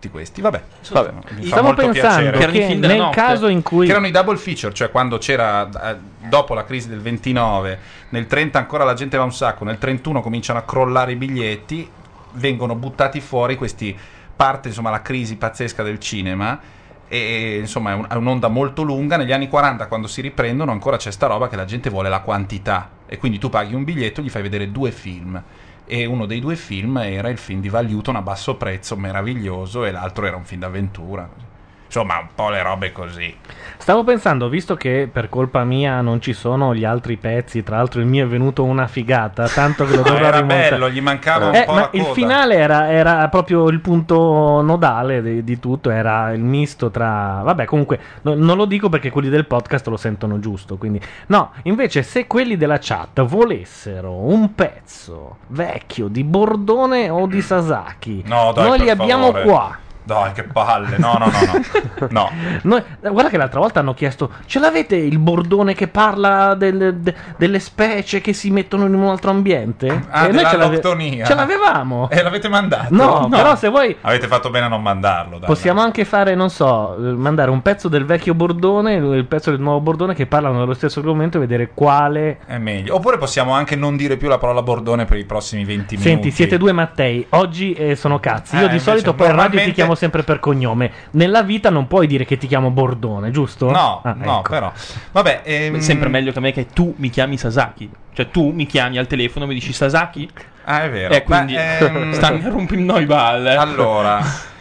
tutti questi. Vabbè. Mi fa Stavo molto pensando piacere. che nel caso in cui Che erano i double feature, cioè quando c'era dopo la crisi del 29, nel 30 ancora la gente va un sacco, nel 31 cominciano a crollare i biglietti, vengono buttati fuori questi, parte insomma la crisi pazzesca del cinema e insomma è un'onda molto lunga. Negli anni 40 quando si riprendono ancora c'è sta roba che la gente vuole la quantità e quindi tu paghi un biglietto e gli fai vedere 2 film. E uno dei 2 film era il film di Val Newton a basso prezzo, meraviglioso, e l'altro era un film d'avventura. Insomma, un po' le robe così. Stavo pensando, visto che per colpa mia non ci sono gli altri pezzi, tra l'altro il mio è venuto una figata, tanto che lo dovrò era rimontare. bello, gli mancava un po' ma la il coda. finale era proprio il punto nodale di tutto, era il misto tra... Vabbè, comunque, non lo dico perché quelli del podcast lo sentono giusto, quindi... No, invece, se quelli della chat volessero un pezzo vecchio di Bordone o di Sasaki, No, dai, noi per li abbiamo favore. qua. Dai, che palle. No. No. Guarda che l'altra volta hanno chiesto: ce l'avete il Bordone che parla delle specie che si mettono in un altro ambiente? Ah, E noi dell'alloctonia. ce l'avevamo. E l'avete mandato? No, però se vuoi Avete fatto bene a non mandarlo, dai. possiamo anche fare, non so, mandare un pezzo del vecchio Bordone e il pezzo del nuovo Bordone che parlano dello stesso argomento e vedere quale... È meglio. Oppure possiamo anche non dire più la parola Bordone per i prossimi 20 minuti. Senti, siete 2 Mattei, oggi sono cazzi. Io di invece solito poi in radio ti normalmente- chiamo sempre per cognome. Nella vita non puoi dire che ti chiamo Bordone, giusto? No, Ah, no, ecco. però. Vabbè, È sempre meglio che a me che tu mi chiami Sasaki. Cioè tu mi chiami al telefono e mi dici Sasaki. Ah, è vero. E quindi Ma, stanno a rompendo i balle. Allora,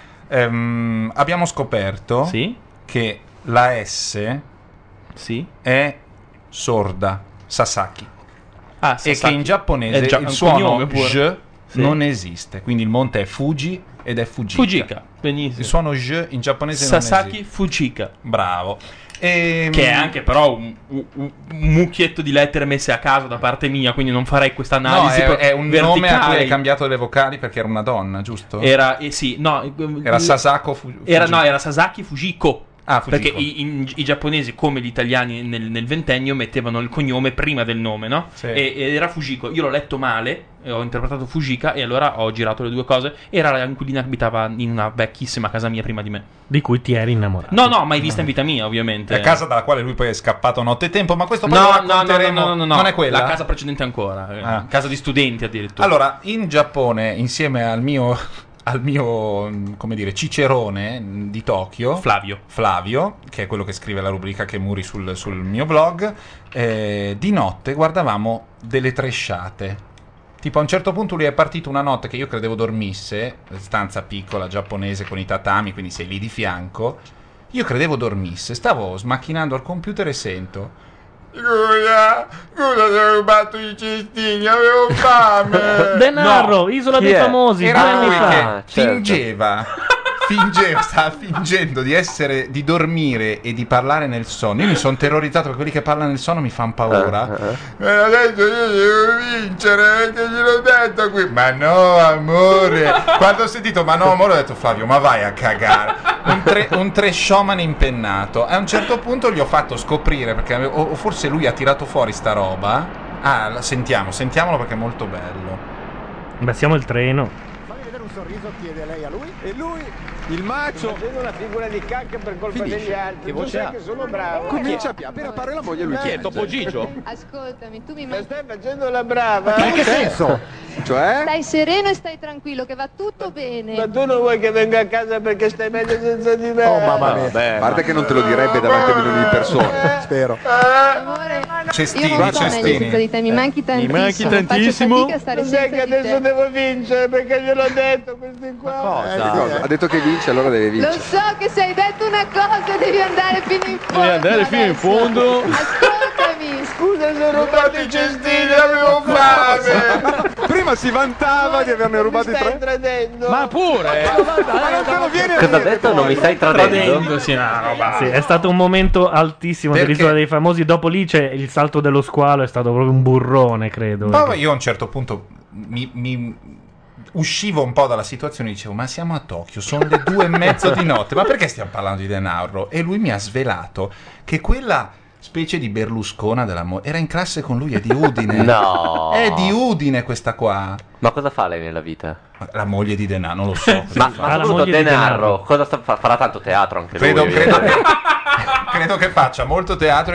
abbiamo scoperto che la S è sorda, Sasaki. Ah, E Sasaki. che in giapponese È già il un suono cognome pure. J Sì. non esiste. Quindi il monte è Fuji ed è Fujika. Fujika, benissimo. Il suono J in giapponese non Sasaki esiste. Fujika. Bravo. Che è anche però un mucchietto di lettere messe a caso da parte mia, quindi non farei questa No, analisi è un nome a cui verticale. hai cambiato le vocali perché era una donna, giusto? Era sì, no, Era Sasako era Sasaki Fujiko. Ah, Fujiko. Perché i giapponesi, come gli italiani nel ventennio, mettevano il cognome prima del nome, no? Sì. E era Fujiko. Io l'ho letto male, e ho interpretato Fujika, e allora ho girato le due cose. Era la inquilina che abitava in una vecchissima casa mia prima di me. Di cui ti eri innamorato. No, mai vista in vita mia, ovviamente. È casa dalla quale lui poi è scappato notte e tempo, ma questo poi No, lo no, racconteremo. no. Non è quella? La casa precedente ancora. Ah. Casa di studenti addirittura. Allora, in Giappone, insieme al mio come dire, cicerone di Tokyo, Flavio, che è quello che scrive la rubrica Che Muri sul mio blog, di notte guardavamo delle tresciate. Tipo a un certo punto lui è partito una notte che io credevo dormisse, stanza piccola giapponese con i tatami, quindi sei lì di fianco. Io credevo dormisse, stavo smacchinando al computer e sento: Scusa, ti ho rubato i cestini, avevo fame. Denaro, Isola dei Famosi, Era 2 anni lui fa. che stava fingendo di dormire e di parlare nel sonno. Io mi sono terrorizzato perché quelli che parlano nel sonno mi fanno paura. Adesso io devo vincere, che gliel'ho detto qui. Ma no, amore. Quando ho sentito ma no, amore, ho detto: Flavio, ma vai a cagare. Un trashomane impennato. A un certo punto gli ho fatto scoprire, perché o forse lui ha tirato fuori sta roba. Ah, sentiamolo perché è molto bello. Beh, siamo il treno. Fammi vedere un sorriso, chiede lei a lui. E lui, il macio, facendo una figura di cacca per colpa Finisce. degli altri. Che Tu voce sai ha? che sono bravo. Comincia appena appare la moglie lui chiede. Topo Gigio? Ascoltami, tu mi Ma stai facendo la brava? Ma in che senso? Cioè? Stai sereno e stai tranquillo, che va tutto bene. Ma tu non vuoi che venga a casa perché stai meglio senza di me? Oh mamma mia. A parte che non te lo direbbe davanti a milioni di persone, spero. Amore, Cestini, io non sto meglio cestini. senza di te, mi manchi tantissimo. tantissimo. Faccio fatica a stare Tu sai senza che di te. adesso devo vincere perché gliel'ho detto questi qua. Cosa? Ha detto che vince, allora deve Lo vincere. so che se hai detto una cosa devi andare fino in fondo. adesso. Ascoltami. Scusa se ho rubato i cestini, avevo fame. Prima si vantava di averne rubati Mi stai 3. tradendo. Ma pure! Ma non te lo viene a Cosa ha dire, detto? poi. Non mi stai tradendo? Sì, una roba. Sì, è stato un momento altissimo Perché? dell'Isola dei Famosi. Dopo lì c'è il salto dello squalo, è stato proprio un burrone, credo. Poi io a un certo punto mi uscivo un po' dalla situazione e dicevo: ma siamo a Tokyo, sono le 2:30 di notte, ma perché stiamo parlando di denaro? E lui mi ha svelato che quella specie di Berluscona della era in classe con lui, è di Udine. No. È di Udine questa qua. Ma cosa fa lei nella vita? La moglie di Denaro, non lo so. Ma soprattutto Denaro, cosa farà tanto teatro anche lui? Credo che faccia molto teatro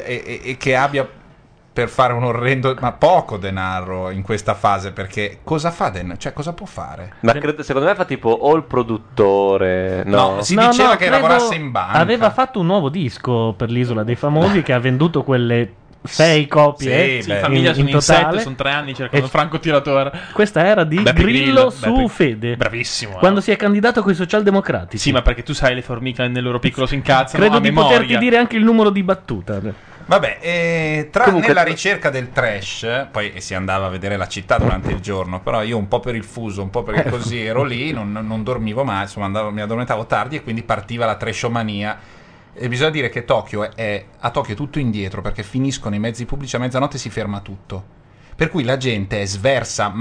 e che abbia per fare un orrendo, ma poco denaro in questa fase, perché cosa fa cioè cosa può fare? Ma secondo me fa tipo o il produttore. No, si diceva che lavorasse in banca. Aveva fatto un nuovo disco per l'Isola dei Famosi che ha venduto quelle 6 copie. Sì, famiglia sono in totale. 7, sono 3 anni cercando francotiratore. Questa era di Beppe Grillo su Beppe- Fede. Bravissimo. Quando si è candidato con i socialdemocratici. Sì, ma perché tu sai le formiche nel loro piccolo si incazzano Credo a di memoria. poterti dire anche il numero di battuta. Vabbè, Comunque- nella ricerca del trash, poi si andava a vedere la città durante il giorno, però io un po' per il fuso, un po' perché così ero lì, non dormivo mai, insomma mi addormentavo tardi e quindi partiva la trashomania. E bisogna dire che Tokyo a Tokyo è tutto indietro, perché finiscono i mezzi pubblici a mezzanotte e si ferma tutto. Per cui la gente è sversa,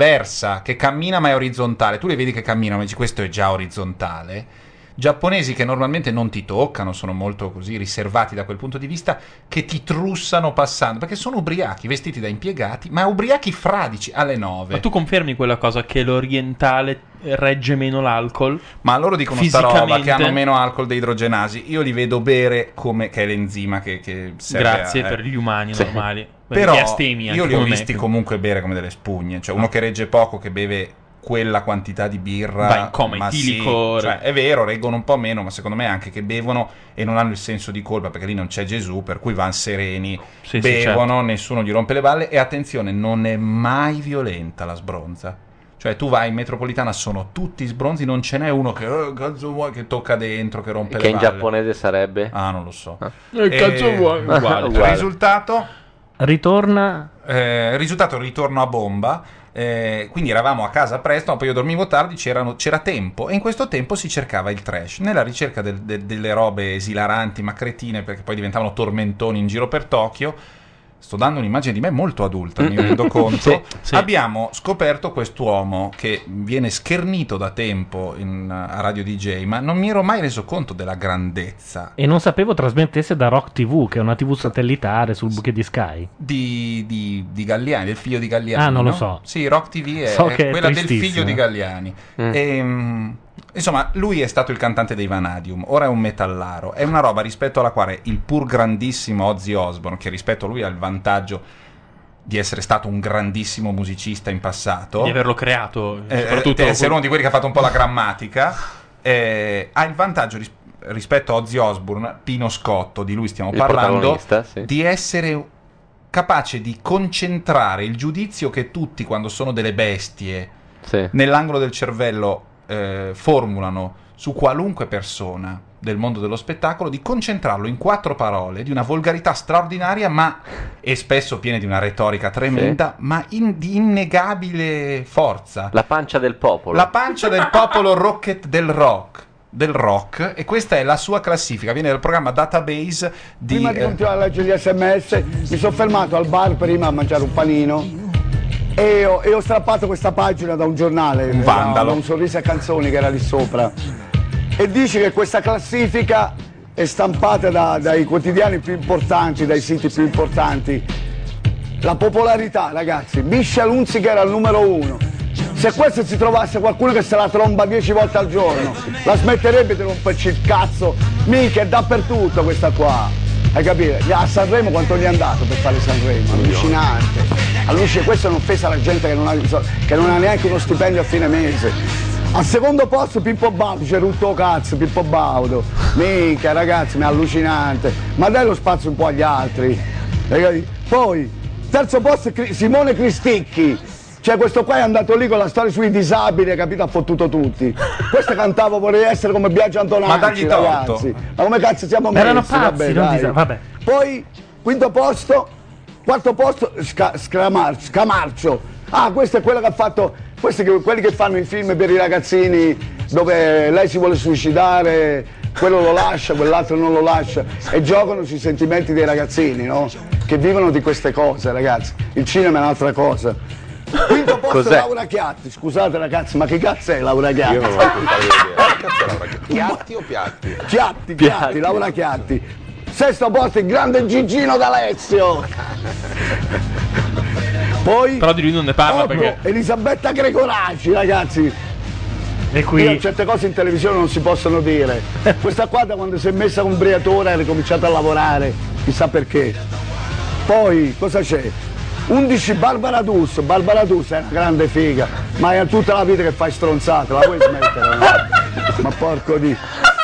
che cammina ma è orizzontale. Tu le vedi che camminano e dici questo è già orizzontale. Giapponesi che normalmente non ti toccano, sono molto così riservati da quel punto di vista, che ti trussano passando, perché sono ubriachi, vestiti da impiegati, ma ubriachi fradici alle 9. Ma tu confermi quella cosa che l'orientale regge meno l'alcol? Ma loro dicono sta roba che hanno meno alcol dei idrogenasi. Io li vedo bere come che è l'enzima che serve Grazie per gli umani normali. Però Gli astemi anche io li ho come me. visti comunque bere come delle spugne. Cioè uno che regge poco, che beve quella quantità di birra, Va in coma ma etilico. sì, cioè, è vero, reggono un po' meno, ma secondo me anche che bevono e non hanno il senso di colpa, perché lì non c'è Gesù, per cui vanno sereni, Sì, bevono, certo. nessuno gli rompe le balle. E attenzione, non è mai violenta la sbronza. Cioè tu vai in metropolitana, sono tutti sbronzi, non ce n'è uno che cazzo vuoi, che tocca dentro, che rompe Che le in balle. giapponese sarebbe? Ah, non lo so. Cazzo vuoi? Uguale. Risultato? Ritorna. Risultato, ritorno a bomba. Quindi eravamo a casa presto, ma poi io dormivo tardi, c'era tempo, e in questo tempo si cercava il trash nella ricerca delle robe esilaranti ma cretine, perché poi diventavano tormentoni in giro per Tokyo. Sto dando un'immagine di me molto adulta, mi rendo conto. Sì. Abbiamo scoperto quest'uomo che viene schernito da tempo a Radio DJ, ma non mi ero mai reso conto della grandezza E non sapevo trasmettesse da Rock TV, che è una TV satellitare sul buche di Sky. di Galliani, del figlio di Galliani. Ah, non lo no? so. Sì, Rock TV So è che è quella del tristissimo. figlio di Galliani. Insomma, lui è stato il cantante dei Vanadium, ora è un metallaro. È una roba rispetto alla quale il pur grandissimo Ozzy Osbourne, che rispetto a lui ha il vantaggio di essere stato un grandissimo musicista in passato, Di averlo creato, soprattutto essere uno di quelli che ha fatto un po' la grammatica, ha il vantaggio rispetto a Ozzy Osbourne, Pino Scotto, di lui stiamo Il parlando, protagonista, sì. di essere capace di concentrare il giudizio che tutti, quando sono delle bestie, nell'angolo del cervello formulano su qualunque persona del mondo dello spettacolo, di concentrarlo in 4 parole di una volgarità straordinaria, ma e spesso piene di una retorica tremenda, ma di innegabile forza. La pancia del popolo. La pancia del popolo rocket del rock, e questa è la sua classifica, viene dal programma Database di Prima di continuare a leggere gli sms mi sono fermato al bar prima a mangiare un panino e ho strappato questa pagina da un giornale, Un vandalo. da un sorriso a canzoni che era lì sopra, e dice che questa classifica è stampata dai quotidiani più importanti, dai siti più importanti. La popolarità, ragazzi, Michel Hunziker al numero 1. Se questo si trovasse qualcuno che se la tromba 10 volte al giorno, la smetterebbe di romperci il cazzo. Mica è dappertutto questa qua. Hai capito? A Sanremo quanto gli è andato per fare Sanremo? Allucinante. Questa è un'offesa alla gente che non ha neanche uno stipendio a fine mese. Al secondo posto Pippo Baudo, c'è rutto cazzo Pippo Baudo. Mica ragazzi, ma è allucinante. Ma dai lo spazio un po' agli altri. Hai capito? Poi, terzo posto Simone Cristicchi. Cioè questo qua è andato lì con la storia sui disabili, capito? Ha fottuto tutti. Questo cantavo vorrei essere come Biagio Antonacci, Ma dagli torto. ragazzi. Ma come cazzo siamo messi? Erano pazzi, non dai. vabbè. Poi, quarto posto, Scamarcio. Ah, questo è quello che ha fatto, quelli che fanno i film per i ragazzini dove lei si vuole suicidare, quello lo lascia, quell'altro non lo lascia, e giocano sui sentimenti dei ragazzini, no? Che vivono di queste cose, ragazzi. Il cinema è un'altra cosa. Quinto posto Cos'è? Laura Chiatti. Scusate ragazzi, ma che cazzo è Laura Chiatti? Io non ho più idea. Che cazzo è Laura Chiatti? Chiatti o piatti? Chiatti, Laura Chiatti. Sesto posto il grande Gigino D'Alessio. Poi Però di lui non ne parla perché Elisabetta Gregoraci, ragazzi. E qui Io certe cose in televisione non si possono dire. Questa qua da quando si è messa con Briatore ha ricominciato a lavorare, chissà perché. Poi cosa c'è? 11 Barbara D'Urso è una grande figa, ma è tutta la vita che fai stronzate, la vuoi smettere? No? Ma porco di.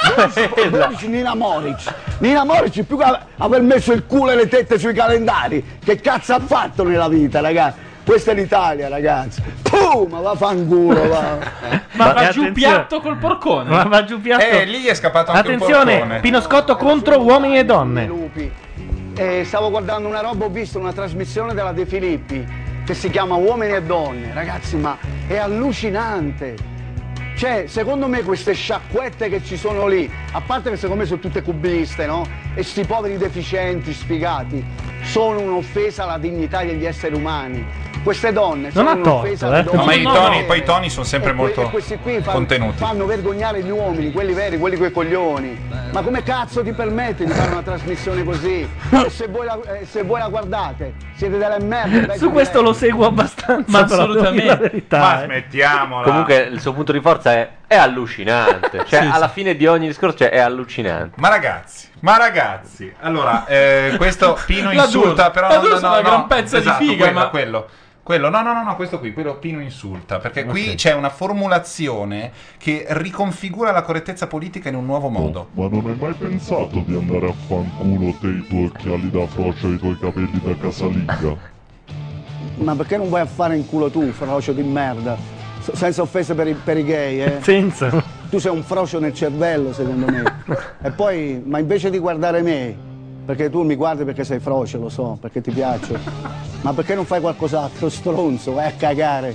12 Nina Moric più che aver messo il culo e le tette sui calendari, che cazzo ha fatto nella vita, ragazzi? Questa è l'Italia, ragazzi. Ma va fanculo, va. Ma va giù piatto col porcone. Ma va giù piatto. Lì è scappato anche un Attenzione, porcone. Pino Scotto contro Uomini e Donne. Lupi. Stavo guardando una roba, ho visto una trasmissione della De Filippi che si chiama Uomini e Donne, ragazzi, ma è allucinante. Cioè, secondo me queste sciacquette che ci sono lì, a parte che secondo me sono tutte cubiste, no? E sti poveri deficienti, sfigati, sono un'offesa alla dignità degli esseri umani. Queste donne Non sono ha un'offesa torto, alla No, ma donna. poi i toni sono sempre molto questi qui contenuti. fanno vergognare gli uomini, quelli veri, quelli coi coglioni. Ma come cazzo ti permetti di fare una trasmissione così? E se voi la guardate, siete delle merde. Su questo lo seguo abbastanza. Ma però, assolutamente. devo dire la verità, Ma smettiamola. Comunque il suo punto di forza è allucinante. Cioè, Sì, alla sì. fine di ogni discorso è allucinante. Ma ragazzi, allora, questo Pino La insulta, D'Urso. però La D'Urso è una gran pezza di esatto, figa, ma- quello, no, questo qui, quello Pino insulta, perché qui c'è una formulazione che riconfigura la correttezza politica in un nuovo modo. Ma non hai mai pensato di andare a fanculo te i tuoi occhiali da frocio e i tuoi capelli da casalinga? Ma perché non vai a fare in culo tu, frocio di merda? Senza offese per i gay, eh? Senza. Tu sei un frocio nel cervello, secondo me. E poi, ma invece di guardare me, perché tu mi guardi perché sei frocio, lo so, perché ti piaccio. Ma perché non fai qualcos'altro, stronzo? Vai a cagare.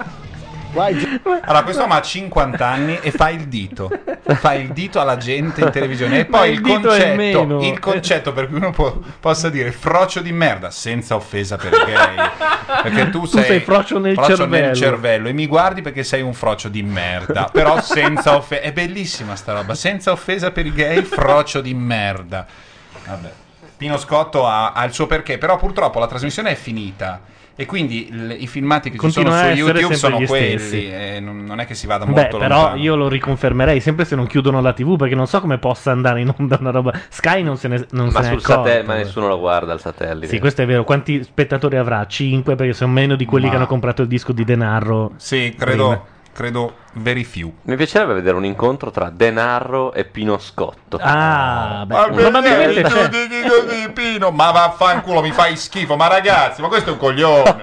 Allora, questo uomo ha 50 anni e fa il dito. Fa il dito alla gente in televisione. E poi il dito è meno. il concetto per cui uno possa dire frocio di merda, senza offesa per i gay. Perché tu sei frocio nel cervello e mi guardi perché sei un frocio di merda. Però senza offesa. È bellissima sta roba. Senza offesa per i gay, frocio di merda. Vabbè. Pino Scotto ha il suo perché, però purtroppo la trasmissione è finita e quindi i filmati che Continuano ci a sono su essere YouTube sono sempre gli quelli stessi. e non è che si vada Beh, molto però lontano. io lo riconfermerei sempre se non chiudono la TV, perché non so come possa andare in onda una roba. Sky non se ne Ma è sul accorto. satellite, ma nessuno lo guarda al satellite. Sì, questo è vero. Quanti spettatori avrà? 5, perché sono meno di quelli Ma- che hanno comprato il disco di Denarro. Sì, prima. credo very few. Mi piacerebbe vedere un incontro tra Denarro e Pino Scotto. Ah, beh, Ma probabilmente perché c'è. tu dici così, Pino? Ma vaffanculo, mi fai schifo. Ma ragazzi, ma questo è un coglione.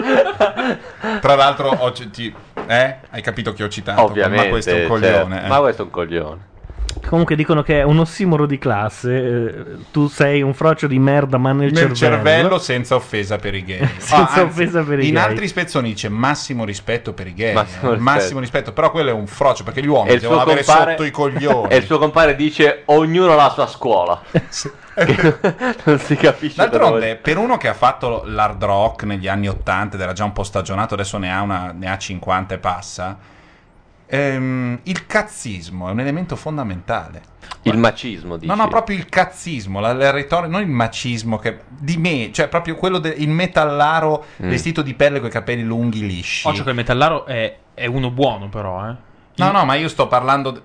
Tra l'altro, hai capito che ho citato? Ovviamente, Ma questo è un certo. coglione. Ma questo è un coglione. Comunque dicono che è un ossimoro di classe. Tu sei un frocio di merda, ma nel cervello senza offesa per i gay. Senza offesa per i in gay. altri spezzoni c'è massimo rispetto per i gay. Massimo Massimo rispetto, però quello è un frocio perché gli uomini E il devono suo avere compare- sotto i coglioni. E il suo compare dice ognuno ha la sua scuola. Che non si capisce. da D'altronde, dove- per uno che ha fatto l'hard rock negli anni 80 ed era già un po' stagionato, adesso ne ha 50 e passa. Il cazzismo è un elemento fondamentale. Il macismo, dici? No, proprio il cazzismo, la retorica, non il macismo cioè proprio quello il metallaro vestito di pelle con i capelli lunghi lisci. Occhio che il metallaro è uno buono, però, eh. No, ma io sto parlando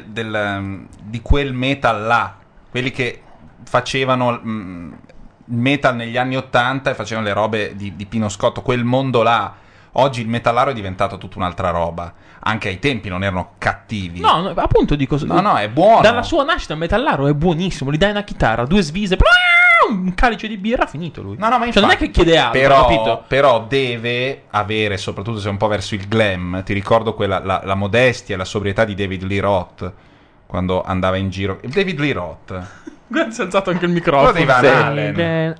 di quel metal là, quelli che facevano il metal negli anni 80 e facevano le robe di Pino Scotto, quel mondo là. Oggi il metallaro è diventato tutta un'altra roba. Anche ai tempi non erano cattivi. No, appunto dico. No, è buono. Dalla sua nascita il metallaro è buonissimo. Gli dai una chitarra, 2 svise, un calice di birra, finito lui. No, ma cioè, non è che chiede altro, capito? Però deve avere, soprattutto se è un po' verso il glam, ti ricordo quella, la modestia e la sobrietà di David Lee Roth quando andava in giro. David Lee Roth. Si è alzato anche il microfono. Quello di Van Halen.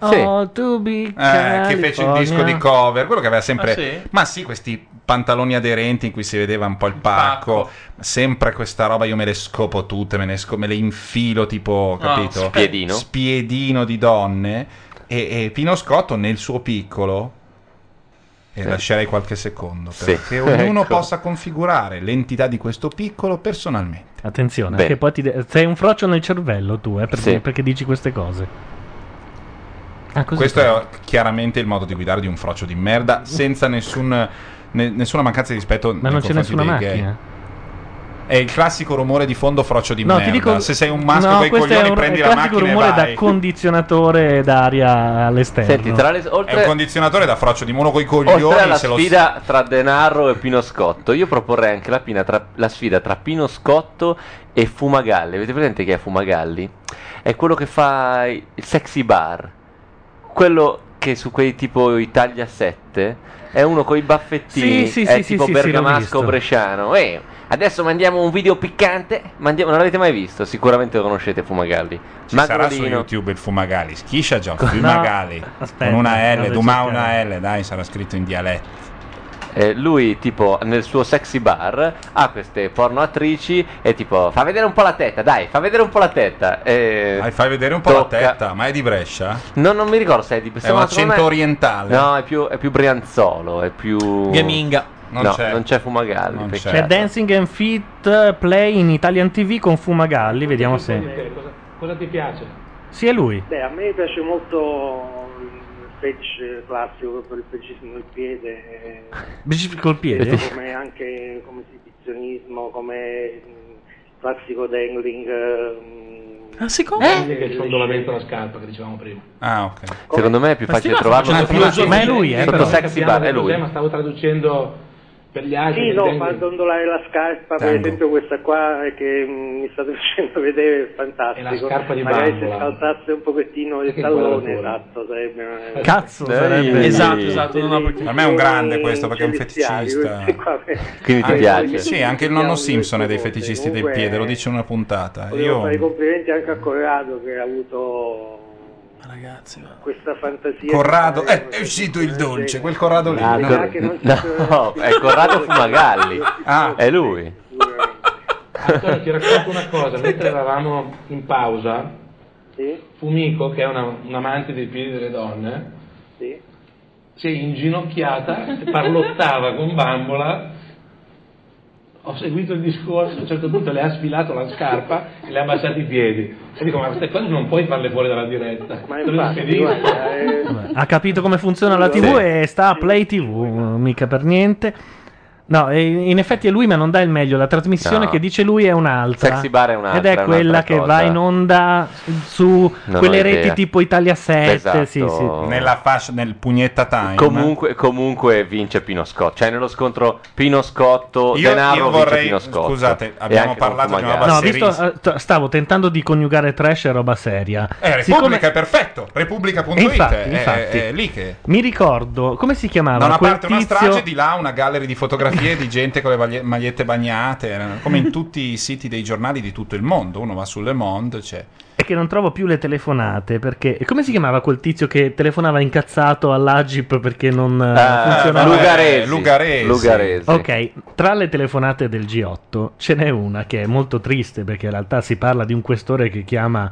Che fece il disco di cover, quello che aveva sempre. Ah, sì? Ma sì, questi pantaloni aderenti in cui si vedeva un po' il pacco. Sempre questa roba, io me le scopo tutte, me le infilo tipo, capito? Spiedino. Spiedino di donne. E Pino Scotto nel suo piccolo E Sì. lascerei qualche secondo Sì. perché ognuno Ecco. possa configurare l'entità di questo piccolo personalmente. Attenzione, Bene. che poi sei un frocio nel cervello tu, Sì. perché dici queste cose. Ah, così Questo è chiaramente il modo di guidare di un frocio di merda, senza nessuna mancanza di rispetto. Ma non c'è nessuna macchina. Gay. È il classico rumore di fondo frocio di No, merda. ti dico, Se sei un maschio no, coi questo coglioni, è prendi il la classico macchina e rumore vai. da condizionatore d'aria all'esterno. Senti, tra le- oltre- È un condizionatore da frocio di mono coi coglioni. Oltre alla se lo- sfida tra Denaro e Pino Scotto, io proporrei anche la sfida tra Pino Scotto e Fumagalli. Avete presente chi è Fumagalli? È quello che fa il sexy bar, quello che su quei tipo Italia 7 è uno con i baffettini, Sì, è sì, tipo sì, sì, l'ho bergamasco visto. bresciano. Adesso mandiamo un video piccante. Non l'avete mai visto? Sicuramente lo conoscete Fumagalli. Ci sarà su Magrolino. YouTube il Fumagalli. Schiscia già, Fumagalli. aspetta, con una vado L, a Duma cercare. una L, dai, sarà scritto in dialetto. Lui tipo nel suo sexy bar ha queste porno attrici e tipo fa vedere un po' la tetta, dai, fa vedere un po' la tetta. Fai vedere un po' la tetta, ma è di Brescia? Non mi ricordo se è di È un accento orientale. No, è più Brianzolo, è più Gaminga. Non c'è Fumagalli. peccato. C'è Dancing and Fit Play in Italian TV con Fumagalli, vediamo se. Cosa ti piace? Sì, è lui. Beh, a me piace molto il fetish classico, per il fetichismo del piede. Col piede? Come anche come esibizionismo, come classico dangling. Che il fiondolamento alla scarpa che dicevamo prima. Ah, ok. Secondo me è più Ma facile sì, trovarlo ma sotto- è lui, sotto però. sexy bar, è lui. Ma stavo traducendo per gli altri. Sì, no, fa dondolare la scarpa, per Tango. esempio questa qua che mi state facendo vedere è fantastico. È la scarpa di magari bambola. se saltasse un pochettino il Che tallone, inquadratura. esatto, sarebbe. Cazzo, sarebbe. Esatto, non ho Per me è un grande questo perché è un feticista. Quindi ti Anche- piace? Sì, anche il nonno Simpson è dei feticisti del piede, lo dice in una puntata. Volevo fare i Io complimenti anche a Corrado che ha avuto questa fantasia. Corrado, è uscito il dolce, quel Corrado lì. Ah, no? No, è Corrado Fumagalli. Ah, è lui. Antonio, ti racconto una cosa, mentre eravamo in pausa, Fumiko, che è un amante dei piedi delle donne, si è inginocchiata e parlottava con Bambola. Ho seguito il discorso, a un certo punto le ha sfilato la scarpa e le ha baciati i piedi. E dico, ma queste cose non puoi farle fuori dalla diretta. Ma Ha capito come funziona la TV e sta a Play TV, mica per niente. No, e in effetti è lui, ma non dà il meglio. La trasmissione No. che dice lui è un'altra. Sexy Bar è un'altra, Ed è è quella un'altra che cosa. va in onda su Non quelle ho reti idea. tipo Italia 7. Esatto. Sì, sì. Nella fascia, nel pugnetta time. Comunque vince Pino Scotto. Cioè nello scontro Pino Scotto, Io Denaro vince vorrei, Pino Scotto. scusate, E abbiamo anche con parlato di una Fumagalli. No, visto, stavo tentando di coniugare trash e roba seria. Repubblica è perfetto, Repubblica.it Infatti, è, infatti. è lì che Mi ricordo, come si chiamava? da una quel parte una tizio- strage, di là una gallery di fotografie di gente con le magliette bagnate, come in tutti i siti dei giornali di tutto il mondo. Uno va su Le Monde, c'è. È che non trovo più le telefonate perché. E come si chiamava quel tizio che telefonava incazzato all'Agip perché non funzionava? Lugaresi. Ok, tra le telefonate del G8 ce n'è una che è molto triste perché in realtà si parla di un questore che chiama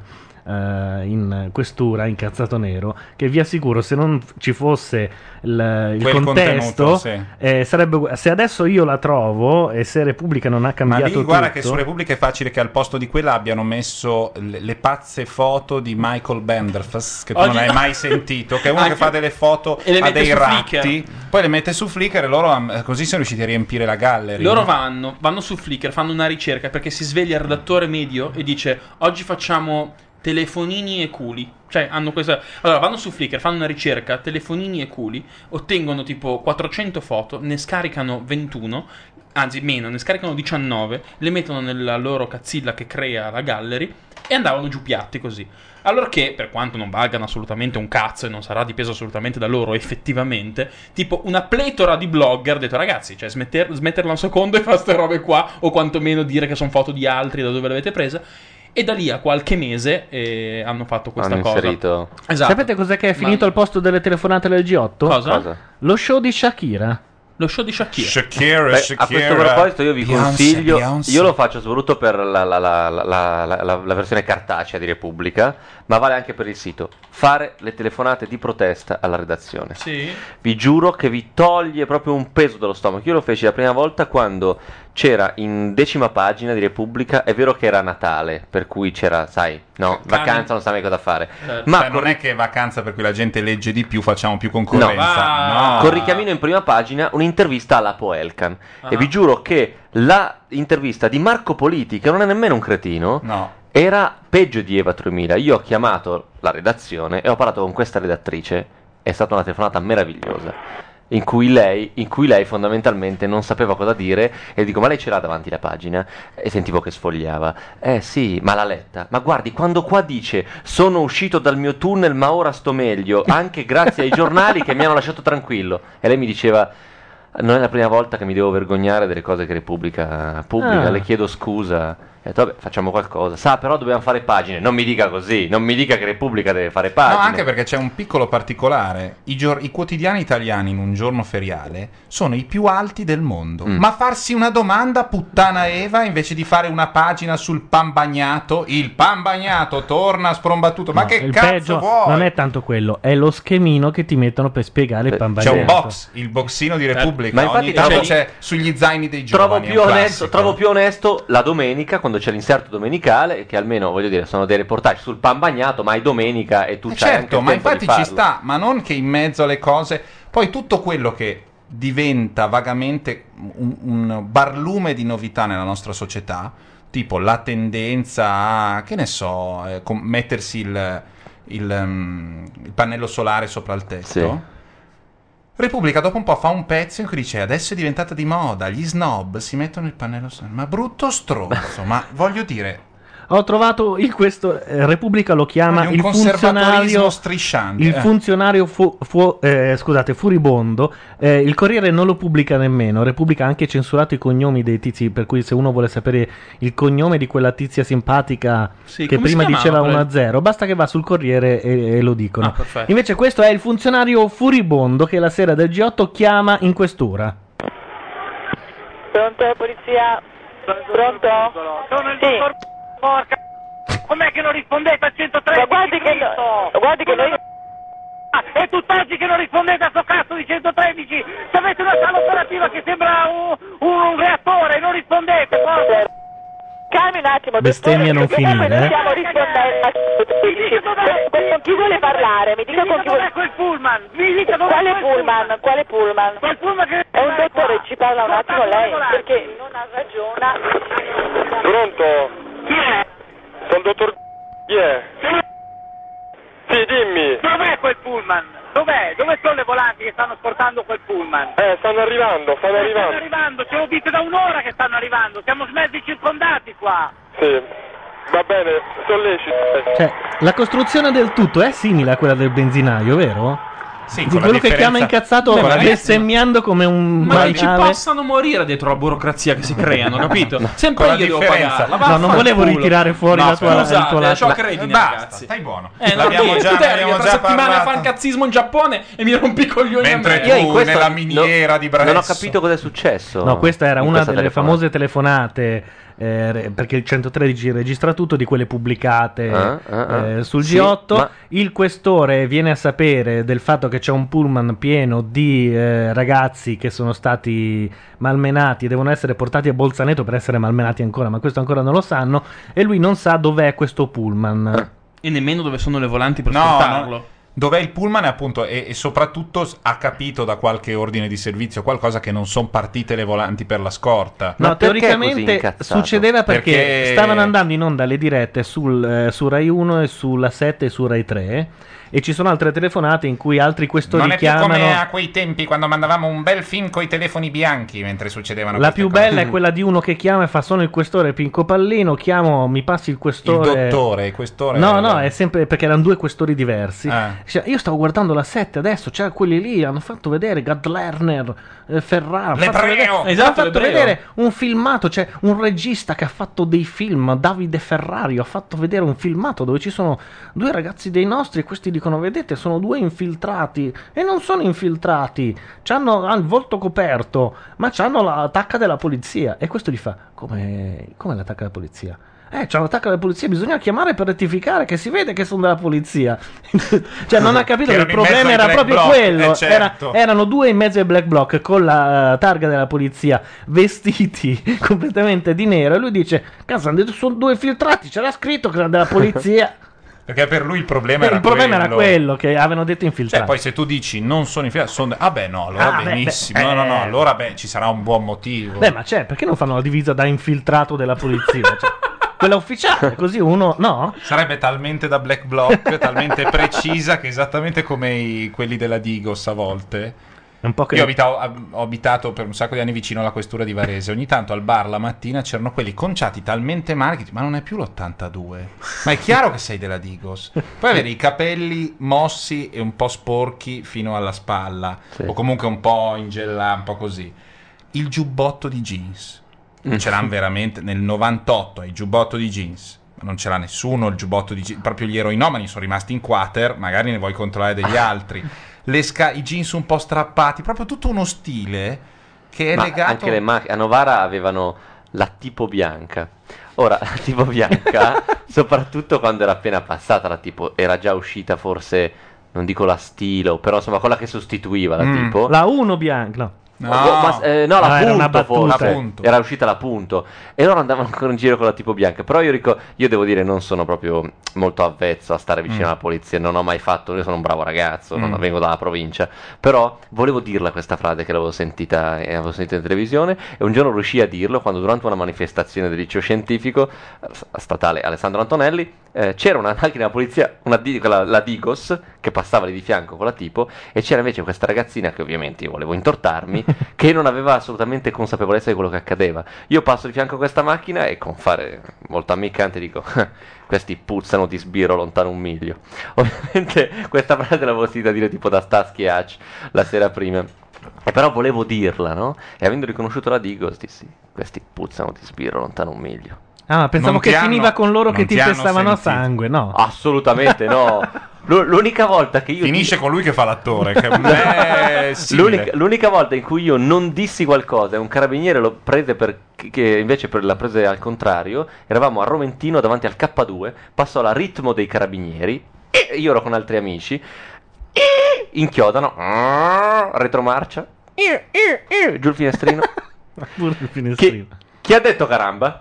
in questura incazzato nero, che vi assicuro se non ci fosse il Quel contesto contenuto, sì. sarebbe, se adesso io la trovo e se Repubblica non ha Ma cambiato lì guarda tutto, che su Repubblica è facile che al posto di quella abbiano messo le pazze foto di Michael Benderfas, che tu Oggi- non hai mai sentito, che è uno Anche- che fa delle foto e le a mette dei su ratti, Flickr. poi le mette su Flickr e loro così sono riusciti a riempire la gallery. Loro no? vanno su Flickr, fanno una ricerca perché si sveglia il redattore medio e dice oggi facciamo telefonini e culi. Cioè hanno questa. Allora vanno su Flickr, fanno una ricerca, telefonini e culi, ottengono tipo 400 foto, ne scaricano 21, anzi meno, ne scaricano 19, le mettono nella loro cazzilla che crea la gallery e andavano giù piatti così. Allora che, per quanto non valgano assolutamente un cazzo e non sarà dipeso assolutamente da loro effettivamente, tipo una pletora di blogger ha detto ragazzi, cioè smetterla un secondo e fare ste robe qua, o quantomeno dire che sono foto di altri, da dove le avete prese. E da lì a qualche mese hanno fatto questa Hanno cosa. inserito. Esatto. sapete cos'è che è finito al posto delle telefonate del G8? Cosa? Lo show di Shakira. Lo show di Shakira. Shakira. A questo proposito io vi consiglio, Beyoncé. io lo faccio soprattutto per la versione cartacea di Repubblica, ma vale anche per il sito, fare le telefonate di protesta alla redazione. Sì. Vi giuro che vi toglie proprio un peso dallo stomaco. Io lo feci la prima volta quando c'era in 10ª pagina di Repubblica, è vero che era Natale, per cui c'era, sai, no, vacanza, non sapevi cosa fare. Ma non è che è vacanza per cui la gente legge di più, facciamo più concorrenza. No. Con richiamino in prima pagina un'intervista alla Poelcan. E vi giuro che la intervista di Marco Politi, che non è nemmeno un cretino, era peggio di Eva 3000. Io ho chiamato la redazione e ho parlato con questa redattrice. È stata una telefonata meravigliosa. In cui lei fondamentalmente non sapeva cosa dire, e dico: ma lei ce l'ha davanti la pagina? E sentivo che sfogliava. Sì, ma l'ha letta. Ma guardi, quando qua dice sono uscito dal mio tunnel ma ora sto meglio, anche grazie ai giornali che mi hanno lasciato tranquillo. E lei mi diceva: non è la prima volta che mi devo vergognare delle cose che Repubblica pubblica, le chiedo scusa. E ho detto, vabbè, facciamo qualcosa. Sa, però dobbiamo fare pagine. Non mi dica così, non mi dica che Repubblica deve fare pagine. No, anche perché c'è un piccolo particolare. I quotidiani italiani in un giorno feriale sono i più alti del mondo. Ma farsi una domanda, puttana Eva, invece di fare una pagina sul pan bagnato, il pan bagnato torna sprombattuto. Ma No, che il cazzo peggio vuoi? non è tanto quello, è lo schemino che ti mettono per spiegare il pan C'è un bagnato. box, il boxino di Repubblica. Ma infatti ogni tanto c'è- c'è sugli zaini dei Trovo giovani. più, onesto, trovo più onesto la domenica, quando c'è l'inserto domenicale, che almeno, voglio dire, sono dei reportage sul pan bagnato, ma è domenica e tu c'hai anche Certo, il ma tempo di infatti ci farlo. sta, ma non che in mezzo alle cose, poi tutto quello che diventa vagamente un barlume di novità nella nostra società, tipo la tendenza a, che ne so, mettersi il pannello solare sopra il tetto. Repubblica dopo un po' fa un pezzo in cui dice: adesso è diventata di moda, gli snob si mettono il pannello solare. Ma brutto stronzo, ma voglio dire, Ho trovato questo Repubblica lo chiama un il conservatorismo funzionario strisciante. il funzionario scusate, furibondo. Il Corriere non lo pubblica nemmeno. Repubblica ha anche censurato i cognomi dei tizi, per cui se uno vuole sapere il cognome di quella tizia simpatica che come prima si diceva chiamava 1-0, basta che va sul Corriere e lo dicono. perfetto. Invece questo è il funzionario furibondo che la sera del G8 chiama in questura. Pronto, polizia? Pronto? Sono il Sì. dottor Porca. Com'è che non rispondete al 113? Ma guardi che noi... È tutt'oggi che non rispondete a sto cazzo di 113. Se avete una sala operativa che sembra un reattore, non rispondete, porca. Calmi un attimo, Bestemmia non dottore, finire, noi stiamo rispondendo a con chi vuole parlare? Mi dica con chi vuole... quel pullman. Mi dica dov'è Quale quel pullman? Quale pullman? Quel pullman che È un dottore, ci parla un attimo lei, Portate perché non ha ragione. Pronto? Chi è? Sono il dottor... Chi è? Sì, dimmi. Dov'è quel pullman? Dov'è? Dove sono le volanti che stanno portando quel pullman? Stanno arrivando, stanno Stanno arrivando. arrivando, ce lo dite da un'ora che stanno arrivando, siamo mezzi circondati qua. Sì, va bene, sollecito. Cioè, la costruzione del tutto è simile a quella del benzinaio, vero? Sì, Di con la quello che differenza- chiama incazzato, Beh, ma ragazzi, bestemmiando come un Ma non ci maiale. possano morire dietro la burocrazia che si creano, capito? Sempre Con la io devo differenza- pagarla. No, non volevo ritirare fuori la tua- il tuo lato. C'ho credine, Basta, ragazzi. stai buono. Non L'abbiamo dire, già- tu te l'abbiamo arrivi già tra settimane a parlato. fare il cazzismo in Giappone e mi rompi i coglioni Mentre a me. tu in questo nella miniera di Bresso. Non ho capito cosa è successo. No, questa era in una questa delle telefonata. famose telefonate, perché il 113 registra tutto, di quelle pubblicate sul Sì, G8. ma- Il questore viene a sapere del fatto che c'è un pullman pieno di ragazzi che sono stati malmenati e devono essere portati a Bolzaneto per essere malmenati ancora, ma questo ancora non lo sanno, e lui non sa dov'è questo pullman. E nemmeno dove sono le volanti per No, portarlo. no. Dov'è il pullman appunto e soprattutto ha capito da qualche ordine di servizio qualcosa che non sono partite le volanti per la scorta. No, teoricamente succedeva perché stavano andando in onda le dirette su Rai 1 e sulla 7 e su Rai 3, e ci sono altre telefonate in cui altri questori Non è più chiamano. come a quei tempi quando mandavamo un bel film coi telefoni bianchi mentre succedevano La queste più cose. bella è quella di uno che chiama e fa: sono il questore Pinco Pallino, chiamo, mi passi il questore. Il dottore, il questore. No, no, è sempre perché erano due questori diversi. Dice, io stavo guardando la 7 adesso, c'era quelli lì, hanno fatto vedere Gad Lerner, Ferrari, hanno fatto vedere un filmato, c'è un regista che ha fatto dei film, Davide Ferrari, ha fatto vedere un filmato dove ci sono due ragazzi dei nostri e questi dicono, vedete, sono due infiltrati, e non sono infiltrati, hanno il volto coperto, ma c'hanno la tacca della polizia. E questo gli fa, come la tacca della polizia? C'è l'attacco della polizia, bisogna chiamare per rettificare che si vede che sono della polizia. Cioè non ha capito che il problema era proprio quello, certo. Erano due in mezzo ai black bloc con la targa della polizia vestiti completamente di nero e lui dice, cazzo, hanno detto sono due filtrati, c'era scritto che era della polizia. Perché per lui il problema era quello che avevano detto infiltrati. Cioè, poi se tu dici non sono infiltrati, allora benissimo. No, allora ci sarà un buon motivo. Ma perché non fanno la divisa da infiltrato della polizia? Cioè, quella ufficiale, così uno, no? Sarebbe talmente da black block, talmente precisa che esattamente come quelli della Digos a volte. Un po' che... Io ho abitato per un sacco di anni vicino alla questura di Varese. Ogni tanto al bar la mattina c'erano quelli conciati talmente male che ma non è più l'82. Ma è chiaro che sei della Digos. Poi avere i capelli mossi e un po' sporchi fino alla spalla, o comunque un po' ingellati, un po' così. Il giubbotto di jeans. Ce l'hanno veramente nel 98 il giubbotto di jeans, ma non ce l'ha nessuno il giubbotto di jeans, proprio gli eroinomani sono rimasti in quater, magari ne vuoi controllare degli altri. I jeans un po' strappati, proprio tutto uno stile che è legato. Anche le macchine a Novara avevano la tipo bianca. Ora la tipo bianca soprattutto quando era appena passata la tipo, era già uscita forse, non dico la Stilo, però insomma quella che sostituiva la tipo, la 1 bianca, no. la era una punto, battuta. forse era uscita la punto e loro andavano ancora in giro con la tipo bianca. Però io devo dire non sono proprio molto avvezzo a stare vicino alla polizia, non ho mai fatto, io sono un bravo ragazzo, non vengo dalla provincia, però volevo dirla questa frase che l'avevo sentita in televisione e un giorno riuscii a dirlo quando durante una manifestazione del liceo scientifico statale Alessandro Antonelli c'era una macchina della polizia, la Digos, che passava lì di fianco con la tipo, e c'era invece questa ragazzina che ovviamente io volevo intortarmi, che non aveva assolutamente consapevolezza di quello che accadeva. Io passo di fianco a questa macchina e con fare molto ammiccante dico questi puzzano di sbirro lontano un miglio. Ovviamente questa frase l'avevo sentita dire tipo da Starsky e Hutch la sera prima. E però volevo dirla, no? E avendo riconosciuto la Digos dissi questi puzzano di sbirro lontano un miglio. Ah, pensavo che finiva con loro che ti pestavano a sangue, no? Assolutamente no. L'unica volta che io finisce con lui che fa l'attore, che è simile. L'unica volta in cui io non dissi qualcosa e un carabiniere lo prese che invece l'ha prese al contrario, eravamo a Romentino davanti al K2, passò la ritmo dei carabinieri e io ero con altri amici, inchiodano, retromarcia, giù il finestrino. Pure il finestrino. Chi ha detto caramba?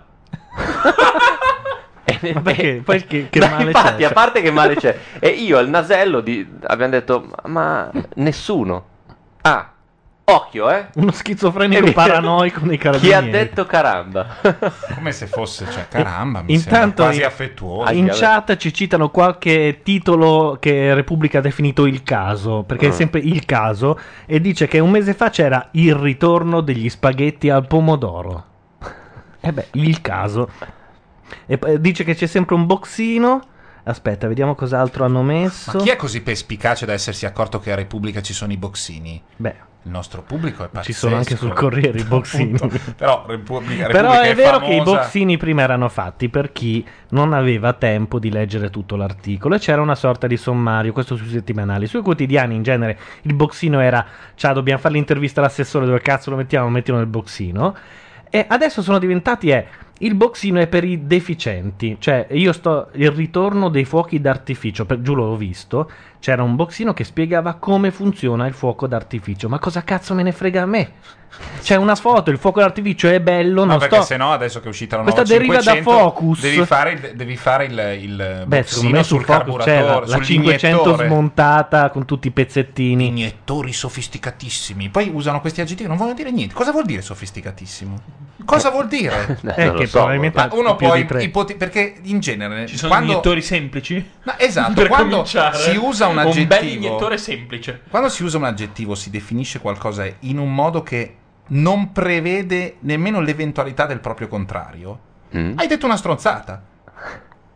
Ma perché? Poi che Beh, male infatti, c'è? a parte che male c'è. E io al nasello abbiamo detto ma nessuno. Occhio, Uno schizofrenico paranoico nei Chi carabinieri. ha detto caramba? Come se fosse, caramba, mi Intanto sembra quasi affettuoso. in chat ci citano qualche titolo che Repubblica ha definito il caso, perché è sempre il caso, e dice che un mese fa c'era il ritorno degli spaghetti al pomodoro. Il caso. E dice che c'è sempre un boxino. Aspetta, vediamo cos'altro hanno messo. Ma chi è così perspicace da essersi accorto che a Repubblica ci sono i boxini? Beh, il nostro pubblico è pazzesco. ci sono anche sul Corriere i boxini. Però Repubblica Però è vero famosa. che i boxini prima erano fatti per chi non aveva tempo di leggere tutto l'articolo e c'era una sorta di sommario, questo sui settimanali. Sui quotidiani in genere il boxino era dobbiamo fare l'intervista all'assessore, dove cazzo lo mettiamo nel boxino. E adesso sono diventati il boxino è per i deficienti, cioè il ritorno dei fuochi d'artificio, giù l'ho visto, c'era un boxino che spiegava come funziona il fuoco d'artificio, ma cosa cazzo me ne frega a me? C'è una foto, il fuoco d'artificio è bello, non perché se no adesso che è uscita la nuova questa deriva 500, da Focus, devi fare il secondo me sul Focus carburatore, c'è la 500 smontata con tutti i pezzettini, iniettori sofisticatissimi. Poi usano questi aggettivi, non vogliono dire niente. Cosa vuol dire sofisticatissimo? Cosa vuol dire? Che probabilmente ma uno più può di tre. perché in genere ci sono iniettori semplici? Esatto, Per quando cominciare, si usa un un bel aggettivo, iniettore semplice. quando si usa un aggettivo si definisce qualcosa in un modo che non prevede nemmeno l'eventualità del proprio contrario. Hai detto una stronzata.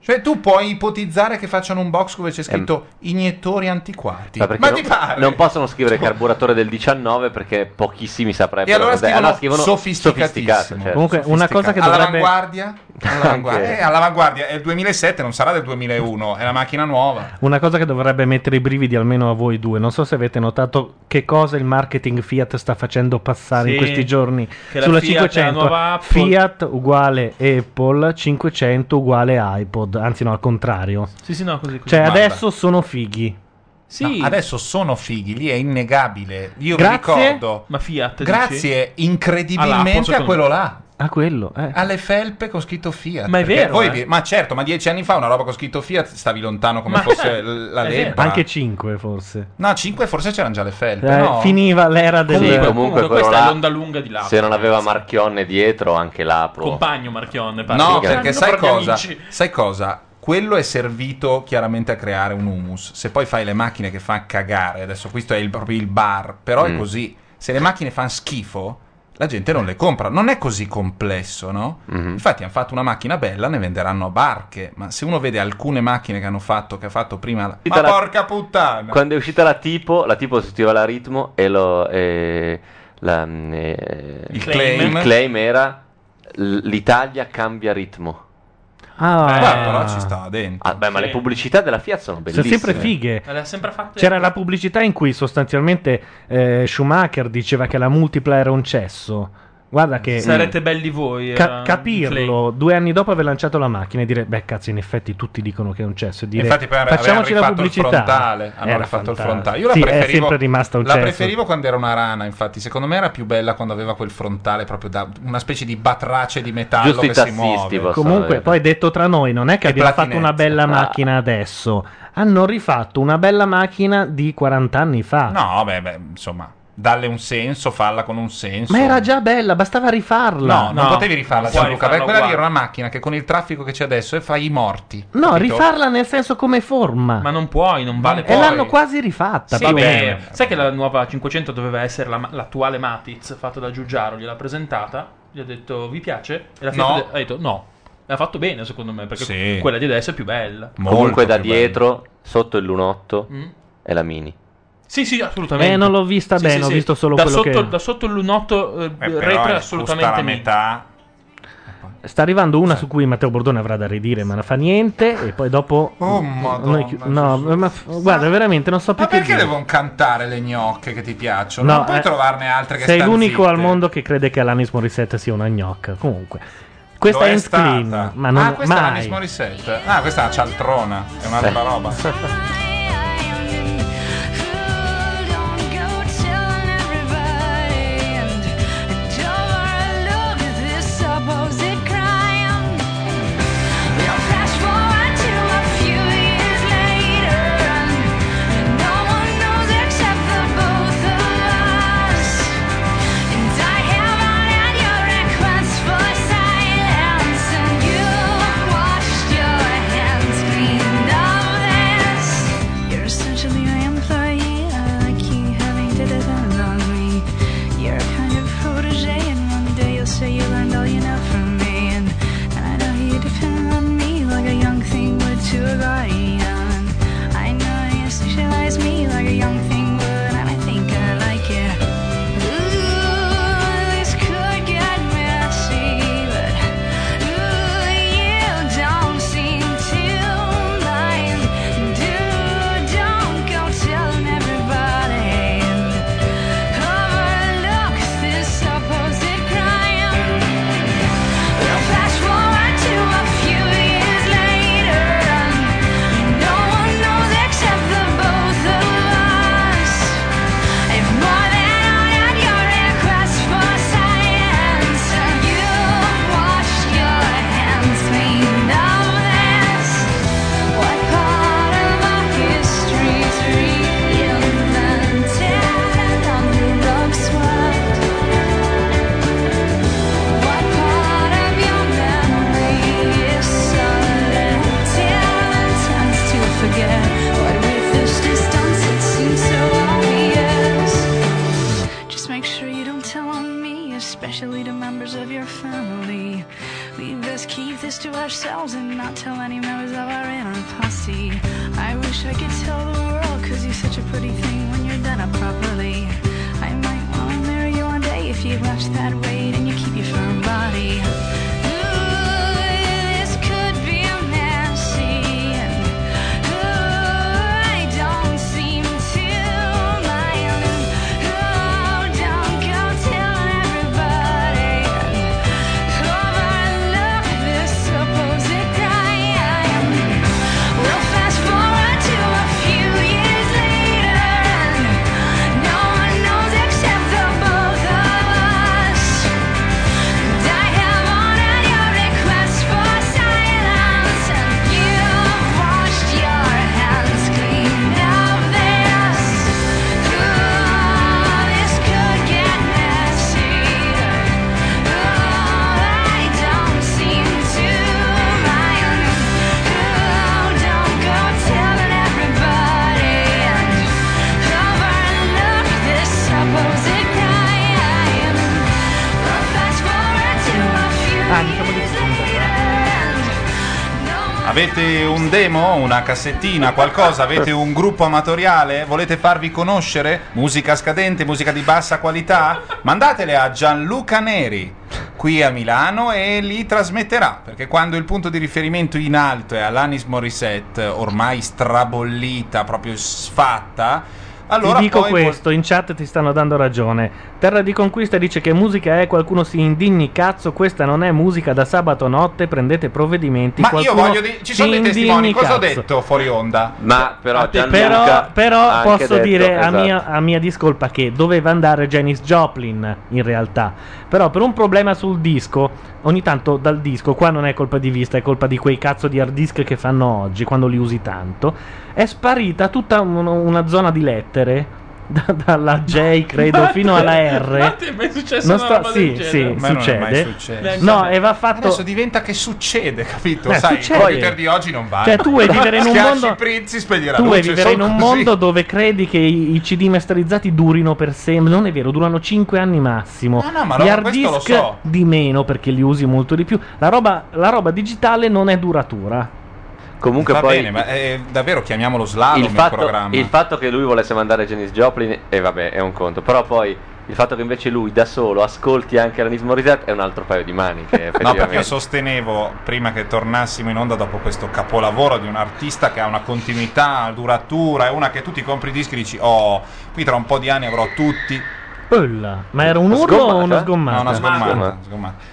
Cioè tu puoi ipotizzare che facciano un box dove c'è scritto iniettori antiquati. Ma perché Ma non, ti pare? non possono scrivere carburatore del 19 perché pochissimi saprebbero. E allora cos'è. scrivono sofisticatissimo. certo. Comunque, una cosa che dovrebbe. All'avanguardia? All'avanguardia, è il 2007, non sarà del 2001, è la macchina nuova. Una cosa che dovrebbe mettere i brividi almeno a voi due. Non so se avete notato che cosa il marketing Fiat sta facendo passare Sì, in questi giorni che la sulla Fiat è la 500. nuova Apple. Fiat uguale Apple, 500 uguale iPod. Anzi, no, al contrario. Sì, no, così. Cioè, Guarda. adesso sono fighi. Sì. No, adesso sono fighi, lì è innegabile. Io Grazie. vi ricordo. Ma Fiat, Grazie dici? incredibilmente a quello là. A quello, Alle felpe con scritto Fiat. Ma è Perché vero, voi ma certo, ma 10 anni fa una roba con scritto Fiat stavi lontano come fosse la lepre. Anche 5 forse. No, 5 forse c'erano già le felpe. no? Finiva l'era del. Sì, comunque quello questa è là, l'onda lunga di là. se non aveva Marchionne dietro, anche là Compagno Marchionne. No, Sì, perché no, sai proprio cosa? amici. Sai cosa? Quello è servito chiaramente a creare un humus. Se poi fai le macchine che fa cagare, adesso questo è proprio il bar, però è così. Se le macchine fanno schifo, la gente non le compra. Non è così complesso, no? Infatti hanno fatto una macchina bella, ne venderanno a barche. Ma se uno vede alcune macchine che hanno fatto, che ha fatto prima ma porca puttana! Quando è uscita la tipo sostituiva la ritmo e il claim era l'Italia cambia ritmo. Però ci sta dentro. Ma le pubblicità della Fiat sono Sono bellissime. sempre fighe. Le ha sempre fatte. C'era la pubblicità in cui sostanzialmente Schumacher diceva che la multipla era un cesso. Guarda che Sarete belli voi. capirlo 2 anni dopo aver lanciato la macchina e dire beh cazzo, in effetti tutti dicono che è un cesso, e dire Infatti poi facciamoci la rifatto pubblicità. il frontale, hanno Era rifatto il fantastico. frontale. Io la Sì, preferivo, è sempre rimasta un la cesso. preferivo quando era una rana, infatti secondo me era più bella quando aveva quel frontale proprio da una specie di batrace di metallo Giusto i che si tassisti muove. Comunque poi detto tra noi, non è che E abbiano fatto platinette. una bella macchina adesso, hanno rifatto una bella macchina di 40 anni fa. No, beh, insomma, dalle un senso, falla con un senso. Ma era già bella, bastava rifarla. No, non potevi rifarla, non puoi Gianluca. Beh, rifarla quella lì uguale. era una macchina che con il traffico che c'è adesso fai i morti. No, capito? rifarla nel senso come forma. Ma non puoi, non vale. E l'hanno quasi rifatta. Sì, più o beh, meno. sai che la nuova 500 doveva essere l'attuale Matiz fatta da Giugiaro, gliel'ha presentata, gli ha detto vi piace? E la Fiat No. ha detto no. L'ha fatto bene secondo me, perché Sì. quella di adesso è più bella. Comunque da più dietro, sotto il lunotto, è la Mini. Sì, assolutamente. Non l'ho vista Sì, bene, sì, ho sì. visto solo da quello sotto, che. Da sotto il lunotto però retro è assolutamente costa la Mini. metà. Sta arrivando una su cui Matteo Bordone avrà da ridire, ma non fa niente. E poi dopo. Madonna, no, ma guarda, veramente non so più Ma che perché dire. devono cantare le gnocche che ti piacciono? No, non puoi trovarne altre che sei stanno l'unico zitte. al mondo che crede che Alanis Morissette sia una gnocca. Comunque, questa Lo è è in clean, stata. ma non questa è mai. Alanis Morissette. Ah, questa è una cialtrona, è un'altra roba. us keep this to ourselves and not tell any members of our inner posse. I wish I could tell the world, cause you're such a pretty thing when you're done up properly. I might wanna marry you one day if you watch that weight and you keep your firm body. Avete un demo, una cassettina, qualcosa? Avete un gruppo amatoriale? Volete farvi conoscere? Musica scadente, musica di bassa qualità? Mandatele a Gianluca Neri qui a Milano e li trasmetterà, perché quando il punto di riferimento in alto è Alanis Morissette, ormai strabollita, proprio sfatta, allora ti dico poi questo, in chat ti stanno dando ragione. Terra di Conquista dice che musica è, qualcuno si indigni, cazzo, questa non è musica da sabato notte, prendete provvedimenti. Ma qualcuno io voglio dire, ci sono dei si testimoni, indigni, cosa ho cazzo. detto fuori onda? Ma però Gianluca Però ha anche posso detto, dire esatto. a mia discolpa che doveva andare Janis Joplin in realtà. Però per un problema sul disco, ogni tanto dal disco, qua non è colpa di vista, è colpa di quei cazzo di hard disk che fanno oggi quando li usi tanto, è sparita tutta una zona di lettere. Dalla J credo fino alla R. Ma ti è mai successo Non una sta- roba sì, del sì, genere? Ma non è mai succede. successo. No, e va fatto. Adesso diventa che succede, capito? Sai, succede. il computer di oggi non va. Cioè, tu vuoi vivere in un Schiacci mondo. i prizzi, spegni la Tu vuoi luce, vivere in sono un così. mondo dove credi che i CD masterizzati durino per sempre. Non è vero, durano 5 anni massimo. No, ma Gli no, hard questo lo disk so. di meno perché li usi molto di più. La roba digitale non è duratura. Comunque Va poi bene, ma davvero chiamiamolo slalom il programma. il fatto che lui volesse mandare Janis Joplin, e vabbè, è un conto. Però poi il fatto che invece lui da solo ascolti anche Alanis Morissette è un altro paio di maniche. No, Effettivamente. perché io sostenevo prima che tornassimo in onda dopo questo capolavoro di un artista che ha una continuità, duratura, è una che tu ti compri i dischi e dici oh, qui tra un po' di anni avrò tutti. Ma era un urlo o una sgommata? No, una sgommata.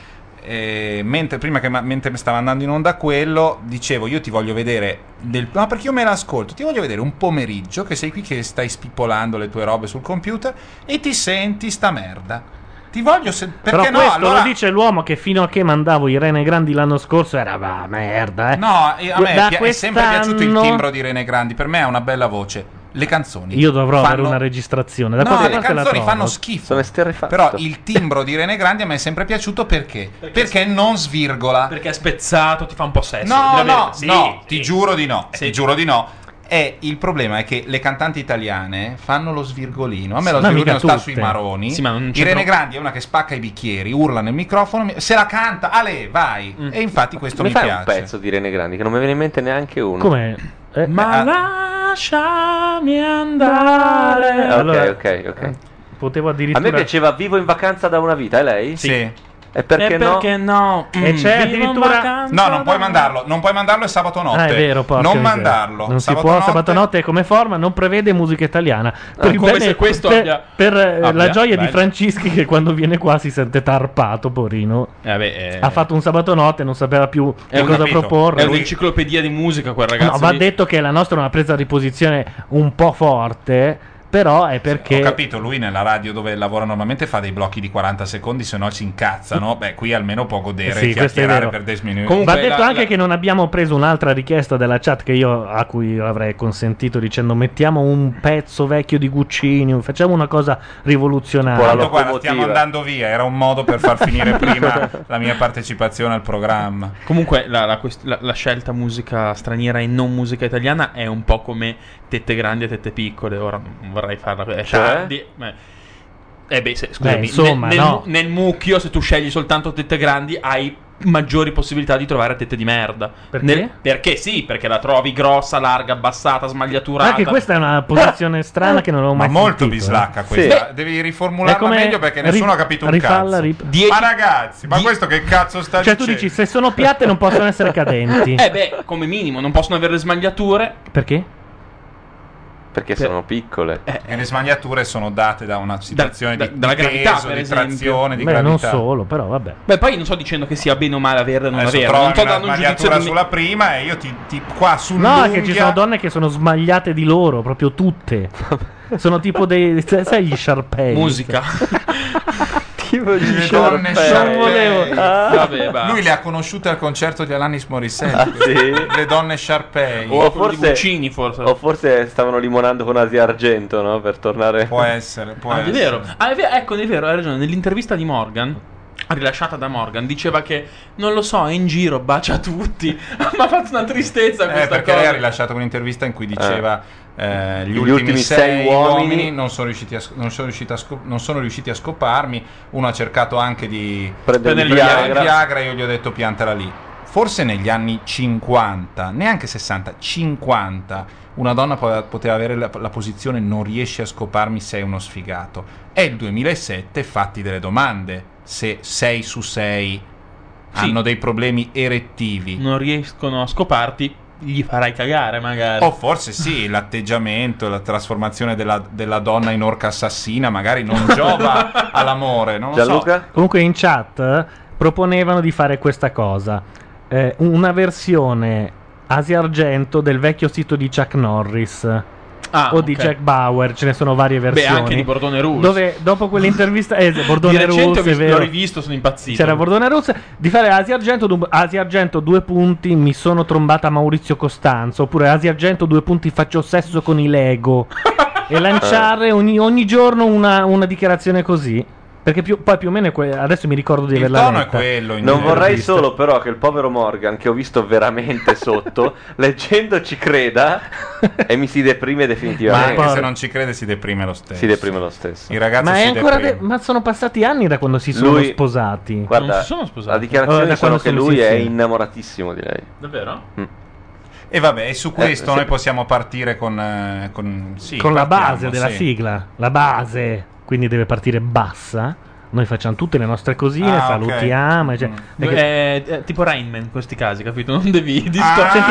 Mentre stava andando in onda quello, dicevo io ti voglio vedere no, perché io me l'ascolto, ti voglio vedere un pomeriggio che sei qui che stai spippolando le tue robe sul computer e ti senti sta merda. Ti voglio perché Però no? questo Allora lo dice l'uomo che fino a che mandavo Irene Grandi l'anno scorso era merda, no, a me Da è sempre piaciuto il quest'anno- timbro di Irene Grandi, per me ha una bella voce. Le canzoni Io dovrò avere fanno- una registrazione. Da No, qualche le parte la canzoni trovo. fanno schifo. Sono esterrefatto. Però il timbro di Irene Grandi a me è sempre piaciuto perché non svirgola. Perché è spezzato, ti fa un po' sesso. No, Devi avere- sì, no, sì. ti giuro di no. Sì. Ti giuro di no. Il problema è che le cantanti italiane fanno lo svirgolino. A me lo Ma svirgolino mica sta tutte. sui maroni. Sì, ma non c'è Irene troppo- Grandi è una che spacca i bicchieri, urla nel microfono, se la canta, ale, vai. E infatti questo Mi mi fai piace. un pezzo di Irene Grandi che non mi viene in mente neanche uno. Com'è? Ma lasciami andare. Allora, ok. Potevo A addirittura. me piaceva Vivo in vacanza da una vita, e lei? Sì. E perché, no? E c'è addirittura. No, non puoi mandarlo. Non puoi mandarlo è sabato notte. Ah, è vero, porca non miseria. mandarlo. Non si può. Sabato notte come forma non prevede musica italiana. Per, il come bene- se questo per- abbia- per, la abbia, gioia di bello. Francischi che quando viene qua si sente tarpato, porino. Ha fatto un sabato notte, non sapeva più che cosa proporre. È un'enciclopedia di musica quel ragazzo. No, va lì. detto che la nostra è una presa di posizione un po' forte. Però è perché. Ho capito, lui nella radio dove lavora normalmente fa dei blocchi di 40 secondi, se no ci incazzano. Beh, qui almeno può godere Sì, e questo è chiacchierare vero. per 10 minuti. Va detto anche che non abbiamo preso un'altra richiesta della chat a cui avrei consentito dicendo mettiamo un pezzo vecchio di Guccini, facciamo una cosa rivoluzionaria. Tanto, guarda, stiamo andando via, era un modo per far finire prima la mia partecipazione al programma. Comunque la scelta musica straniera e non musica italiana è un po' come Tette Grandi e Tette Piccole. Ora non vorrei farla. È Cioè? tardi. Scusami, insomma, nel, no. nel mucchio, se tu scegli soltanto Tette Grandi, hai maggiori possibilità di trovare tette di merda. Perché? Perché sì, perché la trovi grossa, larga, abbassata, smagliaturata. Anche questa è una posizione strana che non ho mai Ma molto sentito, bislacca eh. questa. Sì. Devi È riformularla come meglio perché nessuno ha capito un rifalla, cazzo. Ma ragazzi, ma questo che cazzo sta Cioè tu dicendo? dici, se sono piatte non possono essere cadenti. Come minimo, non possono avere le smagliature. Perché? Perché sono piccole. E le smagliature sono date da una situazione dalla di gravità, peso, per di esempio. trazione, di Beh, gravità. non solo, però vabbè. Beh, poi non sto dicendo che sia bene o male averle o non Adesso averle. trovi Non sto una dando un giudizio smagliatura di sulla prima e io ti qua No, sull'unghia. è che ci sono donne che sono smagliate di loro, proprio tutte. Sono tipo dei, sai gli Sharpei. Musica. Tipo le donne Non volevo. Vabbè, basta. Lui le ha conosciute al concerto di Alanis Morissette. Ah, sì? Le donne Sharpei. O forse stavano limonando con Asia Argento, no? Per tornare. Può essere, può È essere. vero. Ecco, è vero, hai ragione. Nell'intervista di Morgan, rilasciata da Morgan, diceva che non lo so, è in giro, bacia tutti. Mi ha fatto una tristezza questa Perché cosa. lei ha rilasciato un'intervista in cui diceva gli Gli ultimi ultimi 6 sei uomini non sono riusciti a scoparmi. Uno ha cercato anche di Prendere il il Viagra. Viagra, io gli ho detto piantala lì. Forse negli anni 50, neanche 60, 50, una donna poteva avere la posizione non riesci a scoparmi, sei uno sfigato. È il 2007, fatti delle domande. Se 6 su 6 hanno dei problemi erettivi, Non riescono a scoparti, gli farai cagare magari. o forse sì, l'atteggiamento, la trasformazione della donna in orca assassina magari non giova all'amore, non lo so. Comunque in chat proponevano di fare questa cosa. Una versione Asia Argento del vecchio sito di Chuck Norris. O di ok. Jack Bauer, ce ne sono varie versioni. Beh, anche di Bordone Rules. Dove dopo quell'intervista Bordone Di recente Rules, ho visto- è vero. l'ho rivisto, sono impazzito. C'era Bordone Rules di fare Asia Argento 2 punti, mi sono trombata Maurizio Costanzo, oppure Asia Argento 2 punti, faccio sesso con i Lego. E lanciare ogni giorno una dichiarazione così. Perché poi più o meno adesso mi ricordo di averla letta. Non vorrei solo però che il povero Morgan, che ho visto veramente sotto, leggendo ci creda e mi si deprime Ma definitivamente. anche se non ci crede si deprime lo stesso. Si deprime lo stesso. I ragazzi Ma è si ancora deprimono. ma sono passati anni da quando si sono Lui- sposati. Guarda, la dichiarazione Da sono quando che sono lui è insieme. innamoratissimo di lei. Davvero? E vabbè, e su questo sì. noi possiamo partire con la base partiamo, della sì. sigla. La base, quindi deve partire bassa. Noi facciamo tutte le nostre cosine, Ah, ok. salutiamo. Cioè, perché- È tipo Rain Man in questi casi, capito? Non devi Senti,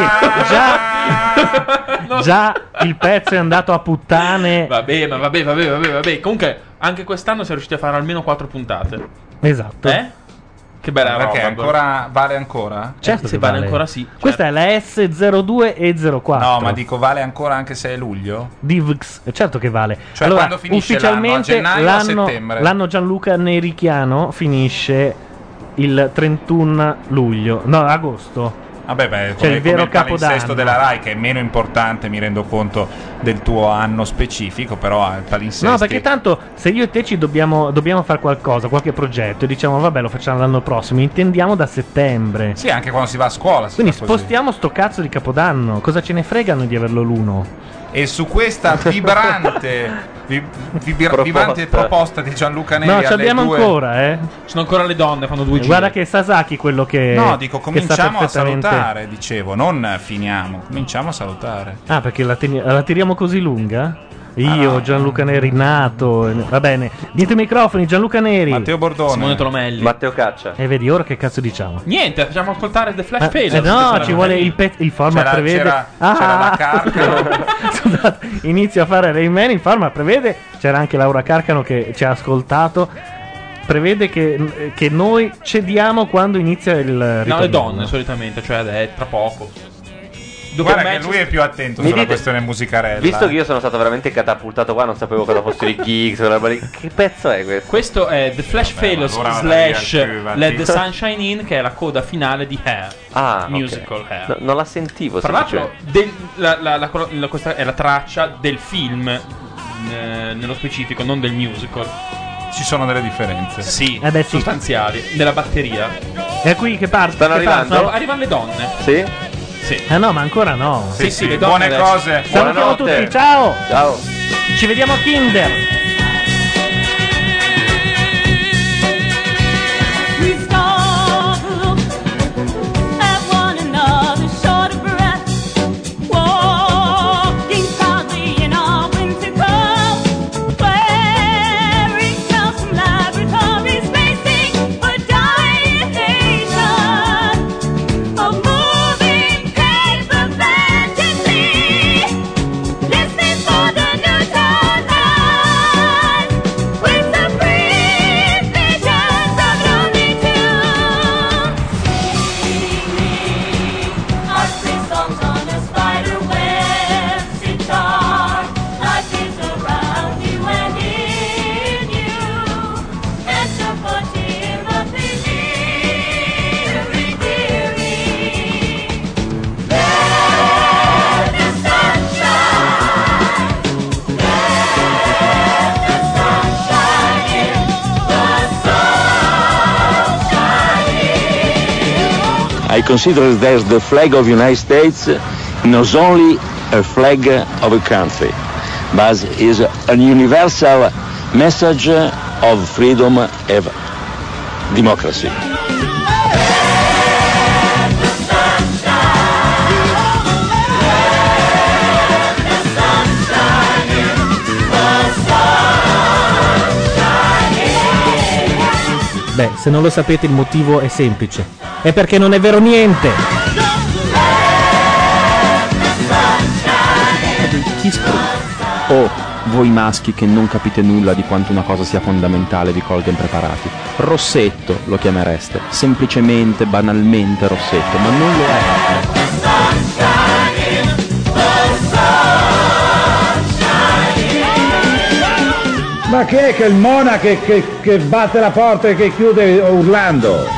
già il pezzo è andato a puttane. Vabbè. Comunque, anche quest'anno siamo riusciti a fare almeno 4 puntate. Esatto. Che bella Perché roba. ancora vale ancora? Certo se che vale ancora sì. Questa è la S02 e 04. No, ma dico vale ancora anche se è luglio? Divx, certo che vale. Cioè, quando finisce ufficialmente l'anno? A gennaio o a settembre? l'anno Gianluca Nerichiano finisce il 31 luglio. No, agosto. Vabbè, beh, Cioè, come, il vero come il palinsesto capodanno. della Rai, che è meno importante, mi rendo conto, del tuo anno specifico, però il palinsesto. No, perché tanto se io e te ci dobbiamo fare qualcosa, qualche progetto, e diciamo vabbè lo facciamo l'anno prossimo, intendiamo da settembre. Sì, anche quando si va a scuola. Quindi fa così. spostiamo sto cazzo di capodanno. Cosa ce ne fregano di averlo l'uno? E su questa vibrante vibrante proposta di Gianluca Neri No, ci alle abbiamo 2. ancora, eh. Sono ancora le donne, fanno 2 giri. Guarda che è Sasaki quello che. No, dico, che sta cominciamo a perfettamente- salutare, dicevo, non finiamo, cominciamo a salutare. Ah, perché la tiriamo così lunga? Io, Gianluca Neri, nato. Va bene. Dietro i microfoni, Gianluca Neri. Matteo Bordone. Simone Tolomelli. Matteo Caccia. E vedi, ora che cazzo diciamo? Niente, facciamo ascoltare The Flash Failure. no, ci vuole il format prevede. c'era la Carcano. Scusate, inizio a fare Rayman. Il format prevede. C'era anche Laura Carcano che ci ha ascoltato. Prevede che noi cediamo quando inizia il No, ritornello. le donne solitamente, cioè è tra poco. Dopo Guarda il che match- lui è più attento Mi sulla dite- questione musicarella. Visto che io sono stato veramente catapultato qua, non sapevo cosa fossero i gigs, quella roba lì. Che pezzo è questo? Questo è The Flash Failures allora vada slash via, più, Let the infatti. Sunshine In, che è la coda finale di Hair. Ah, ok. Musical Hair. No, non la sentivo. Tra l'altro, semplicemente. questa è la traccia del film, nello specifico, non del musical. Ci sono delle differenze. Sì, Eh beh, sì. sostanziali. Della batteria. È qui che parte. Stanno che arrivando? parte. Arrivano le donne. Sì? Sì. No, ma ancora no. Sì, le donne buone adesso. cose. Salutiamo Buonanotte. tutti, ciao. Ciao. Ci vediamo a Kinder. We start I consider that the flag of the United States not only a flag of a country, but is a universal message of freedom and democracy. Beh, se non lo sapete il motivo è semplice. È perché non è vero niente. Oh, voi maschi che non capite nulla di quanto una cosa sia fondamentale vi colga impreparati. Rossetto lo chiamereste, semplicemente, banalmente Rossetto, ma non lo è. Ma chi è che il Mona che batte la porta e che chiude urlando?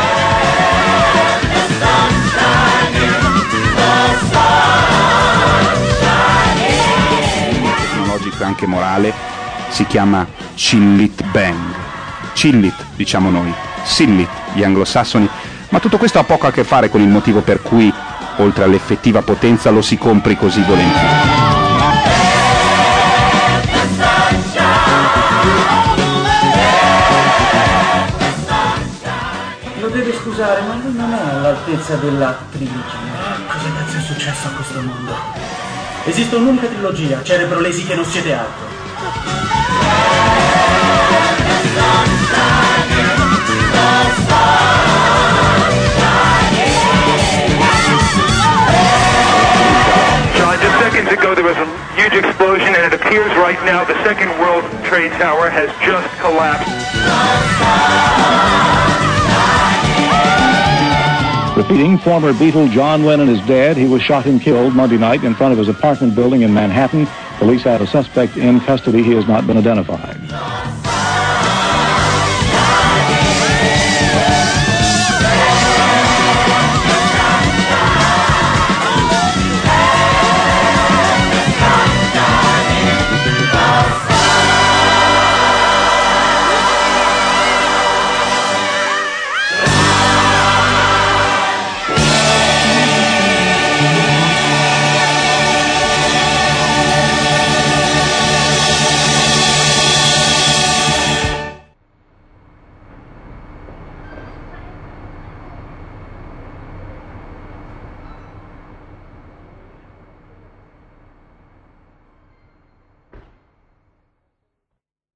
Tecnologico e anche morale si chiama Chillit Bang. Chillit, diciamo noi, Sillit, gli anglosassoni, ma tutto questo ha poco a che fare con il motivo per cui, oltre all'effettiva potenza, lo si compri così volentieri. Lo devi scusare, ma lui non è all'altezza della trilogia. Cosa cazzo è successo a questo mondo? Esiste un'unica trilogia, cerebro lesi che non siete altro. John, just seconds ago there was a huge explosion and it appears right now the second World Trade Tower has just collapsed. Repeating, former Beatle John Lennon is dead. He was shot and killed Monday night in front of his apartment building in Manhattan. Police have a suspect in custody. He has not been identified.